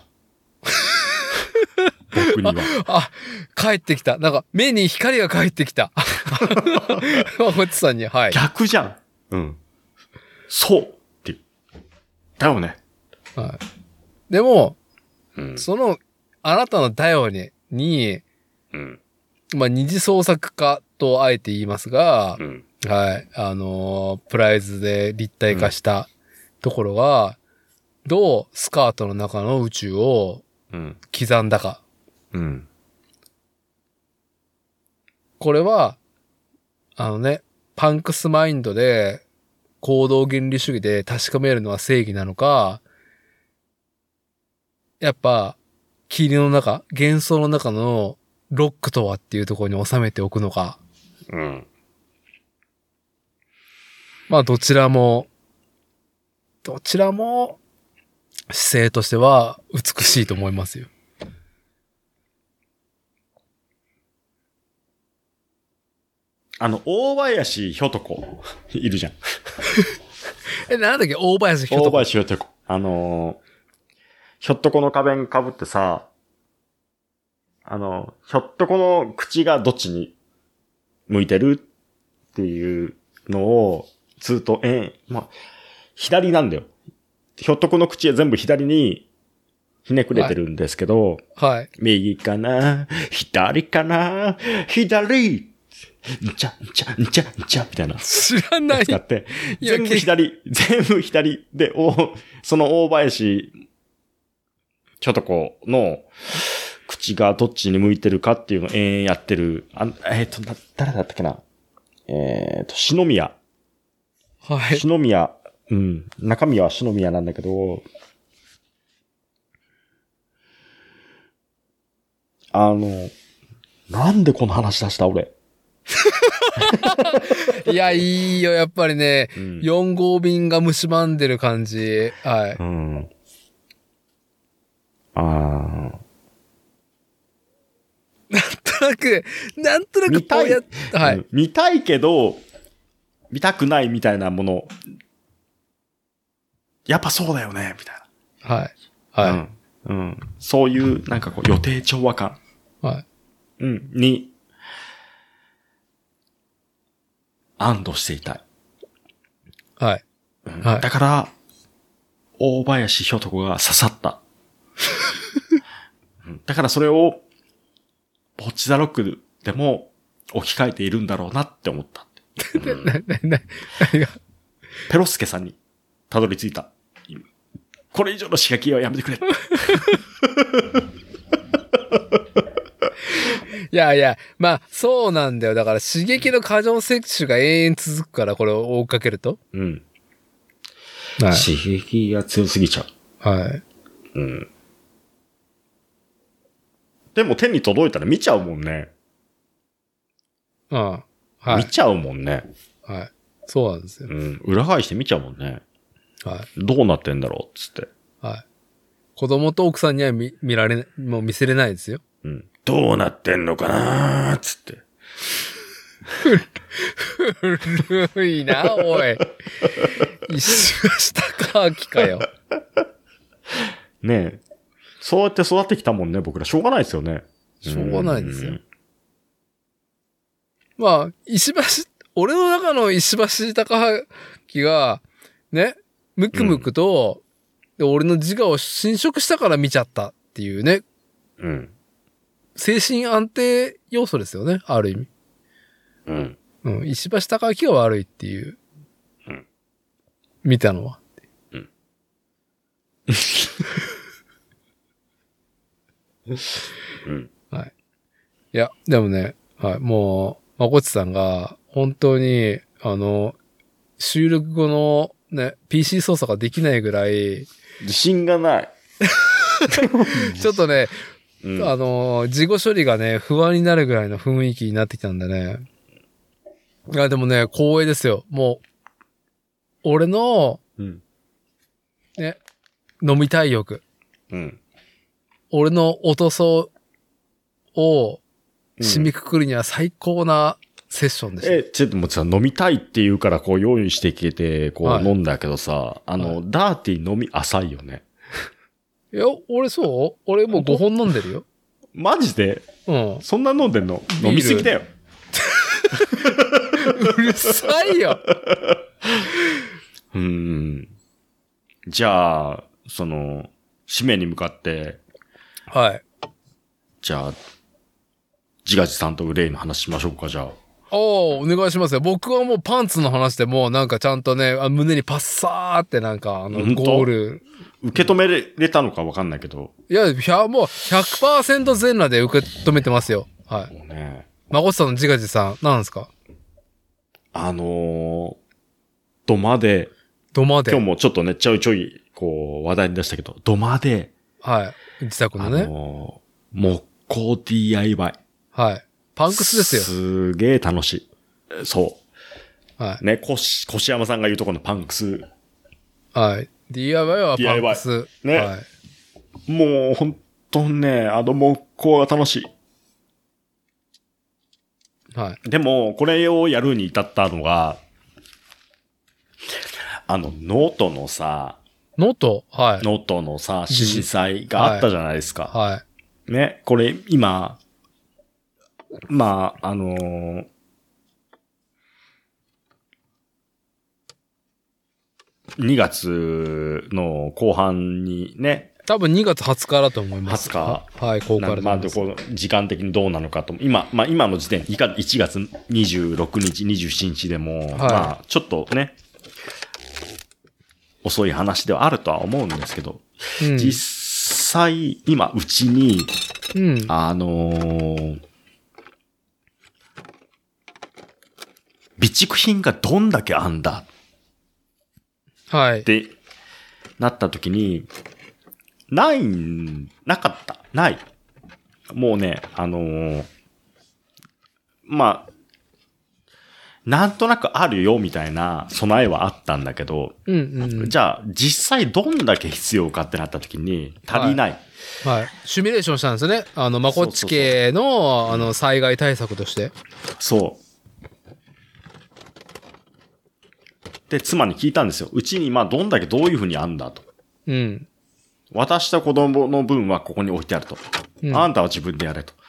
Speaker 1: 僕には。
Speaker 2: 帰ってきた。なんか目に光が帰ってきた。マコツさんに、はい。
Speaker 1: 逆じゃん。うん。そうっていう。だよね。
Speaker 2: はい。でも、
Speaker 1: うん、
Speaker 2: あなたのだよねに、
Speaker 1: うん、
Speaker 2: まあ、二次創作家とあえて言いますが、
Speaker 1: うん、
Speaker 2: はい。プライズで立体化したところが、どうスカートの中の宇宙を刻んだか。
Speaker 1: うん。
Speaker 2: これは、パンクスマインドで行動原理主義で確かめるのは正義なのか、やっぱ、霧の中、幻想の中のロックとはっていうところに収めておくのか。
Speaker 1: うん。
Speaker 2: まあ、どちらも、姿勢としては美しいと思いますよ。
Speaker 1: 大林ひょとこ、いるじゃん。
Speaker 2: なんだっけ大林ひょとこ。
Speaker 1: 大林ひょとこ。ひょっとこの仮面被ってさ、ひょっとこの口がどっちに向いてるっていうのを、ずっと、まあ、左なんだよ。ひょっとこの口は全部左にひねくれてるんですけど、
Speaker 2: はい。
Speaker 1: 右かな左かな左んちゃんちゃんちゃんちゃみたいな。
Speaker 2: 知らない。
Speaker 1: 使って、全部左で、その大林、ちょっとこうの、口がどっちに向いてるかっていうのをやってる、誰だったっけな篠宮。
Speaker 2: はい。
Speaker 1: 篠宮、うん。中身は篠宮なんだけど、なんでこの話出した俺。
Speaker 2: いや、いいよ、やっぱりね、うん、4号便が蝕んでる感じ。はい。
Speaker 1: うん。
Speaker 2: なんとなくこうやって、はい、
Speaker 1: うん。見たいけど、見たくないみたいなもの。やっぱそうだよね、みたい
Speaker 2: な。はい。はい。
Speaker 1: うん。うん。そういう、なんかこう、予定調和感。
Speaker 2: はい。
Speaker 1: うん。に、安堵していたい。
Speaker 2: はい。
Speaker 1: うん、はい。だから、大林ひょとこが刺さった。だからそれを、ポッチザロックでも置き換えているんだろうなって思った。
Speaker 2: 何が
Speaker 1: ペロスケさんにたどり着いた。これ以上の刺激はやめてくれ。
Speaker 2: いやいや、まあ、そうなんだよ。だから刺激の過剰摂取が永遠続くから、これを追っかけると。
Speaker 1: うん。
Speaker 2: はい、
Speaker 1: 刺激が強すぎちゃ
Speaker 2: う。はい。
Speaker 1: うん。でも手に届いたら見ちゃうもんね。
Speaker 2: うん。はい。
Speaker 1: 見ちゃうもんね。
Speaker 2: はい。そうなんですよ。
Speaker 1: うん。裏返して見ちゃうもんね。
Speaker 2: はい。
Speaker 1: どうなってんだろうっつって。
Speaker 2: はい。子供と奥さんには見られ、もう見せれないですよ。
Speaker 1: うん。どうなってんのかなーっつって。
Speaker 2: 古いな、おい。石橋貴明かよ。
Speaker 1: ねえ。そうやって育ってきたもんね、僕ら。しょうがないですよね。
Speaker 2: しょうがないですよ。まあ、俺の中の石橋貴明が、ね、ムクムクと、で俺の自我を侵食したから見ちゃったっていうね。
Speaker 1: うん。
Speaker 2: 精神安定要素ですよね、ある意味。
Speaker 1: うん。
Speaker 2: うん。石橋貴明が悪いっていう。
Speaker 1: うん。
Speaker 2: 見たのは。
Speaker 1: うん。うん。
Speaker 2: はい。いや、でもね、はい、もう、まこっちさんが、本当に、収録後のね、PC 操作ができないぐらい、
Speaker 1: 自信がない。
Speaker 2: ちょっとね、
Speaker 1: うん、
Speaker 2: 事後処理がね、不安になるぐらいの雰囲気になってきたんでね。いや、でもね、光栄ですよ。もう、俺の、
Speaker 1: うん、
Speaker 2: ね、飲みたい欲。
Speaker 1: うん、
Speaker 2: 俺のおとそを締めくくるには最高なセッションでした。
Speaker 1: ちょっともうさ、飲みたいって言うからこう用意してきて、こう飲んだけどさ、はい、ダーティー飲み浅いよね。
Speaker 2: いや、俺そう？俺もう5本飲んでるよ。
Speaker 1: マジで？
Speaker 2: うん。
Speaker 1: そんな飲んでんの？飲みすぎだよ。
Speaker 2: うるさいよ。
Speaker 1: じゃあ、締めに向かって。
Speaker 2: はい。
Speaker 1: じゃあ、自画自賛と憂いの話しましょうか、じゃあ。
Speaker 2: お願いしますよ。僕はもうパンツの話でもうなんかちゃんとね、胸にパッサーってなんかゴール。
Speaker 1: 受け止めれたのかわかんないけど。
Speaker 2: いや、もう 100% 全裸で受け止めてますよ。はい。もうね。まこっさんの自画自賛、何ですか？
Speaker 1: 土間で。
Speaker 2: 土間で。
Speaker 1: 今日もちょっとね、ちょいちょい、こう、話題に出したけど、土間で。
Speaker 2: はい。自宅のね。
Speaker 1: 木工 DIY。
Speaker 2: はい。パンクスですよ。
Speaker 1: すげえ楽しい。そう。
Speaker 2: はい。
Speaker 1: ね、越山さんが言うところのパンクス。
Speaker 2: はい。DIY はパンクス。
Speaker 1: ね。はい。もう、ほんとね、木工が楽しい。
Speaker 2: はい。
Speaker 1: でも、これをやるに至ったのが、ノートのさ、
Speaker 2: ノートはい。
Speaker 1: ノートのさ、震災があったじゃないですか。
Speaker 2: はい。
Speaker 1: ね、これ、今、まあ、2月の後半にね。
Speaker 2: 多分2月20日だと思います。
Speaker 1: 20日。
Speaker 2: はい、公開
Speaker 1: まあ、時間的にどうなのかと。今の時点、1月26日、27日でも、はい、まあ、ちょっとね、遅い話ではあるとは思うんですけど、うん、実際、今、うちに、
Speaker 2: うん、
Speaker 1: 備蓄品がどんだけあんだ。
Speaker 2: はい。
Speaker 1: ってなった時に、なかった。ない。もうね、まあ、なんとなくあるよみたいな備えはあったんだけど、じゃあ実際どんだけ必要かってなった時に足りない。
Speaker 2: はい。はい、シミュレーションしたんですよね。まこっち系の、災害対策として。
Speaker 1: そう。で、妻に聞いたんですよ。うちにどんだけどういうふうにあんだと。
Speaker 2: うん。
Speaker 1: 渡した子供の分はここに置いてあると。うん、あんたは自分でやれと。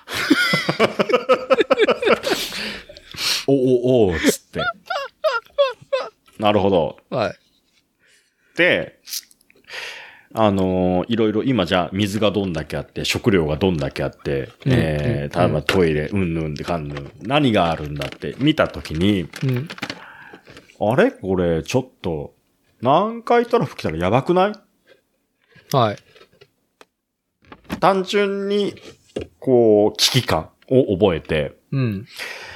Speaker 1: お、つって。なるほど。
Speaker 2: はい。
Speaker 1: で、いろいろ今じゃあ水がどんだけあって、食料がどんだけあって、例えばトイレ、うんぬんでかんぬん、何があるんだって見たときに、 あれこれ、ちょっと、南海トラフ来たらやばくない？
Speaker 2: はい。
Speaker 1: 単純に、こう、危機感を覚えて、
Speaker 2: うん。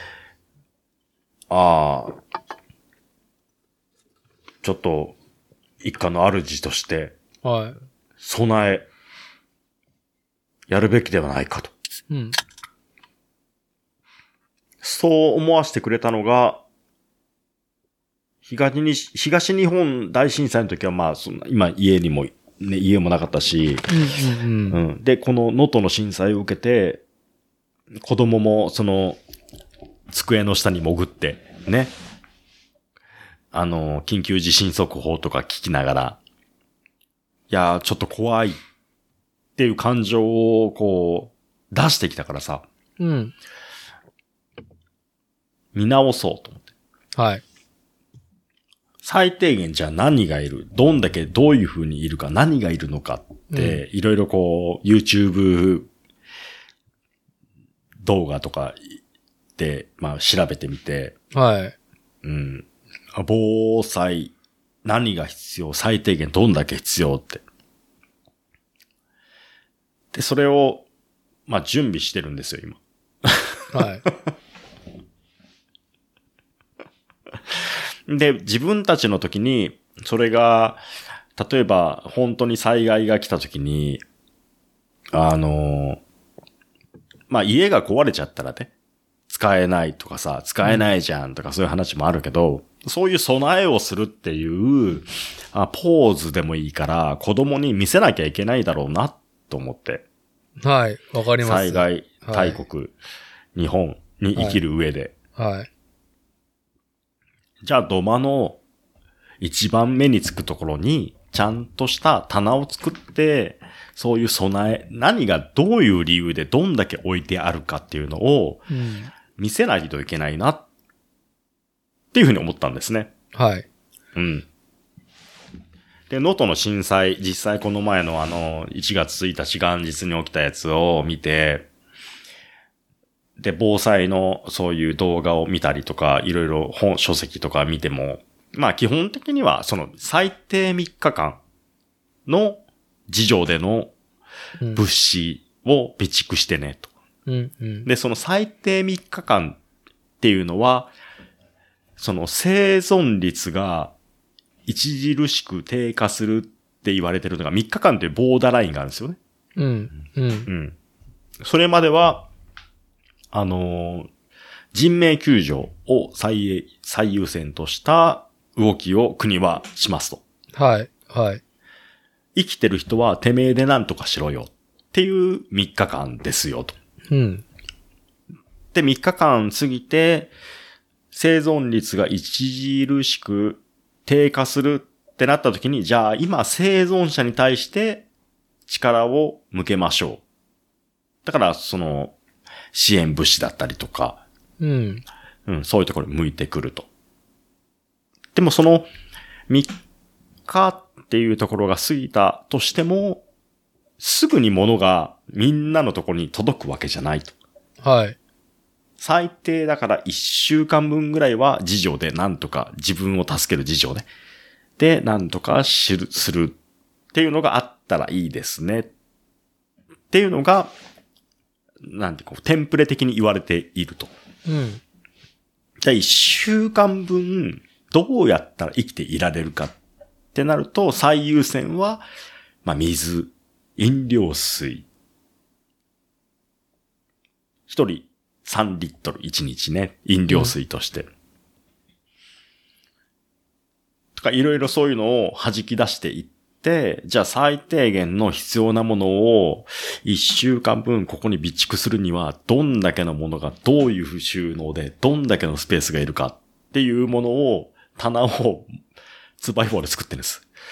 Speaker 1: ああ、ちょっと、一家の主として、
Speaker 2: はい。
Speaker 1: 備え、やるべきではないかと。
Speaker 2: うん。
Speaker 1: そう思わせてくれたのが、東日本大震災の時はまあ、今家にも、ね、家もなかったし、で、この能登の震災を受けて、子供も机の下に潜って、ね。緊急地震速報とか聞きながら、いやー、ちょっと怖いっていう感情をこう、出してきたからさ、
Speaker 2: うん。
Speaker 1: 見直そうと思って。
Speaker 2: はい。
Speaker 1: 最低限じゃあ何がいる？どんだけどういう風にいるか何がいるのかって、いろいろこう、YouTube 動画とかで、まあ調べてみて、
Speaker 2: はい。
Speaker 1: うん。防災、何が必要？最低限どんだけ必要って。で、それを、まあ準備してるんですよ、今。
Speaker 2: はい。
Speaker 1: で、自分たちの時に、それが、例えば、本当に災害が来た時に、まあ、家が壊れちゃったらね、使えないとかさ、使えないじゃんとかそういう話もあるけど、そういう備えをするっていう、ポーズでもいいから、子供に見せなきゃいけないだろうな、と思って。
Speaker 2: はい。わかります。
Speaker 1: 災害大国、日本に生きる上で。
Speaker 2: はい。
Speaker 1: じゃあ土間の一番目につくところにちゃんとした棚を作って、そういう備え、何がどういう理由でどんだけ置いてあるかっていうのを見せないといけないなっていうふうに思ったんですね。
Speaker 2: はい。
Speaker 1: うん。で、能登の震災、実際この前の1月1日元日に起きたやつを見て、で、防災のそういう動画を見たりとか、いろいろ書籍とか見ても、まあ基本的には最低3日間の自助での物資を備蓄してねと。で、その最低3日間っていうのは、生存率が著しく低下するって言われてるのが3日間というボーダーラインがあるんですよね。それまでは、人命救助を最優先とした動きを国はしますと。
Speaker 2: はい、はい。
Speaker 1: 生きてる人はてめえで何とかしろよっていう3日間ですよと。で、3日間過ぎて、生存率が著しく低下するってなった時に、じゃあ今生存者に対して力を向けましょう。だから支援物資だったりとか、そういうところに向いてくると。でも3日っていうところが過ぎたとしても、すぐに物がみんなのところに届くわけじゃないと。
Speaker 2: はい。
Speaker 1: 最低だから1週間分ぐらいは自助でなんとか自分を助ける自助ね。で、なんとかするっていうのがあったらいいですね。っていうのが、テンプレ的に言われていると。じゃあ1週間分どうやったら生きていられるかってなると、最優先は、水、飲料水。一人3リットル1日ね、飲料水として。とかいろいろそういうのを弾き出していって、じゃあ最低限の必要なものを1週間分ここに備蓄するにはどんだけのものがどういう収納でどんだけのスペースがいるかっていうものを棚を 2x4 で作ってるんです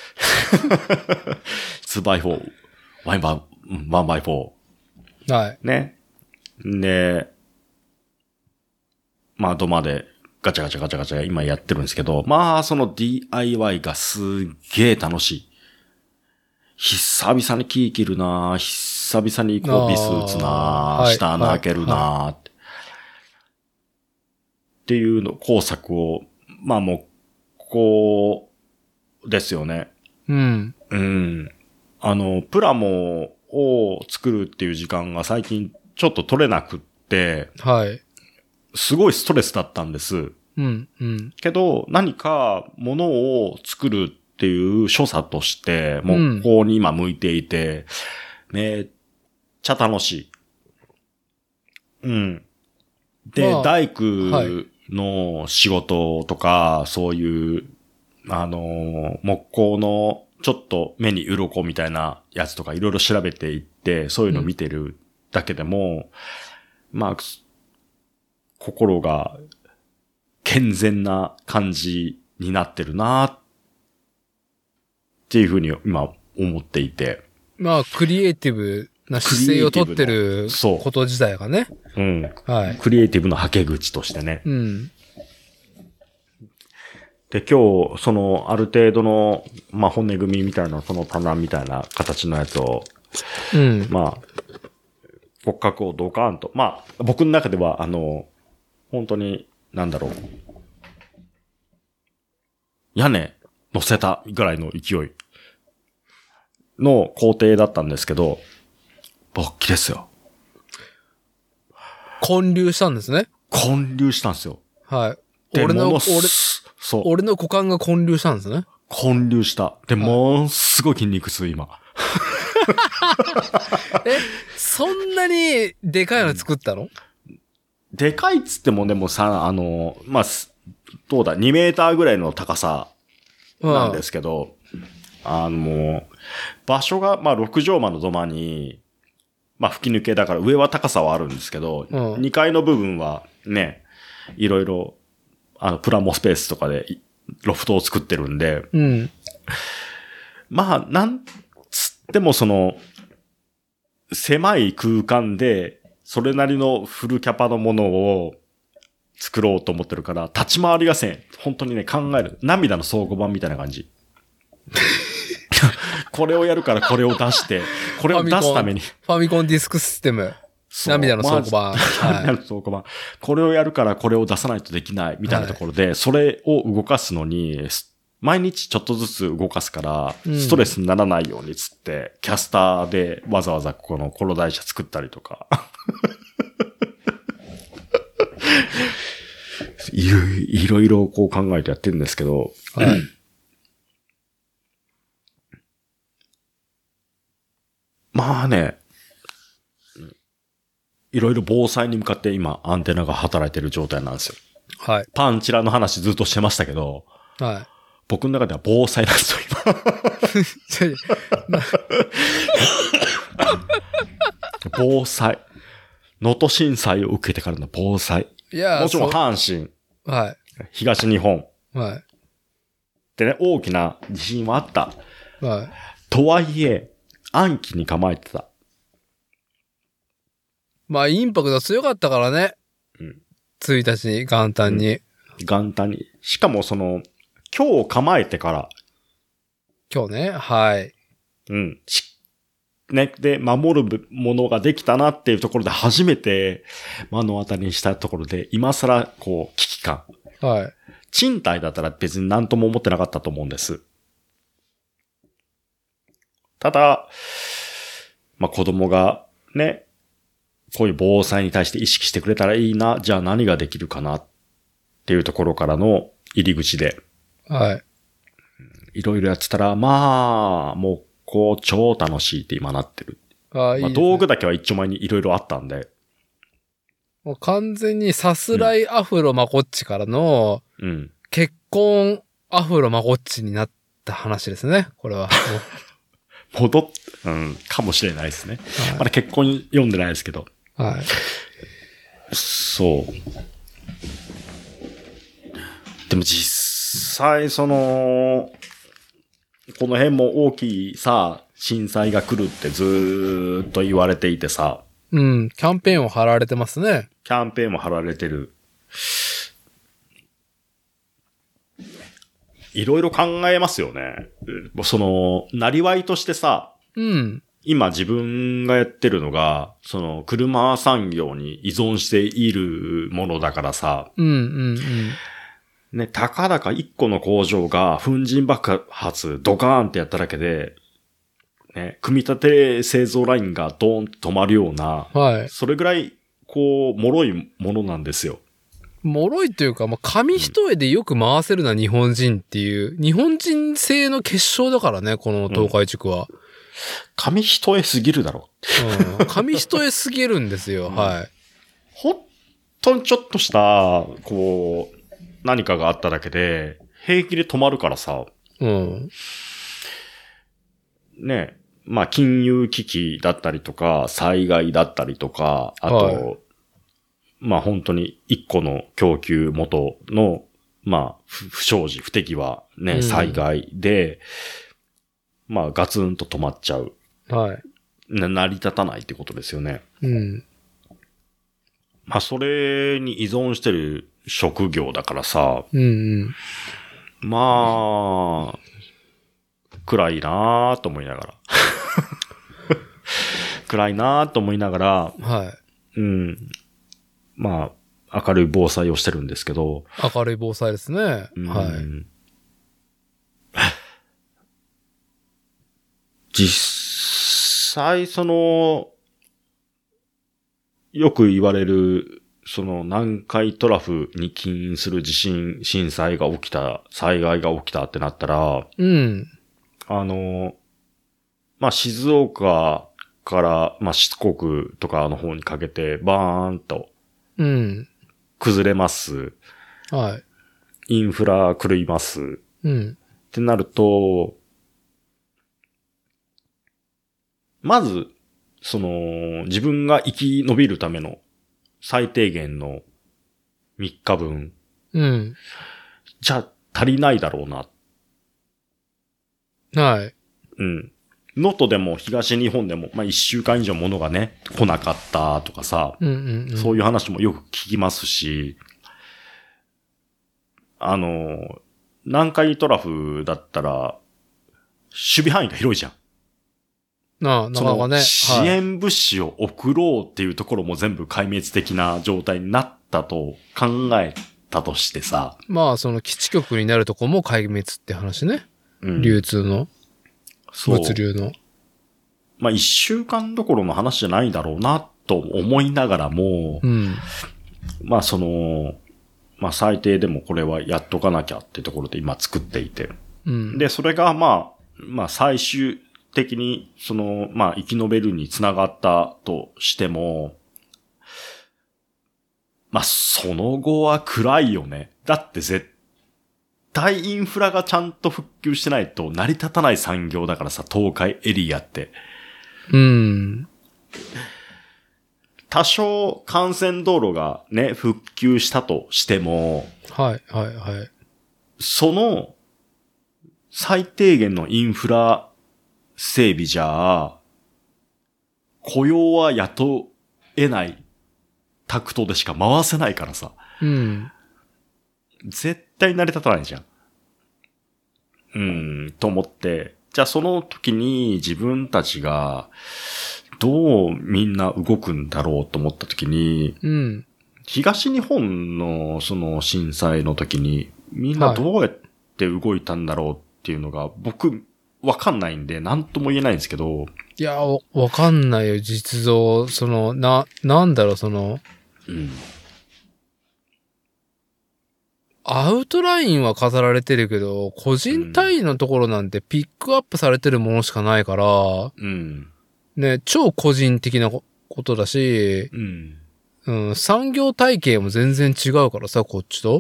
Speaker 1: 。2x4、1x4。
Speaker 2: はい。
Speaker 1: ね。で、土間でガチャガチャ今やってるんですけど、DIY がすっげー楽しい。久々に木切るなぁ、久々にビス打つなぁ、下穴開けるなぁ、っていうの、工作を、もうこですよね。
Speaker 2: うん。
Speaker 1: うん。プラモを作るっていう時間が最近ちょっと取れなくって、
Speaker 2: はい。
Speaker 1: すごいストレスだったんです。
Speaker 2: うん、うん。
Speaker 1: けど、何か物を作るっていう所作として、木工に今向いていて、めっちゃ楽しい。うん。で、
Speaker 2: まあ、
Speaker 1: 大工の仕事とか、そういう、木工のちょっと目に鱗みたいなやつとかいろいろ調べていって、そういうのを見てるだけでも、まあ、心が健全な感じになってるなっていうふうに今思っていて。
Speaker 2: まあ、クリエイティブな姿勢をとってること自体がね。
Speaker 1: うん。
Speaker 2: はい。
Speaker 1: クリエイティブのはけ口としてね。
Speaker 2: うん。
Speaker 1: で、今日、ある程度の、まあ、骨組みみたいな、その棚みたいな形のやつを、
Speaker 2: うん。
Speaker 1: まあ、骨格をドカーンと。まあ、僕の中では、本当に、なんだろう。屋根乗せたぐらいの勢いの工程だったんですけど、勃起ですよ。
Speaker 2: 建立したんですね。
Speaker 1: 建立したんですよ。
Speaker 2: はい。
Speaker 1: 俺の
Speaker 2: 股間が建立したんですね。
Speaker 1: 建立した。で、ものすごい筋肉痛、今。
Speaker 2: そんなにでかいの作ったの？
Speaker 1: でかいっつってもでもさ、まあ、どうだ、2メーターぐらいの高さなんですけど、場所が、まあ、6畳間の土間に、まあ、吹き抜けだから上は高さはあるんですけど、2階の部分はね、いろいろ、プラモスペースとかで、ロフトを作ってるんで、
Speaker 2: うん、
Speaker 1: まあ、なんつっても狭い空間で、それなりのフルキャパのものを作ろうと思ってるから、立ち回りが本当にね、考える。涙の倉庫版みたいな感じ。これをやるからこれを出して、これを出すために。
Speaker 2: ファミコンディスクシステム。涙の倉庫版。
Speaker 1: 涙の倉庫版。これをやるからこれを出さないとできないみたいなところで、それを動かすのに、毎日ちょっとずつ動かすから、ストレスにならないようにつって、キャスターでわざわざこのコロ台車作ったりとか。いろいろこう考えてやってるんですけど、はい。まあね、いろいろ防災に向かって今アンテナが働いてる状態なんですよ。
Speaker 2: はい。
Speaker 1: パンチラの話ずっとしてましたけど、
Speaker 2: はい。
Speaker 1: 僕の中では防災なんですよ、今。防災。能登震災を受けてからの防災。
Speaker 2: いや、
Speaker 1: もちろん阪神。
Speaker 2: はい。
Speaker 1: 東日本。
Speaker 2: はい。
Speaker 1: でね、大きな地震はあった。
Speaker 2: はい。
Speaker 1: とはいえ、暗記に構えてた。
Speaker 2: まあ、インパクト強かったからね。
Speaker 1: うん。
Speaker 2: 1日に、元旦に。
Speaker 1: 元旦に。しかも今日構えてから。
Speaker 2: 今日ね、はい。
Speaker 1: うん。ね、で、守るものができたなっていうところで初めて目の当たりにしたところで、今更、危機感。
Speaker 2: はい。
Speaker 1: 賃貸だったら別に何とも思ってなかったと思うんです。ただ、まあ、子供がね、こういう防災に対して意識してくれたらいいな、じゃあ何ができるかなっていうところからの入り口で。
Speaker 2: はい。
Speaker 1: いろいろやってたら、まあ、もう超楽しいって今なってる。
Speaker 2: いいですね。
Speaker 1: 道具だけは一丁前にいろいろあったんで。
Speaker 2: もう完全にさすらいアフロマコッチからの、結婚アフロマコッチになった話ですね、これは。
Speaker 1: かもしれないですね。はい、まだ結婚読んでないですけど。
Speaker 2: はい。
Speaker 1: そう。でも実際この辺も大きいさ、震災が来るってずーっと言われていてさ。
Speaker 2: うん、キャンペーンを貼られてますね。
Speaker 1: キャンペーンも貼られてる。いろいろ考えますよね。なりわいとしてさ、
Speaker 2: うん。
Speaker 1: 今自分がやってるのが、車産業に依存しているものだからさ、
Speaker 2: うんうんうん。
Speaker 1: ね、たかだか一個の工場が粉塵爆発ドカーンってやっただけで、ね、組み立て製造ラインがドーンと止まるような、
Speaker 2: はい。
Speaker 1: それぐらい、こう、脆いものなんですよ。
Speaker 2: 脆いというか、まあ、紙一重でよく回せるな、日本人っていう。日本人製の結晶だからね、この東海地区は。
Speaker 1: 紙一重すぎるだろ。
Speaker 2: 紙一重すぎるんですよ、はい。
Speaker 1: ほんとにちょっとした、こう、何かがあっただけで、平気で止まるからさ。
Speaker 2: うん。
Speaker 1: ね。まあ、金融危機だったりとか、災害だったりとか、あと、はい、まあ本当に一個の供給元の、まあ、不祥事、不手際、ね、災害で、まあガツンと止まっちゃう。
Speaker 2: はい。
Speaker 1: 成り立たないってことですよね。
Speaker 2: うん。
Speaker 1: まあそれに依存してる職業だからさ、
Speaker 2: うんうん、
Speaker 1: まあ、暗いなぁと思いながら。暗いなぁと思いながら、
Speaker 2: はい。
Speaker 1: うん。まあ、明るい防災をしてるんですけど。
Speaker 2: 明るい防災ですね。はい。
Speaker 1: 実際、よく言われる、南海トラフに起因する震災が起きた、災害が起きたってなったら、
Speaker 2: うん。
Speaker 1: まあ、静岡から、まあ、四国とかの方にかけて、バーンと、
Speaker 2: うん。
Speaker 1: 崩れます。
Speaker 2: はい。
Speaker 1: インフラ狂います。
Speaker 2: うん。
Speaker 1: ってなると、まず、自分が生き延びるための最低限の3日分。
Speaker 2: うん。
Speaker 1: じゃあ足りないだろうな。
Speaker 2: はい。
Speaker 1: うん。能登でも東日本でも、まあ、1週間以上物がね、来なかったとかさ、
Speaker 2: うんうんうん、
Speaker 1: そういう話もよく聞きますし、南海トラフだったら、守備範囲が広いじゃん。
Speaker 2: なかなかね。
Speaker 1: 支援物資を送ろうっていうところも全部壊滅的な状態になったと考えたとしてさ。
Speaker 2: まあ、基地局になるとこも壊滅って話ね。うん、流通の。物流の。
Speaker 1: まあ、1週間どころの話じゃないだろうなと思いながらも、
Speaker 2: うん、
Speaker 1: まあまあ最低でもこれはやっとかなきゃってところで今作っていて。
Speaker 2: うん、
Speaker 1: で、それがまあ最終的にまあ生き延べるにつながったとしても、まあその後は暗いよね。だって絶対インフラがちゃんと復旧してないと成り立たない産業だからさ、東海エリアって。
Speaker 2: うん。
Speaker 1: 多少幹線道路がね、復旧したとしても、
Speaker 2: はい、はい、はい。
Speaker 1: その最低限のインフラ整備じゃ、雇用は雇えないタクトでしか回せないからさ。
Speaker 2: うん。
Speaker 1: 絶対成り立たないじゃん。と思って。じゃあその時に自分たちがどうみんな動くんだろうと思った時に、
Speaker 2: うん、
Speaker 1: 東日本のその震災の時にみんなどうやって動いたんだろうっていうのが僕わかんないんで何とも言えないんですけど。
Speaker 2: いや、わかんないよ、実像。なんだろう、アウトラインは飾られてるけど、個人単位のところなんてピックアップされてるものしかないから、ね、超個人的なことだし、産業体系も全然違うからさ、こっちと。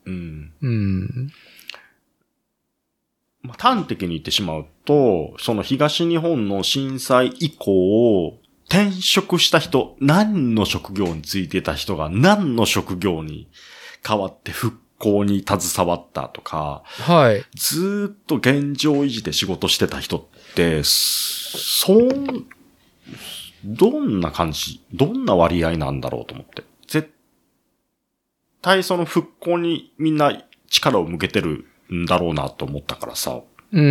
Speaker 1: まあ、端的に言ってしまうと、その東日本の震災以降、転職した人、何の職業についてた人が何の職業に変わって復興に携わったとか、
Speaker 2: はい。
Speaker 1: ずーっと現状維持で仕事してた人って、どんな感じ、どんな割合なんだろうと思って。絶対その復興にみんな力を向けてるんだろうなと思ったからさ。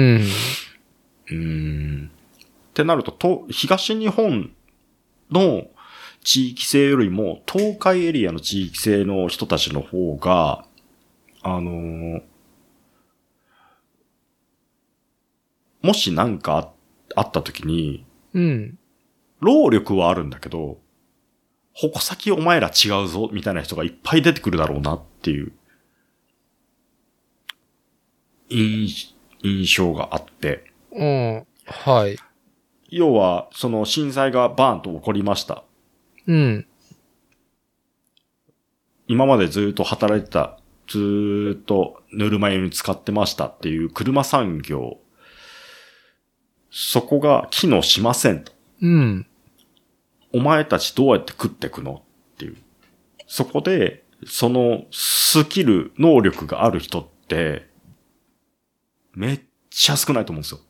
Speaker 1: ってなると、東日本の地域性よりも東海エリアの地域性の人たちの方が、 もしなんかあった時に、
Speaker 2: うん。
Speaker 1: 労力はあるんだけど、矛先お前ら違うぞ、みたいな人がいっぱい出てくるだろうなっていう、印象があって。
Speaker 2: うん。はい。
Speaker 1: 要は、その震災がバーンと起こりました。
Speaker 2: うん。
Speaker 1: 今までずっと働いてた、ずっとぬるま湯に使ってましたっていう車産業、そこが機能しませんと。
Speaker 2: うん。
Speaker 1: お前たちどうやって食ってくのっていう。そこで、そのスキル、能力がある人って、めっちゃ少ないと思うんですよ。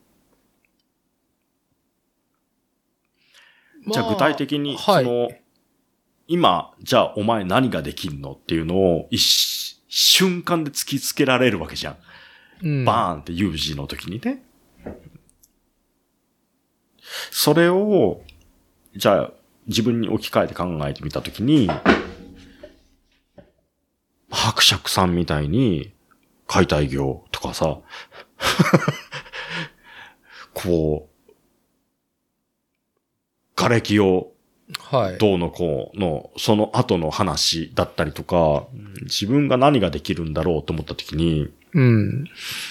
Speaker 1: じゃあ具体的に、
Speaker 2: はい、
Speaker 1: その、今、じゃあお前何ができんのっていうのを瞬間で突きつけられるわけじゃん。
Speaker 2: うん、
Speaker 1: バーンって有事の時にね。それを、じゃあ自分に置き換えて考えてみた時に、伯爵さんみたいに解体業とかさ、こう、瓦礫をどうのこうの、その後の話だったりとか、自分が何ができるんだろうと思った時に、
Speaker 2: うん。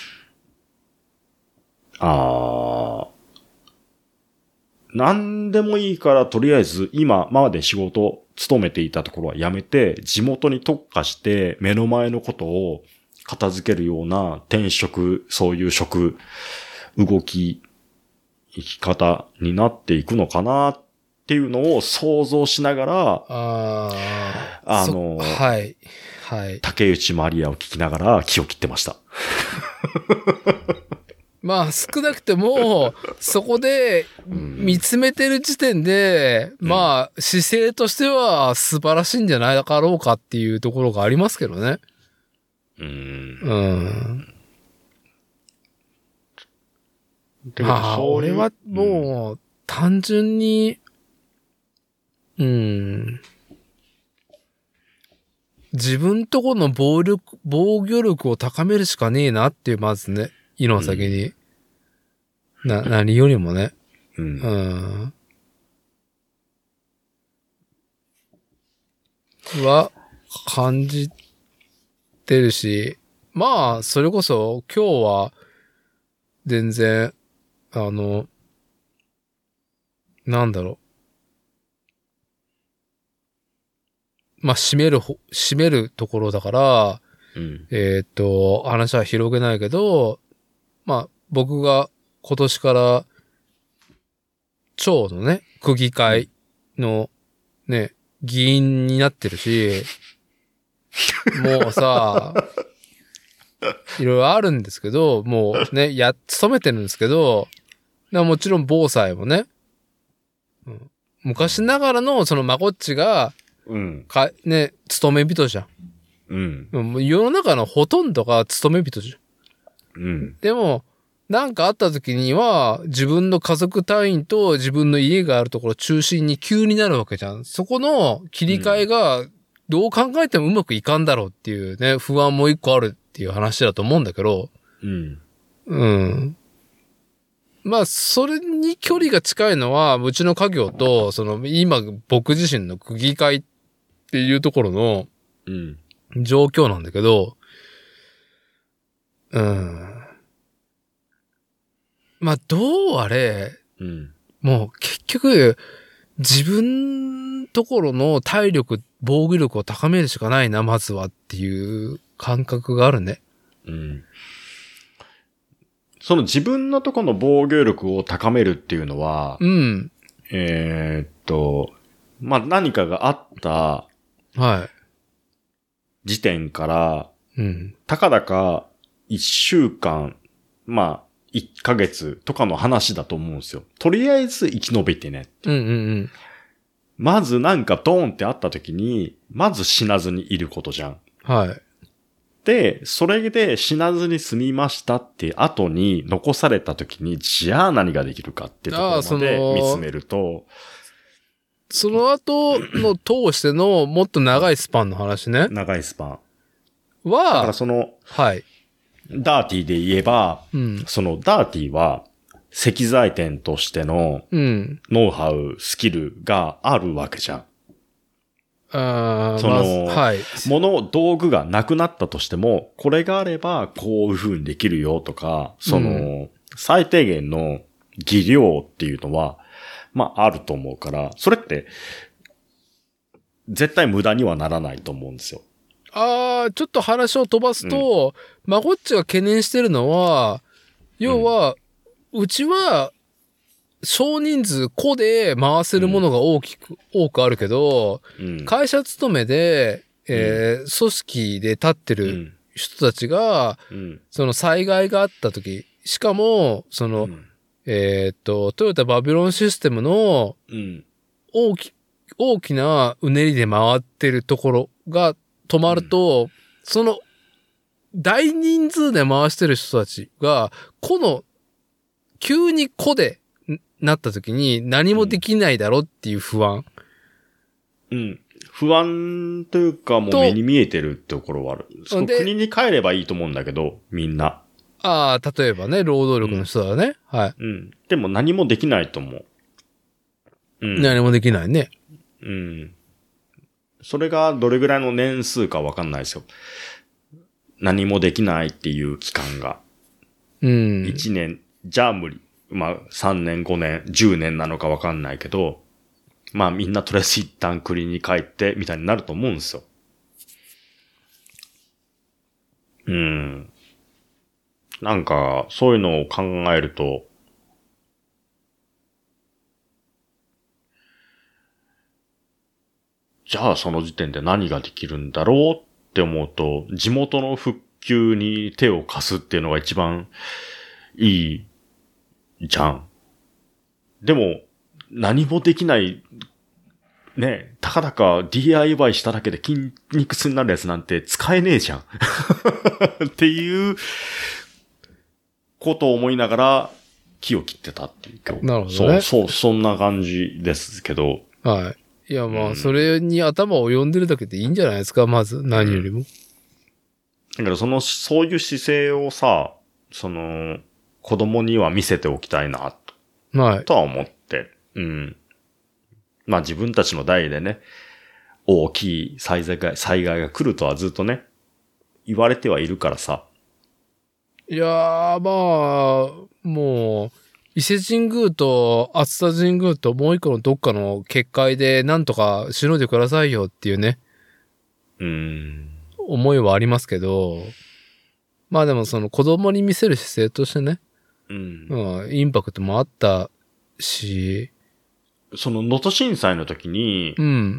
Speaker 1: 何でもいいからとりあえず今まで仕事勤めていたところはやめて、地元に特化して目の前のことを片付けるような転職、そういう動き、生き方になっていくのかなっていうのを想像しながら、
Speaker 2: はい。はい。
Speaker 1: 竹内まりやを聞きながら気を切ってました。
Speaker 2: まあ少なくても、そこで見つめてる時点で、まあ姿勢としては素晴らしいんじゃないかろうかっていうところがありますけどね。まあ、俺はもう単純に、自分とこの防御力を高めるしかねえなっていう、まずね、井の先に。何よりもね。は、感じてるし、まあ、それこそ今日は、全然、なんだろう。まあ、締めるところだから、話は広げないけど、まあ、僕が今年から町のね、区議会のね、議員になってるし、もうさ、いろいろあるんですけど、もうね、勤めてるんですけど、もちろん防災もね、昔ながらのそのまこっちが、ね、勤め人じゃん。世の中のほとんどが勤め人じゃん。でも、なんかあった時には、自分の家族単位と自分の家があるところを中心に急になるわけじゃん。そこの切り替えが、どう考えてもうまくいかんだろうっていうね、不安も一個あるっていう話だと思うんだけど、まあ、それに距離が近いのは、うちの家業と、今、僕自身の区議会っていうところの、状況なんだけど、まあ、どうあれ、もう結局、自分ところの体力、防御力を高めるしかないな、まずはっていう感覚があるね。
Speaker 1: その自分のとこの防御力を高めるっていうのは、まあ、何かがあった、時点から、たかだか1週間、まあ、1ヶ月とかの話だと思うんですよ。とりあえず生き延びてね。まずなんかドーンってあった時に、まず死なずにいることじゃん。で、それで死なずに済みましたって後に残された時に、じゃあ何ができるかっていうところまで見つめると、
Speaker 2: その後の通してのもっと長いスパンの話ね。
Speaker 1: 長いスパン。
Speaker 2: は、
Speaker 1: だからその、
Speaker 2: はい。
Speaker 1: ダーティーで言えば、
Speaker 2: うん。
Speaker 1: そのダーティーは、石材店としての
Speaker 2: うん。
Speaker 1: ノウハウ、スキルがあるわけじゃん。その、
Speaker 2: はい。
Speaker 1: 道具がなくなったとしても、これがあればこういう風にできるよとか、その、最低限の技量っていうのは、まああると思うから、それって、絶対無駄にはならないと思うんですよ。
Speaker 2: ちょっと話を飛ばすと、まこっちが懸念してるのは、要は、うちは、少人数個で回せるものが多くあるけど、会社勤めで、組織で立ってる人たちが、その災害があった時、しかも、その、トヨタバビロンシステムの、大きなうねりで回ってるところが止まると、その、大人数で回してる人たちが、急に個で、なった時に何もできないだろっていう不安。
Speaker 1: 不安というかもう目に見えてるってところはある。国に帰ればいいと思うんだけど、みんな。
Speaker 2: 例えばね、労働力の人だね。はい。
Speaker 1: でも何もできないと思う。
Speaker 2: 何もできないね。
Speaker 1: それがどれぐらいの年数かわかんないですよ。何もできないっていう期間が。1年、じゃあ無理。まあ、3年、5年、10年なのかわかんないけど、まあみんなとりあえず一旦国に帰って、みたいになると思うんですよ。なんか、そういうのを考えると、じゃあその時点で何ができるんだろうって思うと、地元の復旧に手を貸すっていうのが一番いいじゃん。でも、何もできない、ね、たかだか DIY しただけで筋肉痛になるやつなんて使えねえじゃん。っていうことを思いながら木を切ってたっていう今日。
Speaker 2: なるほどね。
Speaker 1: そんな感じですけど。
Speaker 2: はい。いや、まあ、それに頭を及んでるだけでいいんじゃないですか、まず、何よりも。
Speaker 1: だからそういう姿勢をさ、子供には見せておきたいな、とは思って。まあ自分たちの代でね、大きい災害が来るとはずっとね、言われてはいるからさ。
Speaker 2: いやー、まあ、もう、伊勢神宮と熱田神宮ともう一個のどっかの結界でなんとかしのいでくださいよっていうね。思いはありますけど、まあでもその子供に見せる姿勢としてね、インパクトもあったし、
Speaker 1: その能登震災の時に、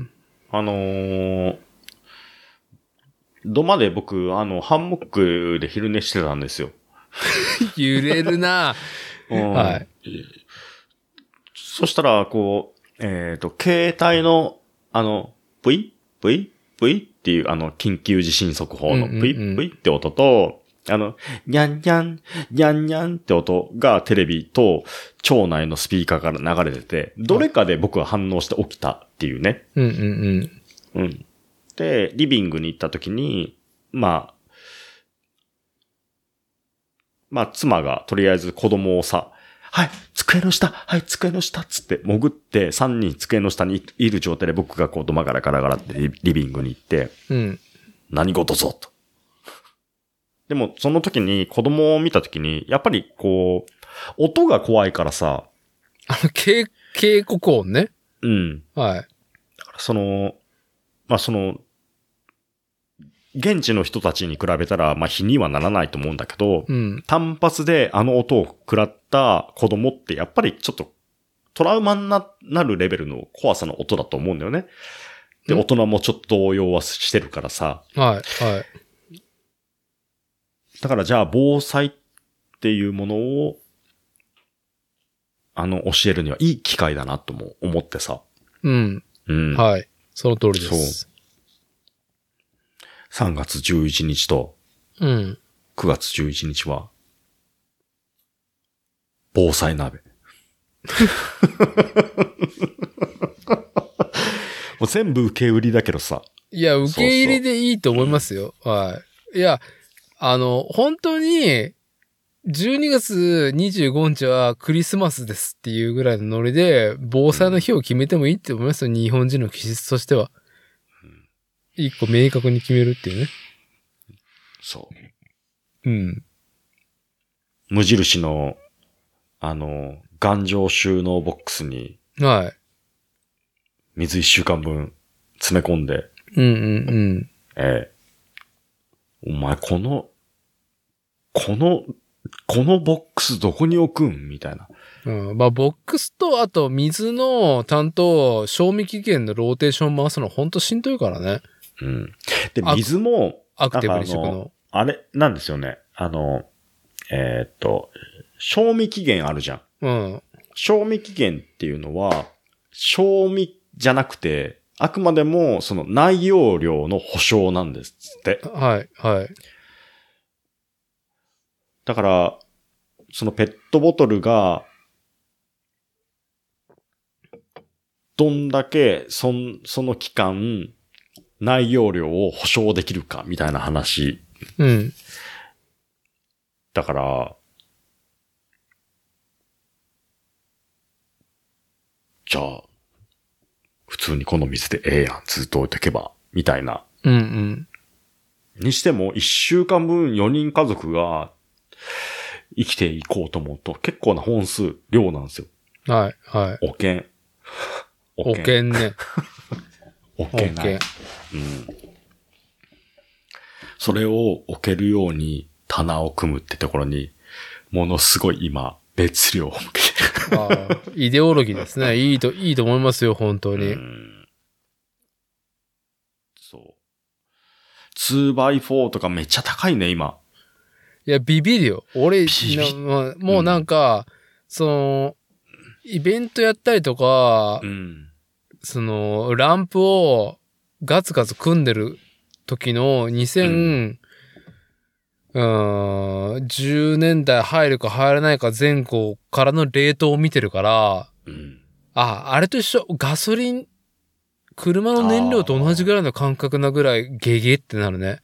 Speaker 1: 土間で僕、ハンモックで昼寝してたんですよ。
Speaker 2: 揺れるなはい。
Speaker 1: そしたら、携帯の、ブイっていう、緊急地震速報のブイって音と、ニャンニャン、ニャンニャンって音がテレビと町内のスピーカーから流れてて、どれかで僕は反応して起きたっていうね。で、リビングに行った時に、まあ、妻がとりあえず子供をさ、はい、机の下つって潜って3人机の下にいる状態で僕が土間からガラガラってリビングに行って、何事ぞと。でもその時に子供を見た時に、やっぱり音が怖いからさ。
Speaker 2: 警告音ね。はい。
Speaker 1: だから現地の人たちに比べたら、まあ、比にはならないと思うんだけど、単発であの音を食らった子供ってやっぱりちょっとトラウマになるレベルの怖さの音だと思うんだよね。で、大人もちょっと動揺はしてるからさ。
Speaker 2: はい。
Speaker 1: だからじゃあ防災っていうものを、教えるにはいい機会だなとも思ってさ。
Speaker 2: はい。その通りです。
Speaker 1: 3月11日と、9月11日は、防災鍋。もう全部受け売りだけどさ。
Speaker 2: いや、受け入りでいいと思いますよ。はい。 いや、本当に、12月25日はクリスマスですっていうぐらいのノリで、防災の日を決めてもいいって思いますよ、日本人の気質としては。一個明確に決めるっていうね。
Speaker 1: そう。
Speaker 2: うん。
Speaker 1: 無印の、頑丈収納ボックスに、
Speaker 2: はい。
Speaker 1: 水1週間分詰め込んで、
Speaker 2: うんうんうん。
Speaker 1: お前このボックスどこに置くんみたいな。
Speaker 2: うん。まあ、ボックスと、あと、水の担当、賞味期限のローテーション回すのほんとしんどいからね。
Speaker 1: うん。で、水も、
Speaker 2: アクティブにしていくの。
Speaker 1: あれ、なんですよね。賞味期限あるじゃん。
Speaker 2: うん。
Speaker 1: 賞味期限っていうのは、賞味じゃなくて、あくまでもその内容量の保証なんですって。
Speaker 2: はい、はい。
Speaker 1: だから、そのペットボトルが、どんだけその期間、内容量を保証できるかみたいな話。
Speaker 2: うん。
Speaker 1: だから、じゃあ、普通にこの水でええやん、ずっと置いとけば、みたいな。
Speaker 2: うんうん。
Speaker 1: にしても、1週間分4人家族が生きていこうと思うと、結構な本数、量なんですよ。
Speaker 2: はい、はい。
Speaker 1: おけん。
Speaker 2: おけんね。
Speaker 1: おけない。うん。それを置けるように棚を組むってところに、ものすごい今、熱量を向けてる。
Speaker 2: ああ、イデオロギーですね。いいと思いますよ、本当に。
Speaker 1: そう。2x4 とかめっちゃ高いね、今。
Speaker 2: いや、ビビるよ。俺、もうなんか、イベントやったりとか、ランプをガツガツ組んでる時の2010年代入るか入らないか前後からのレートを見てるから、あれと一緒、ガソリン、車の燃料と同じぐらいの感覚なぐらいゲゲってなるね。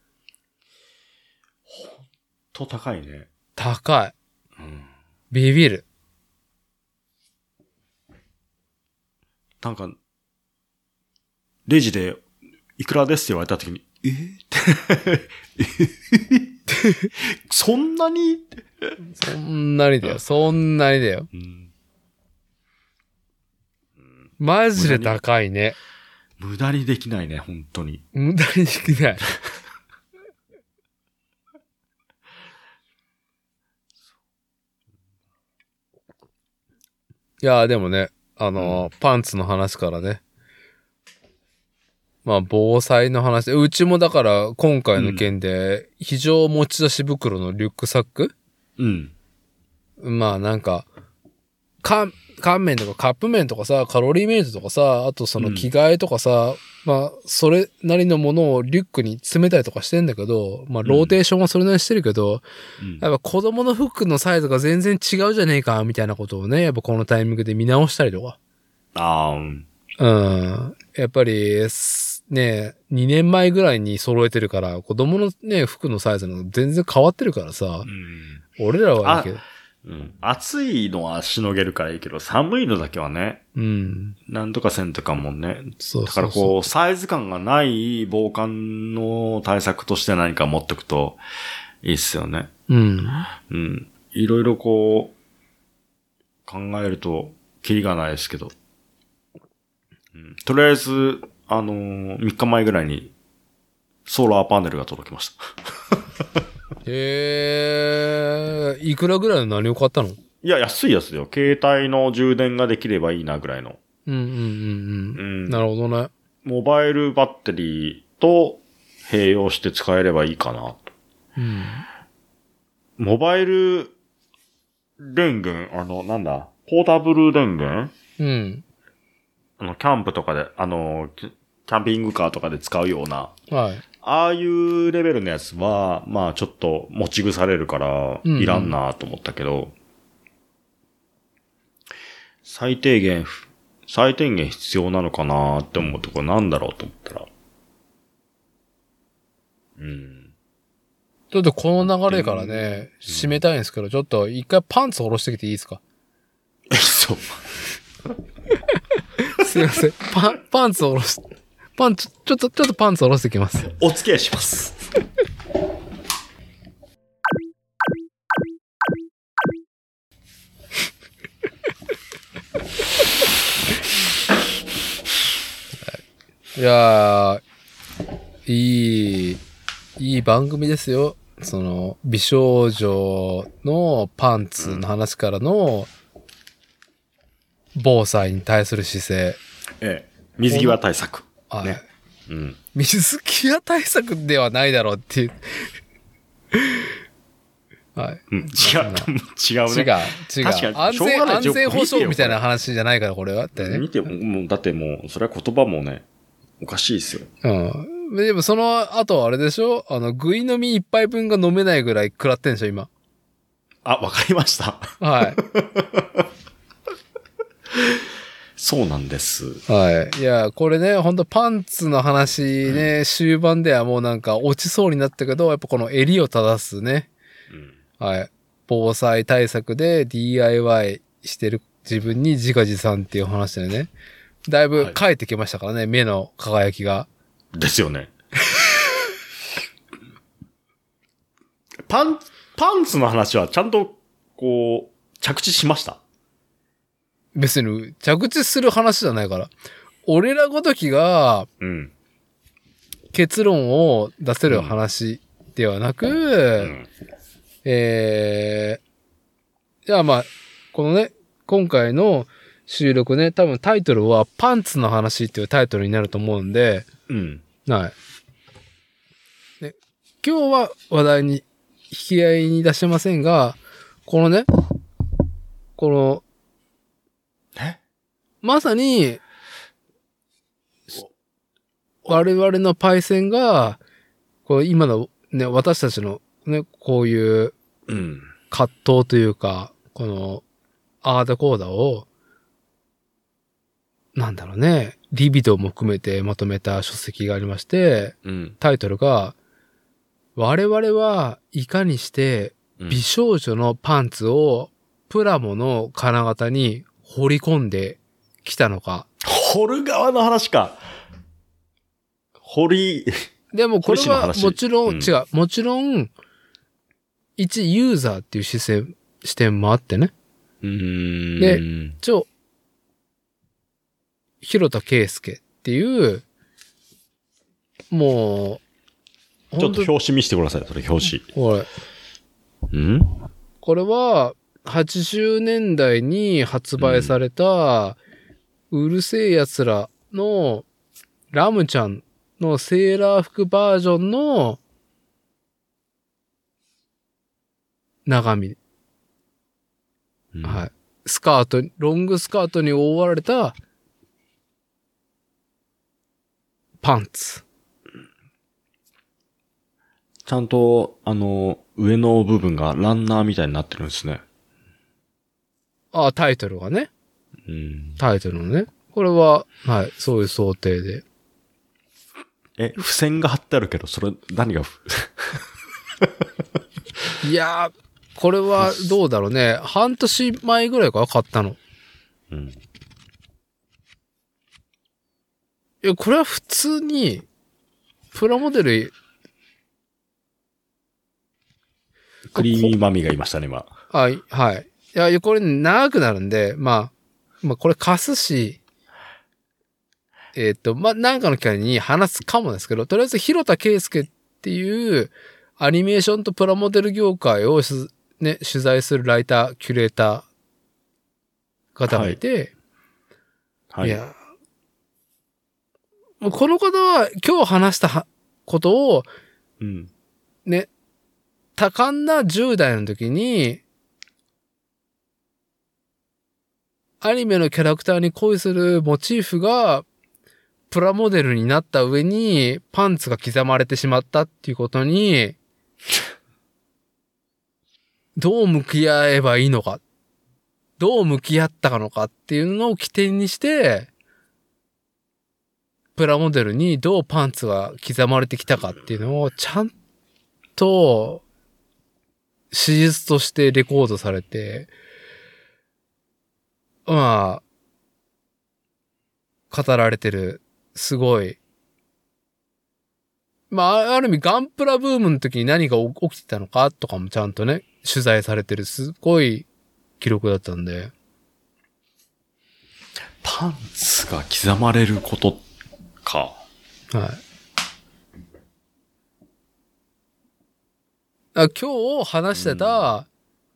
Speaker 1: ほんと高いね。
Speaker 2: 高い。ビビる。
Speaker 1: なんか、レジで、いくらですって言われたときに、そんなに
Speaker 2: そんなにだよ。そんなにだよ。マジで高いね。
Speaker 1: 無駄にできないね、本当に。
Speaker 2: 無駄にできない。いや、でもね、パンツの話からね。まあ、防災の話。うちもだから、今回の件で、非常持ち出し袋のリュックサック？まあ、なんか、乾麺とかカップ麺とかさ、カロリーメイトとかさ、あとその着替えとかさ、まあ、それなりのものをリュックに詰めたりとかしてんだけど、まあ、ローテーションはそれなりにしてるけど、やっぱ子供の服のサイズが全然違うじゃねえか、みたいなことをね、やっぱこのタイミングで見直したりとか。やっぱり、ね、2年前ぐらいに揃えてるから、子供のね、服のサイズの全然変わってるからさ、俺らはいいけど。
Speaker 1: 暑いのはしのげるからいいけど、寒いのだけはね。なんとかせんとかもね。だからこう、サイズ感がない防寒の対策として何か持っておくといいっすよね。いろいろこう、考えると、キリがないですけど。とりあえず、3日前ぐらいに、ソーラーパネルが届きました。
Speaker 2: いくらぐらいの何を買ったの？
Speaker 1: いや、安いやつよ。携帯の充電ができればいいなぐらいの。
Speaker 2: なるほどね。
Speaker 1: モバイルバッテリーと併用して使えればいいかなと。モバイル電源、なんだ、ポータブル電源？キャンプとかで、キャンピングカーとかで使うような。ああいうレベルのやつは、まあちょっと持ち腐れるから、いらんなと思ったけど、最低限必要なのかなって思うところなんだろうと思ったら、
Speaker 2: ちょっとこの流れからね、締めたいんですけど、ちょっと一回パンツ下ろしてきていいですか？
Speaker 1: そう。
Speaker 2: すいません。パンツ下ろし、ちょっとパンツ下ろしてきます。
Speaker 1: お付き合いします。
Speaker 2: いやー、いい番組ですよ。その、美少女のパンツの話からの、防災に対する姿勢。
Speaker 1: ええ。水際対策。
Speaker 2: はい。
Speaker 1: ね。うん。
Speaker 2: 水際対策ではないだろうっていう。はい。
Speaker 1: うん。違うね。
Speaker 2: 違う。
Speaker 1: 確かに。
Speaker 2: 安全保障みたいな話じゃないから、これはってね。
Speaker 1: 見ても、だってもう、それは言葉もね、おかしいですよ。
Speaker 2: うん。でもその後あれでしょ？ぐい飲み一杯分が飲めないぐらい食らってんでしょ、今。
Speaker 1: あ、わかりました。
Speaker 2: はい。
Speaker 1: そうなんです。
Speaker 2: はい。いや、これね、ほんとパンツの話ね、終盤ではもうなんか落ちそうになったけど、やっぱこの襟を正すね。はい。防災対策で DIY してる自分に自画自賛っていう話でね。だいぶ変えてきましたからね、目の輝きが。
Speaker 1: ですよね。パンツの話はちゃんと、こう、着地しました。
Speaker 2: 別に着地する話じゃないから。俺らごときが、結論を出せる話ではなく、じゃあまあ、このね、今回の収録ね、多分タイトルはパンツの話っていうタイトルになると思うんで、はい。で、今日は話題に引き合いに出しませんが、このね、まさに、我々のパイセンが、これ今のね、私たちのね、こういう葛藤というか、この、あーだこーだを、なんだろうね、リビドも含めてまとめた書籍がありまして、タイトルが、我々はいかにして美少女のパンツをプラモの金型に掘り込んできたのか。
Speaker 1: 掘る側の話か。
Speaker 2: でもこれはもちろん、違う。もちろん、一ユーザーっていう視点もあってね。で、広田圭介っていう、も
Speaker 1: う、ちょっと表紙見せてください、それ表紙。
Speaker 2: これ。これは、80年代に発売された、うるせえ奴らのラムちゃんのセーラー服バージョンの長身。はい。ロングスカートに覆われたパンツ。
Speaker 1: ちゃんと、上の部分がランナーみたいになってるんですね。
Speaker 2: ああ、タイトルがね。タイトルのね。これは、はい、そういう想定で。
Speaker 1: 付箋が貼ってあるけど、それ、何が
Speaker 2: いやー、これはどうだろうね。半年前ぐらいから買ったの。いや、これは普通に、プラモデル、
Speaker 1: クリーミーマミーがいましたね、今。
Speaker 2: はい。いや、これ長くなるんで、まあ、これ貸すし、なんかの機会に話すかもですけど、とりあえず広田圭介っていうアニメーションとプラモデル業界を取材するライター、キュレーター方がいて、いや、この方は今日話したことを、ね、多感な10代の時に、アニメのキャラクターに恋するモチーフが、プラモデルになった上に、パンツが刻まれてしまったっていうことに、どう向き合えばいいのか、どう向き合ったのかっていうのを起点にして、プラモデルにどうパンツが刻まれてきたかっていうのをちゃんと史実としてレコードされて、まあ、語られてる、すごい。まあ、ある意味ガンプラブームの時に何が起きてたのかとかもちゃんとね、取材されてるすごい記録だったんで。
Speaker 1: パンツが刻まれることか。
Speaker 2: はい。今日話してた、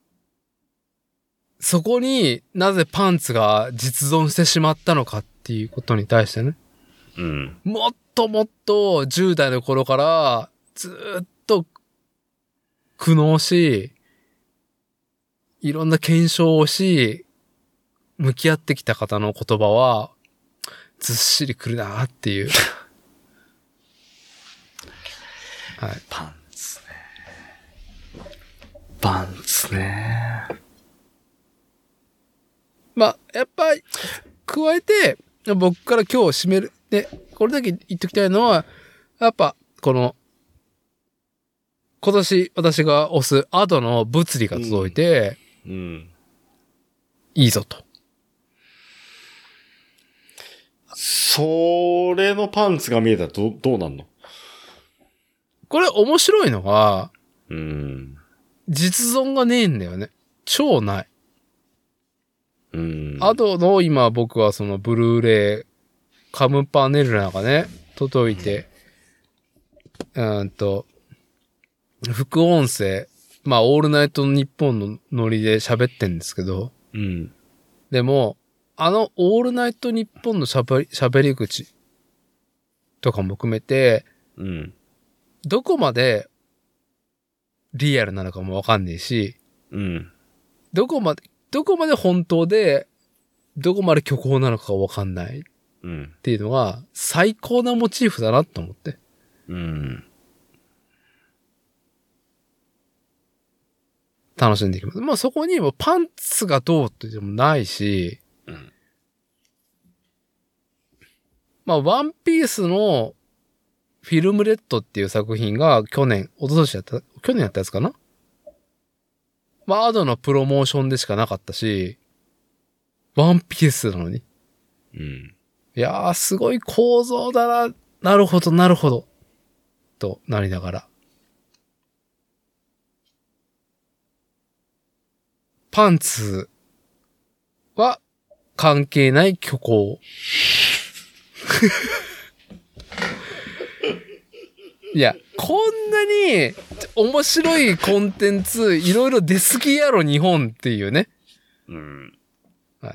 Speaker 2: そこになぜパンツが実存してしまったのかっていうことに対してね。
Speaker 1: うん。
Speaker 2: もっともっと10代の頃からずっと苦悩し、いろんな検証をし、向き合ってきた方の言葉はずっしりくるなっていう。はい。
Speaker 1: パンツね。パンツね。
Speaker 2: まあ、やっぱり、加えて、僕から今日締める。で、これだけ言っときたいのは、やっぱ、今年私が推すアドの物理が届いて、
Speaker 1: うん。
Speaker 2: いいぞと。
Speaker 1: それのパンツが見えたらどうなんの？
Speaker 2: これ面白いのが、実存がねえんだよね。超ない。アドの今僕はそのブルーレイ、カムパネルなんかね、届いて、副音声、まあ、オールナイトニッポンのノリで喋ってんですけど、
Speaker 1: うん。
Speaker 2: でも、オールナイトニッポンの喋り口とかも含めて、
Speaker 1: うん。
Speaker 2: どこまでリアルなのかもわかんねえし、
Speaker 1: うん。
Speaker 2: どこまで本当で、どこまで虚構なのかわかんないっていうのが最高なモチーフだなと思って。
Speaker 1: うん。
Speaker 2: 楽しんでいきます。まあそこにもパンツがどうってでもないし、
Speaker 1: うん、
Speaker 2: まあワンピースのフィルムレッドっていう作品が去年やったやつかな？まあアドのプロモーションでしかなかったし、ワンピースなのに。
Speaker 1: うん。
Speaker 2: いやーすごい構造だな。なるほど、なるほど。となりながら。パンツは関係ない虚構。いや、こんなに面白いコンテンツいろいろ出すぎやろ日本っていうね。
Speaker 1: うん。
Speaker 2: はい。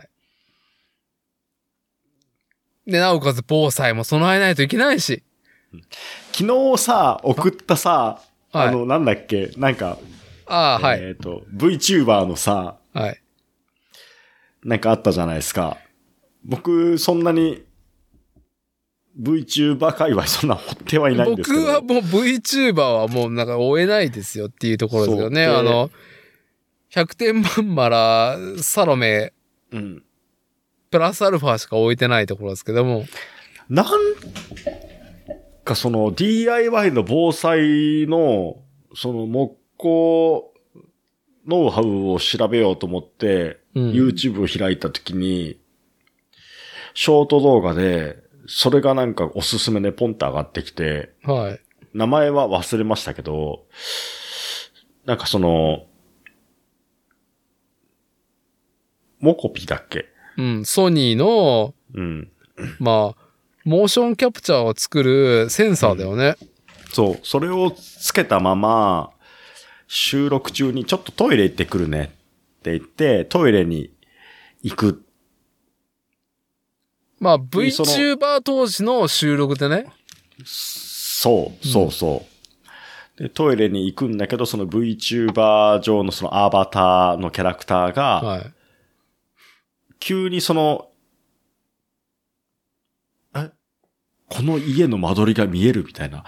Speaker 2: で、なおかつ防災も備えないといけないし。
Speaker 1: 昨日さ、送ったさ、
Speaker 2: はい、
Speaker 1: なんだっけ、なんか、
Speaker 2: はい。
Speaker 1: VTuber のさ、
Speaker 2: はい。
Speaker 1: なんかあったじゃないですか。僕、そんなに、VTuber 界隈そんな掘ってはいないんですけど。
Speaker 2: 僕はもう VTuber はもうなんか追えないですよっていうところですよね。100点満マラ、サロメ、
Speaker 1: うん。
Speaker 2: プラスアルファしか置いてないところですけども。
Speaker 1: なんかその DIY の防災の、その木工ノウハウを調べようと思って、YouTube を開いたときに、ショート動画で、それがなんかおすすめでポンと上がってきて、
Speaker 2: はい。
Speaker 1: 名前は忘れましたけど、なんかその、モコピだっけ？
Speaker 2: うん、ソニーの、
Speaker 1: うん。
Speaker 2: まあ、モーションキャプチャーを作るセンサーだよね。
Speaker 1: そう。それをつけたまま、収録中にちょっとトイレ行ってくるねって言って、トイレに行く。
Speaker 2: まあ、VTuber 当時の収録でね。
Speaker 1: そう。で、トイレに行くんだけど、その VTuber 上のそのアバターのキャラクターが、はい、急にその、この家の間取りが見えるみたいな、はい、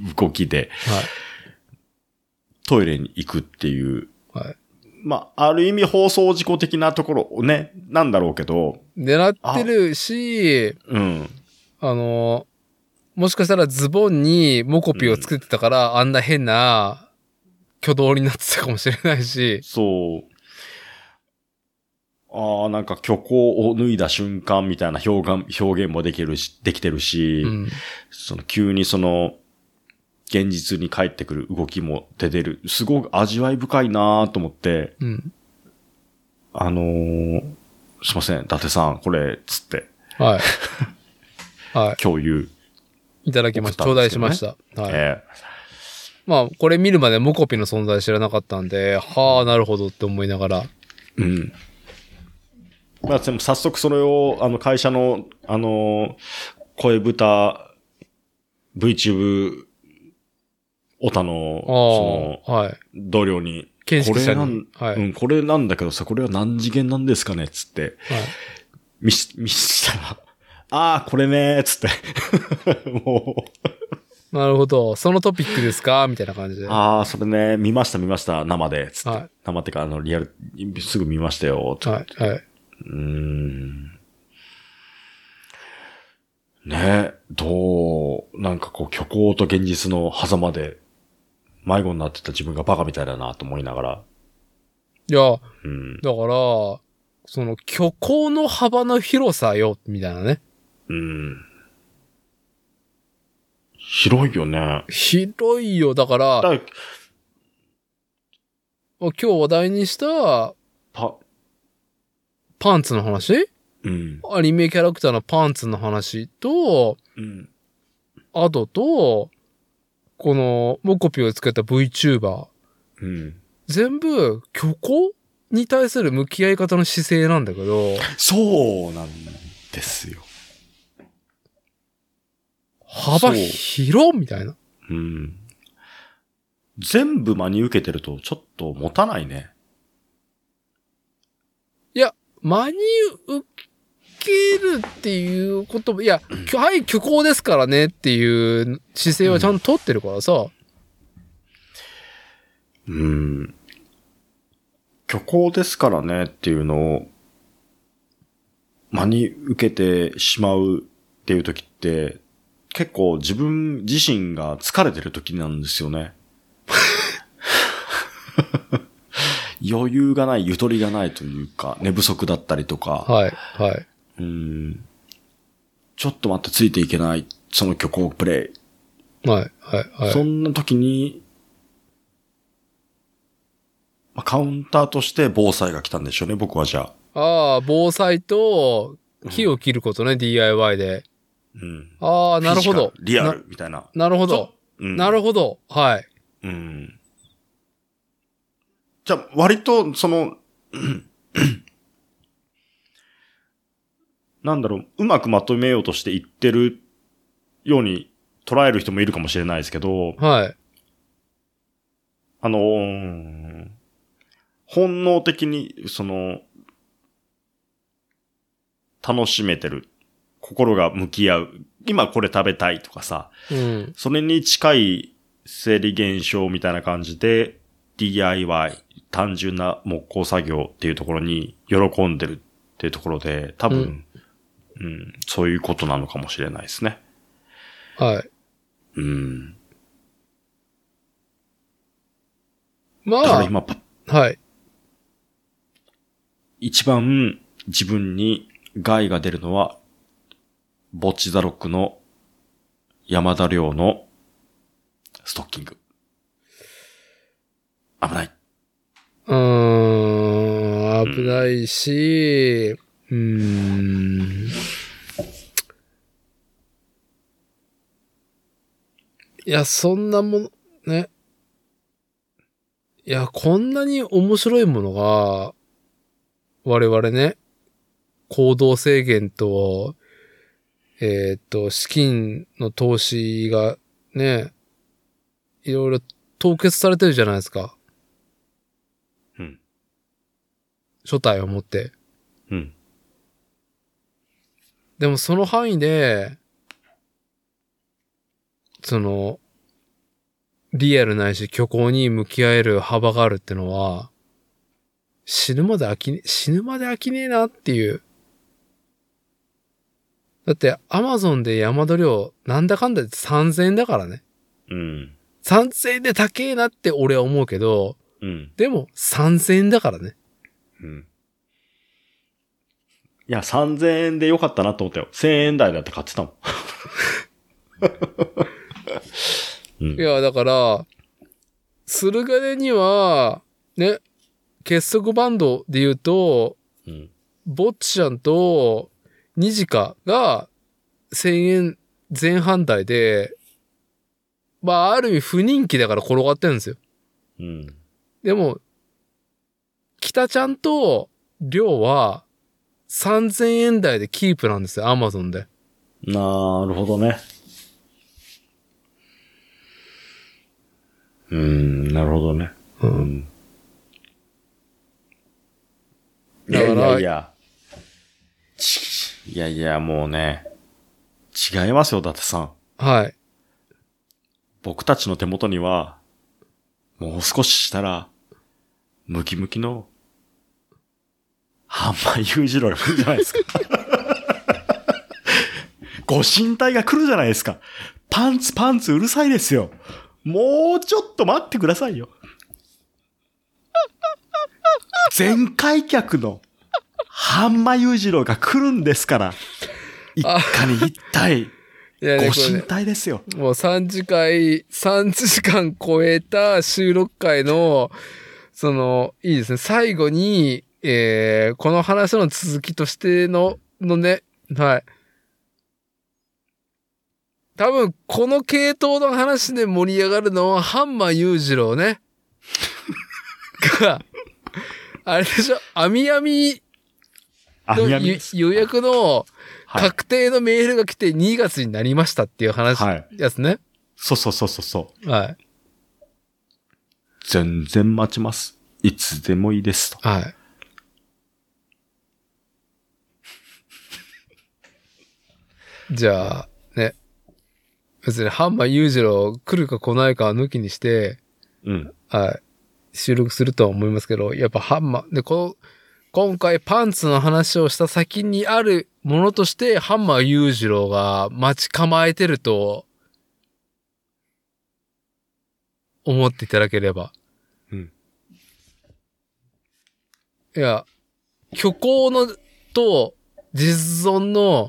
Speaker 1: 動きで、はい、トイレに行くっていう、はい、まあ、ある意味放送事故的なところをね、なんだろうけど。
Speaker 2: 狙ってるし、
Speaker 1: うん。
Speaker 2: もしかしたらズボンにモコピをつけてたから、あんな変な挙動になってたかもしれないし。
Speaker 1: そう。なんか虚構を脱いだ瞬間みたいな表現もできてるし、その急にその、現実に帰ってくる動きも出てる。すごく味わい深いなぁと思って、すいません、伊達さん、これ、つって。
Speaker 2: はい。はい。
Speaker 1: 共有。
Speaker 2: いただきました。頂戴しました。はい。まあ、これ見るまでモコピの存在知らなかったんで、はあ、なるほどって思いながら。
Speaker 1: まあ、でも早速それを、会社の、声豚、VTube、オタの、同僚に、これなんだけどさ、これは何次元なんですかねつって、見したら、これねつって、も
Speaker 2: う。なるほど。そのトピックですかみたいな感じで。
Speaker 1: それね、見ました、生で、つって。生ってか、リアル、すぐ見ましたよ、つって。ねなんかこう、虚構と現実の狭間で、迷子になってた自分がバカみたいだなと思いながら。
Speaker 2: いや、だから、その虚構の幅の広さよ、みたいなね。
Speaker 1: 広いよね。
Speaker 2: 広いよ。だから、今日話題にした、パンツの話、アニメキャラクターのパンツの話と、アドと、この、モコピをつけた VTuber。全部、虚構に対する向き合い方の姿勢なんだけど。
Speaker 1: そうなんですよ。
Speaker 2: 幅広みたいな。
Speaker 1: 全部真に受けてるとちょっと持たないね。
Speaker 2: いや、真に受けるっていうことも、いや、はい、虚構ですからねっていう姿勢はちゃんと取ってるからさ。
Speaker 1: 虚構ですからねっていうのを真に受けてしまうっていう時って、結構自分自身が疲れてる時なんですよね。余裕がない、ゆとりがないというか、寝不足だったりとか。ちょっと待ってついていけない、その虚構プレイ。そんな時に、カウンターとして防災が来たんでしょうね、僕はじゃ
Speaker 2: あ。防災と、木を切ることね、DIY で。なるほど。
Speaker 1: リアルみたいな。
Speaker 2: なるほど。なるほど。はい。
Speaker 1: じゃあ、割と、その、なんだろう、うまくまとめようとして言ってるように捉える人もいるかもしれないですけど、本能的に、その、楽しめてる。心が向き合う。今これ食べたいとかさ、それに近い生理現象みたいな感じで DIY、単純な木工作業っていうところに喜んでるっていうところで、多分、そういうことなのかもしれないですね。
Speaker 2: まあ、
Speaker 1: だから今、
Speaker 2: はい。
Speaker 1: 一番自分に害が出るのは、ボッチザロックの山田亮のストッキング。危ない。
Speaker 2: 危ないし、いや、そんなもの、ね。いや、こんなに面白いものが、我々ね、行動制限と、資金の投資がね、いろいろ凍結されてるじゃないですか。初体を持って。でもその範囲で、その、リアルないし虚構に向き合える幅があるってのは、死ぬまで飽きねえなっていう。 だって、アマゾンで山鳥料、なんだかんだで3000円だからね。
Speaker 1: うん。
Speaker 2: 3000円で高えなって俺は思うけど、
Speaker 1: うん。
Speaker 2: でも3000円だからね。
Speaker 1: うん。いや、3000円でよかったなと思ったよ。1000円台だって買ってたもん。
Speaker 2: うん、いや、だから、駿河根には、ね、結束バンドで言うと、うん、ぼっちちゃんとニジカが1000円前半台で、まあ、ある意味不人気だから転がってるんですよ。うん。でも、北ちゃんとりょうは3000円台でキープなんですよ、アマゾンで。
Speaker 1: なるほどね。なるほどね。うん。だから、いや、もうね、違いますよ、伊達さん。はい。僕たちの手元には、もう少ししたら、ムキムキの、ハンマ裕次郎が来るじゃないですか。ご神体が来るじゃないですか。パンツうるさいですよ。もうちょっと待ってくださいよ。全開脚のハンマ裕次郎が来るんですから。一家に一体。ご神体ですよ。
Speaker 2: もう3時間超えた収録会の、いいですね。最後に、この話の続きとしてのね、はい。多分、この系統の話で盛り上がるのは、ハンマ裕次郎ね。が、あれでしょ、アミアミの予約の確定のメールが来て2月になりましたっていう話、やつね。
Speaker 1: そう。はい。全然待ちます。いつでもいいですと。はい。
Speaker 2: じゃあ、ね。別にハンマ裕次郎来るか来ないかは抜きにして、うん。はい。収録するとは思いますけど、やっぱで、今回パンツの話をした先にあるものとして、ハンマ裕次郎が待ち構えてると、思っていただければ。うん。いや、虚構のと実存の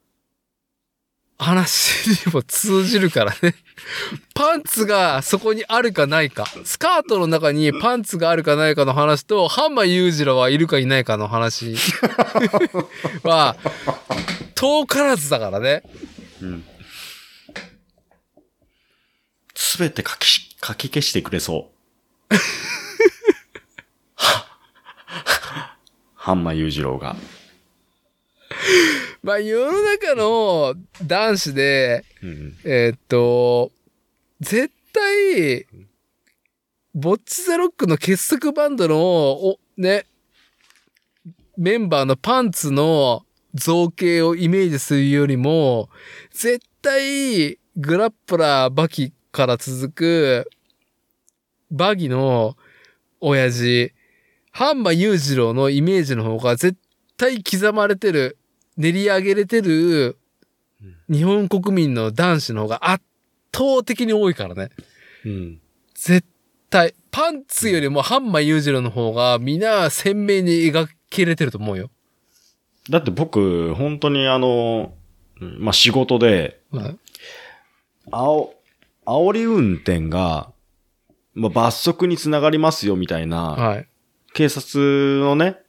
Speaker 2: 話にも通じるからね。パンツがそこにあるかないか。スカートの中にパンツがあるかないかの話と、ハンマ裕次郎はいるかいないかの話は、遠からずだからね。うん。
Speaker 1: すべて書き消してくれそう。ハンマ裕次郎が。
Speaker 2: まあ世の中の男子で、うん、絶対、ボッチザロックの結束バンドの、ね、メンバーのパンツの造形をイメージするよりも、絶対、グラップラーバキから続く、バギの親父、ハンマ裕次郎のイメージの方が絶対刻まれてる、練り上げれてる日本国民の男子の方が圧倒的に多いからね。うん。絶対。パンツよりもハンマ裕次郎の方がみんな鮮明に描けれてると思うよ。
Speaker 1: だって僕、本当にまあ、仕事で、はい、煽り運転が、まあ、罰則につながりますよみたいな、はい、警察のね、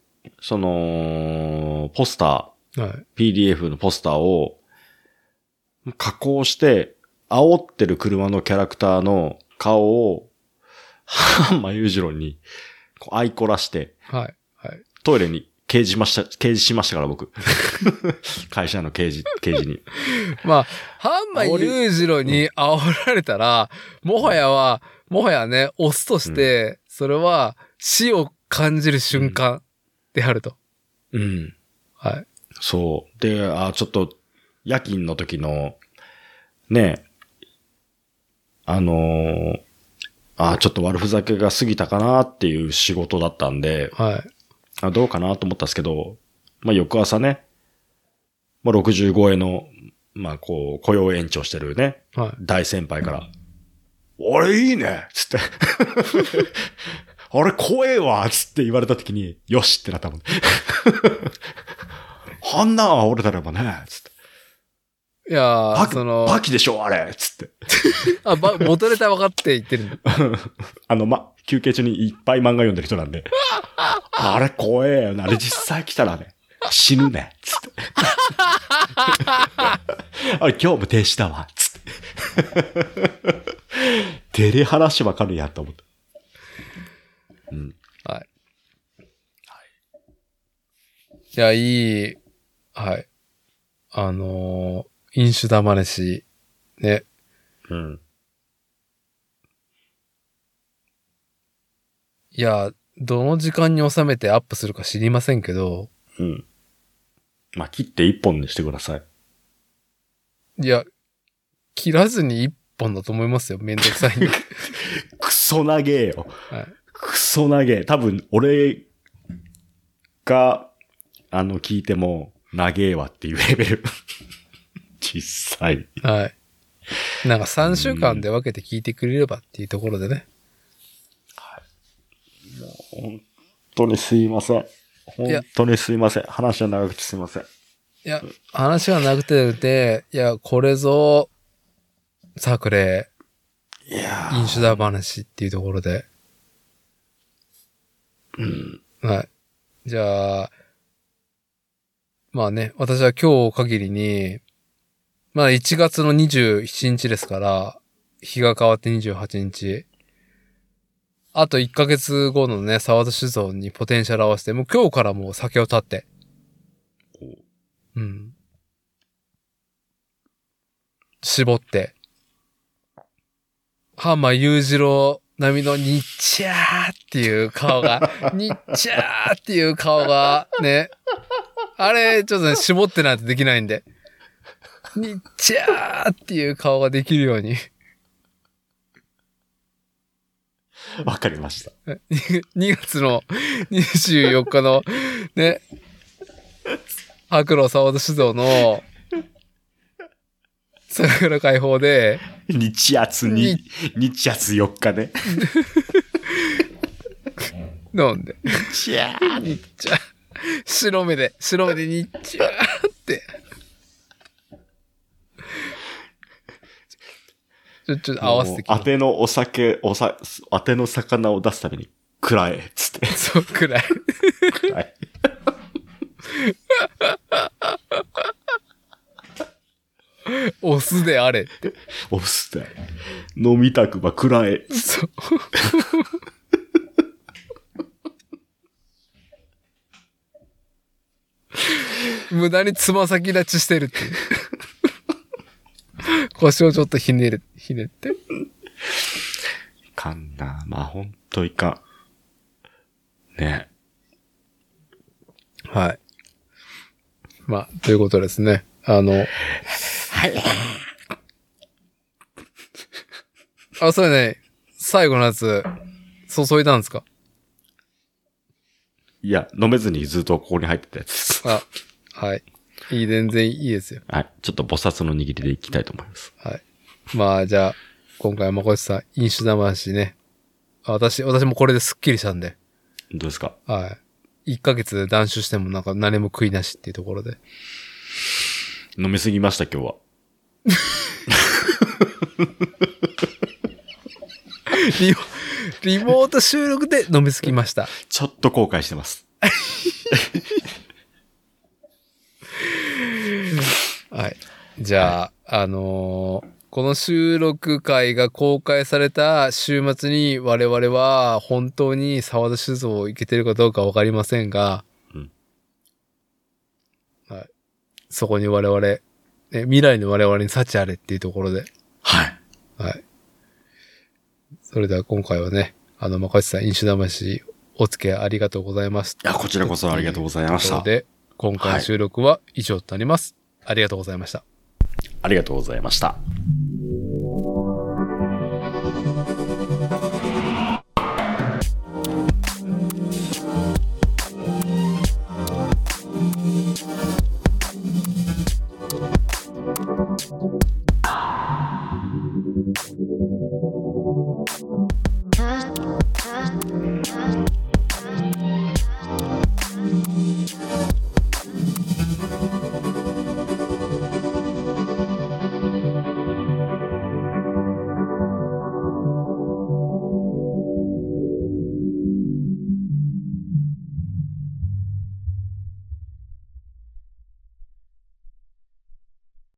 Speaker 1: ポスター、はい、PDF のポスターを加工して、煽ってる車のキャラクターの顔を、ハンマ裕次郎に、アイコラして、はい、はい、トイレに掲示しましたから僕。会社の掲示に。
Speaker 2: まあ、ハンマ裕次郎に煽られたら、もはやね、オスとして、それは死を感じる瞬間であると。
Speaker 1: うん。はい。そう。で、ちょっと、夜勤の時の、ね、ちょっと悪ふざけが過ぎたかなっていう仕事だったんで、はい。どうかなと思ったんですけど、まあ、翌朝ね、 まあ、60超えの、まあ、こう、雇用延長してるね、
Speaker 2: はい。
Speaker 1: 大先輩から、あれいいねつって。あれ怖えわつって言われた時に、よしってなったもん。あんなん俺だればねつって。
Speaker 2: いやー、
Speaker 1: バキでしょあれつって。
Speaker 2: 元ネタ分かって言ってるんだ。
Speaker 1: 休憩中にいっぱい漫画読んでる人なんで。あれ怖えよな。あれ実際来たらね、死ぬね。つって。あれ今日も停止だわ。つって。照れ話わかるやと思った。うん。
Speaker 2: はい。いや、いい。はい。飲酒だまねし、ね。
Speaker 1: うん。
Speaker 2: いや、どの時間に収めてアップするか知りませんけど。
Speaker 1: うん。まあ、切って一本にしてください。
Speaker 2: いや、切らずに一本だと思いますよ。めんどくさいんで。
Speaker 1: クソ長えよ。
Speaker 2: はい。
Speaker 1: クソ長え。多分、俺が、聞いても、長えわっていうレベル。実際。
Speaker 2: はい。なんか3週間で分けて聞いてくれればっていうところでね。
Speaker 1: はい。もう本当にすいません。本当にすいません。話は長くてすいません。
Speaker 2: いや、話が長くて、いや、これぞ、サクレ、飲酒だ話っていうところで。
Speaker 1: うん。
Speaker 2: はい。じゃあ、まあね、私は今日限りに、まあ1月の27日ですから、日が変わって28日。あと1ヶ月後のね、沢田酒造にポテンシャル合わせて、もう今日からもう酒を断って。うん。絞って。ハンマー裕次郎並みのにっちゃーっていう顔が、にっちゃーっていう顔が、ね。あれ、ちょっとね、絞ってないとできないんで。にっちゃーっていう顔ができるように。
Speaker 1: わかりました。
Speaker 2: 2月の24日の、ね、白露沢田酒造の、桜解放で、
Speaker 1: 日圧4日ね。
Speaker 2: 飲んで。
Speaker 1: 日圧。
Speaker 2: 白目で日ちゃーって。ちょっと合わせてき
Speaker 1: 当ての当ての魚を出すために、くらえ、つって。
Speaker 2: そう、くらい。オスであれって。
Speaker 1: オスで。飲みたくばくらえ。
Speaker 2: そう。無駄につま先立ちしてるっていう。腰をちょっとひねって。
Speaker 1: かんな。まあ、ほんといかん。ね。
Speaker 2: はい。まあ、ということですね。はい。それね、最後のやつ、注いだんですか？
Speaker 1: いや、飲めずにずっとここに入ってたやつです。
Speaker 2: はい。全然いいですよ。
Speaker 1: はい。ちょっと菩薩の握りでいきたいと思います。
Speaker 2: はい。まあ、じゃあ、今回はまこしさん、飲酒魂ね。私もこれですっきりしたんで。
Speaker 1: どうですか？
Speaker 2: はい。1ヶ月で断酒してもなんか何も食いなしっていうところで。
Speaker 1: 飲みすぎました、今日は。
Speaker 2: リモート収録で飲みすぎました。
Speaker 1: ちょっと後悔してます。
Speaker 2: はい。じゃあ、この収録回が公開された週末に我々は本当に沢田酒造を行けてるかどうかわかりませんが、
Speaker 1: うん、
Speaker 2: はい。そこに我々、ね、未来の我々に幸あれっていうところで。
Speaker 1: はい。
Speaker 2: はい。それでは今回はね、まかしさん飲酒魂お付き合いありがとうございます。
Speaker 1: いや、こちらこそありがとうございました。
Speaker 2: で、今回の収録は以上となります。はい、ありがとうございました。
Speaker 1: ありがとうございました。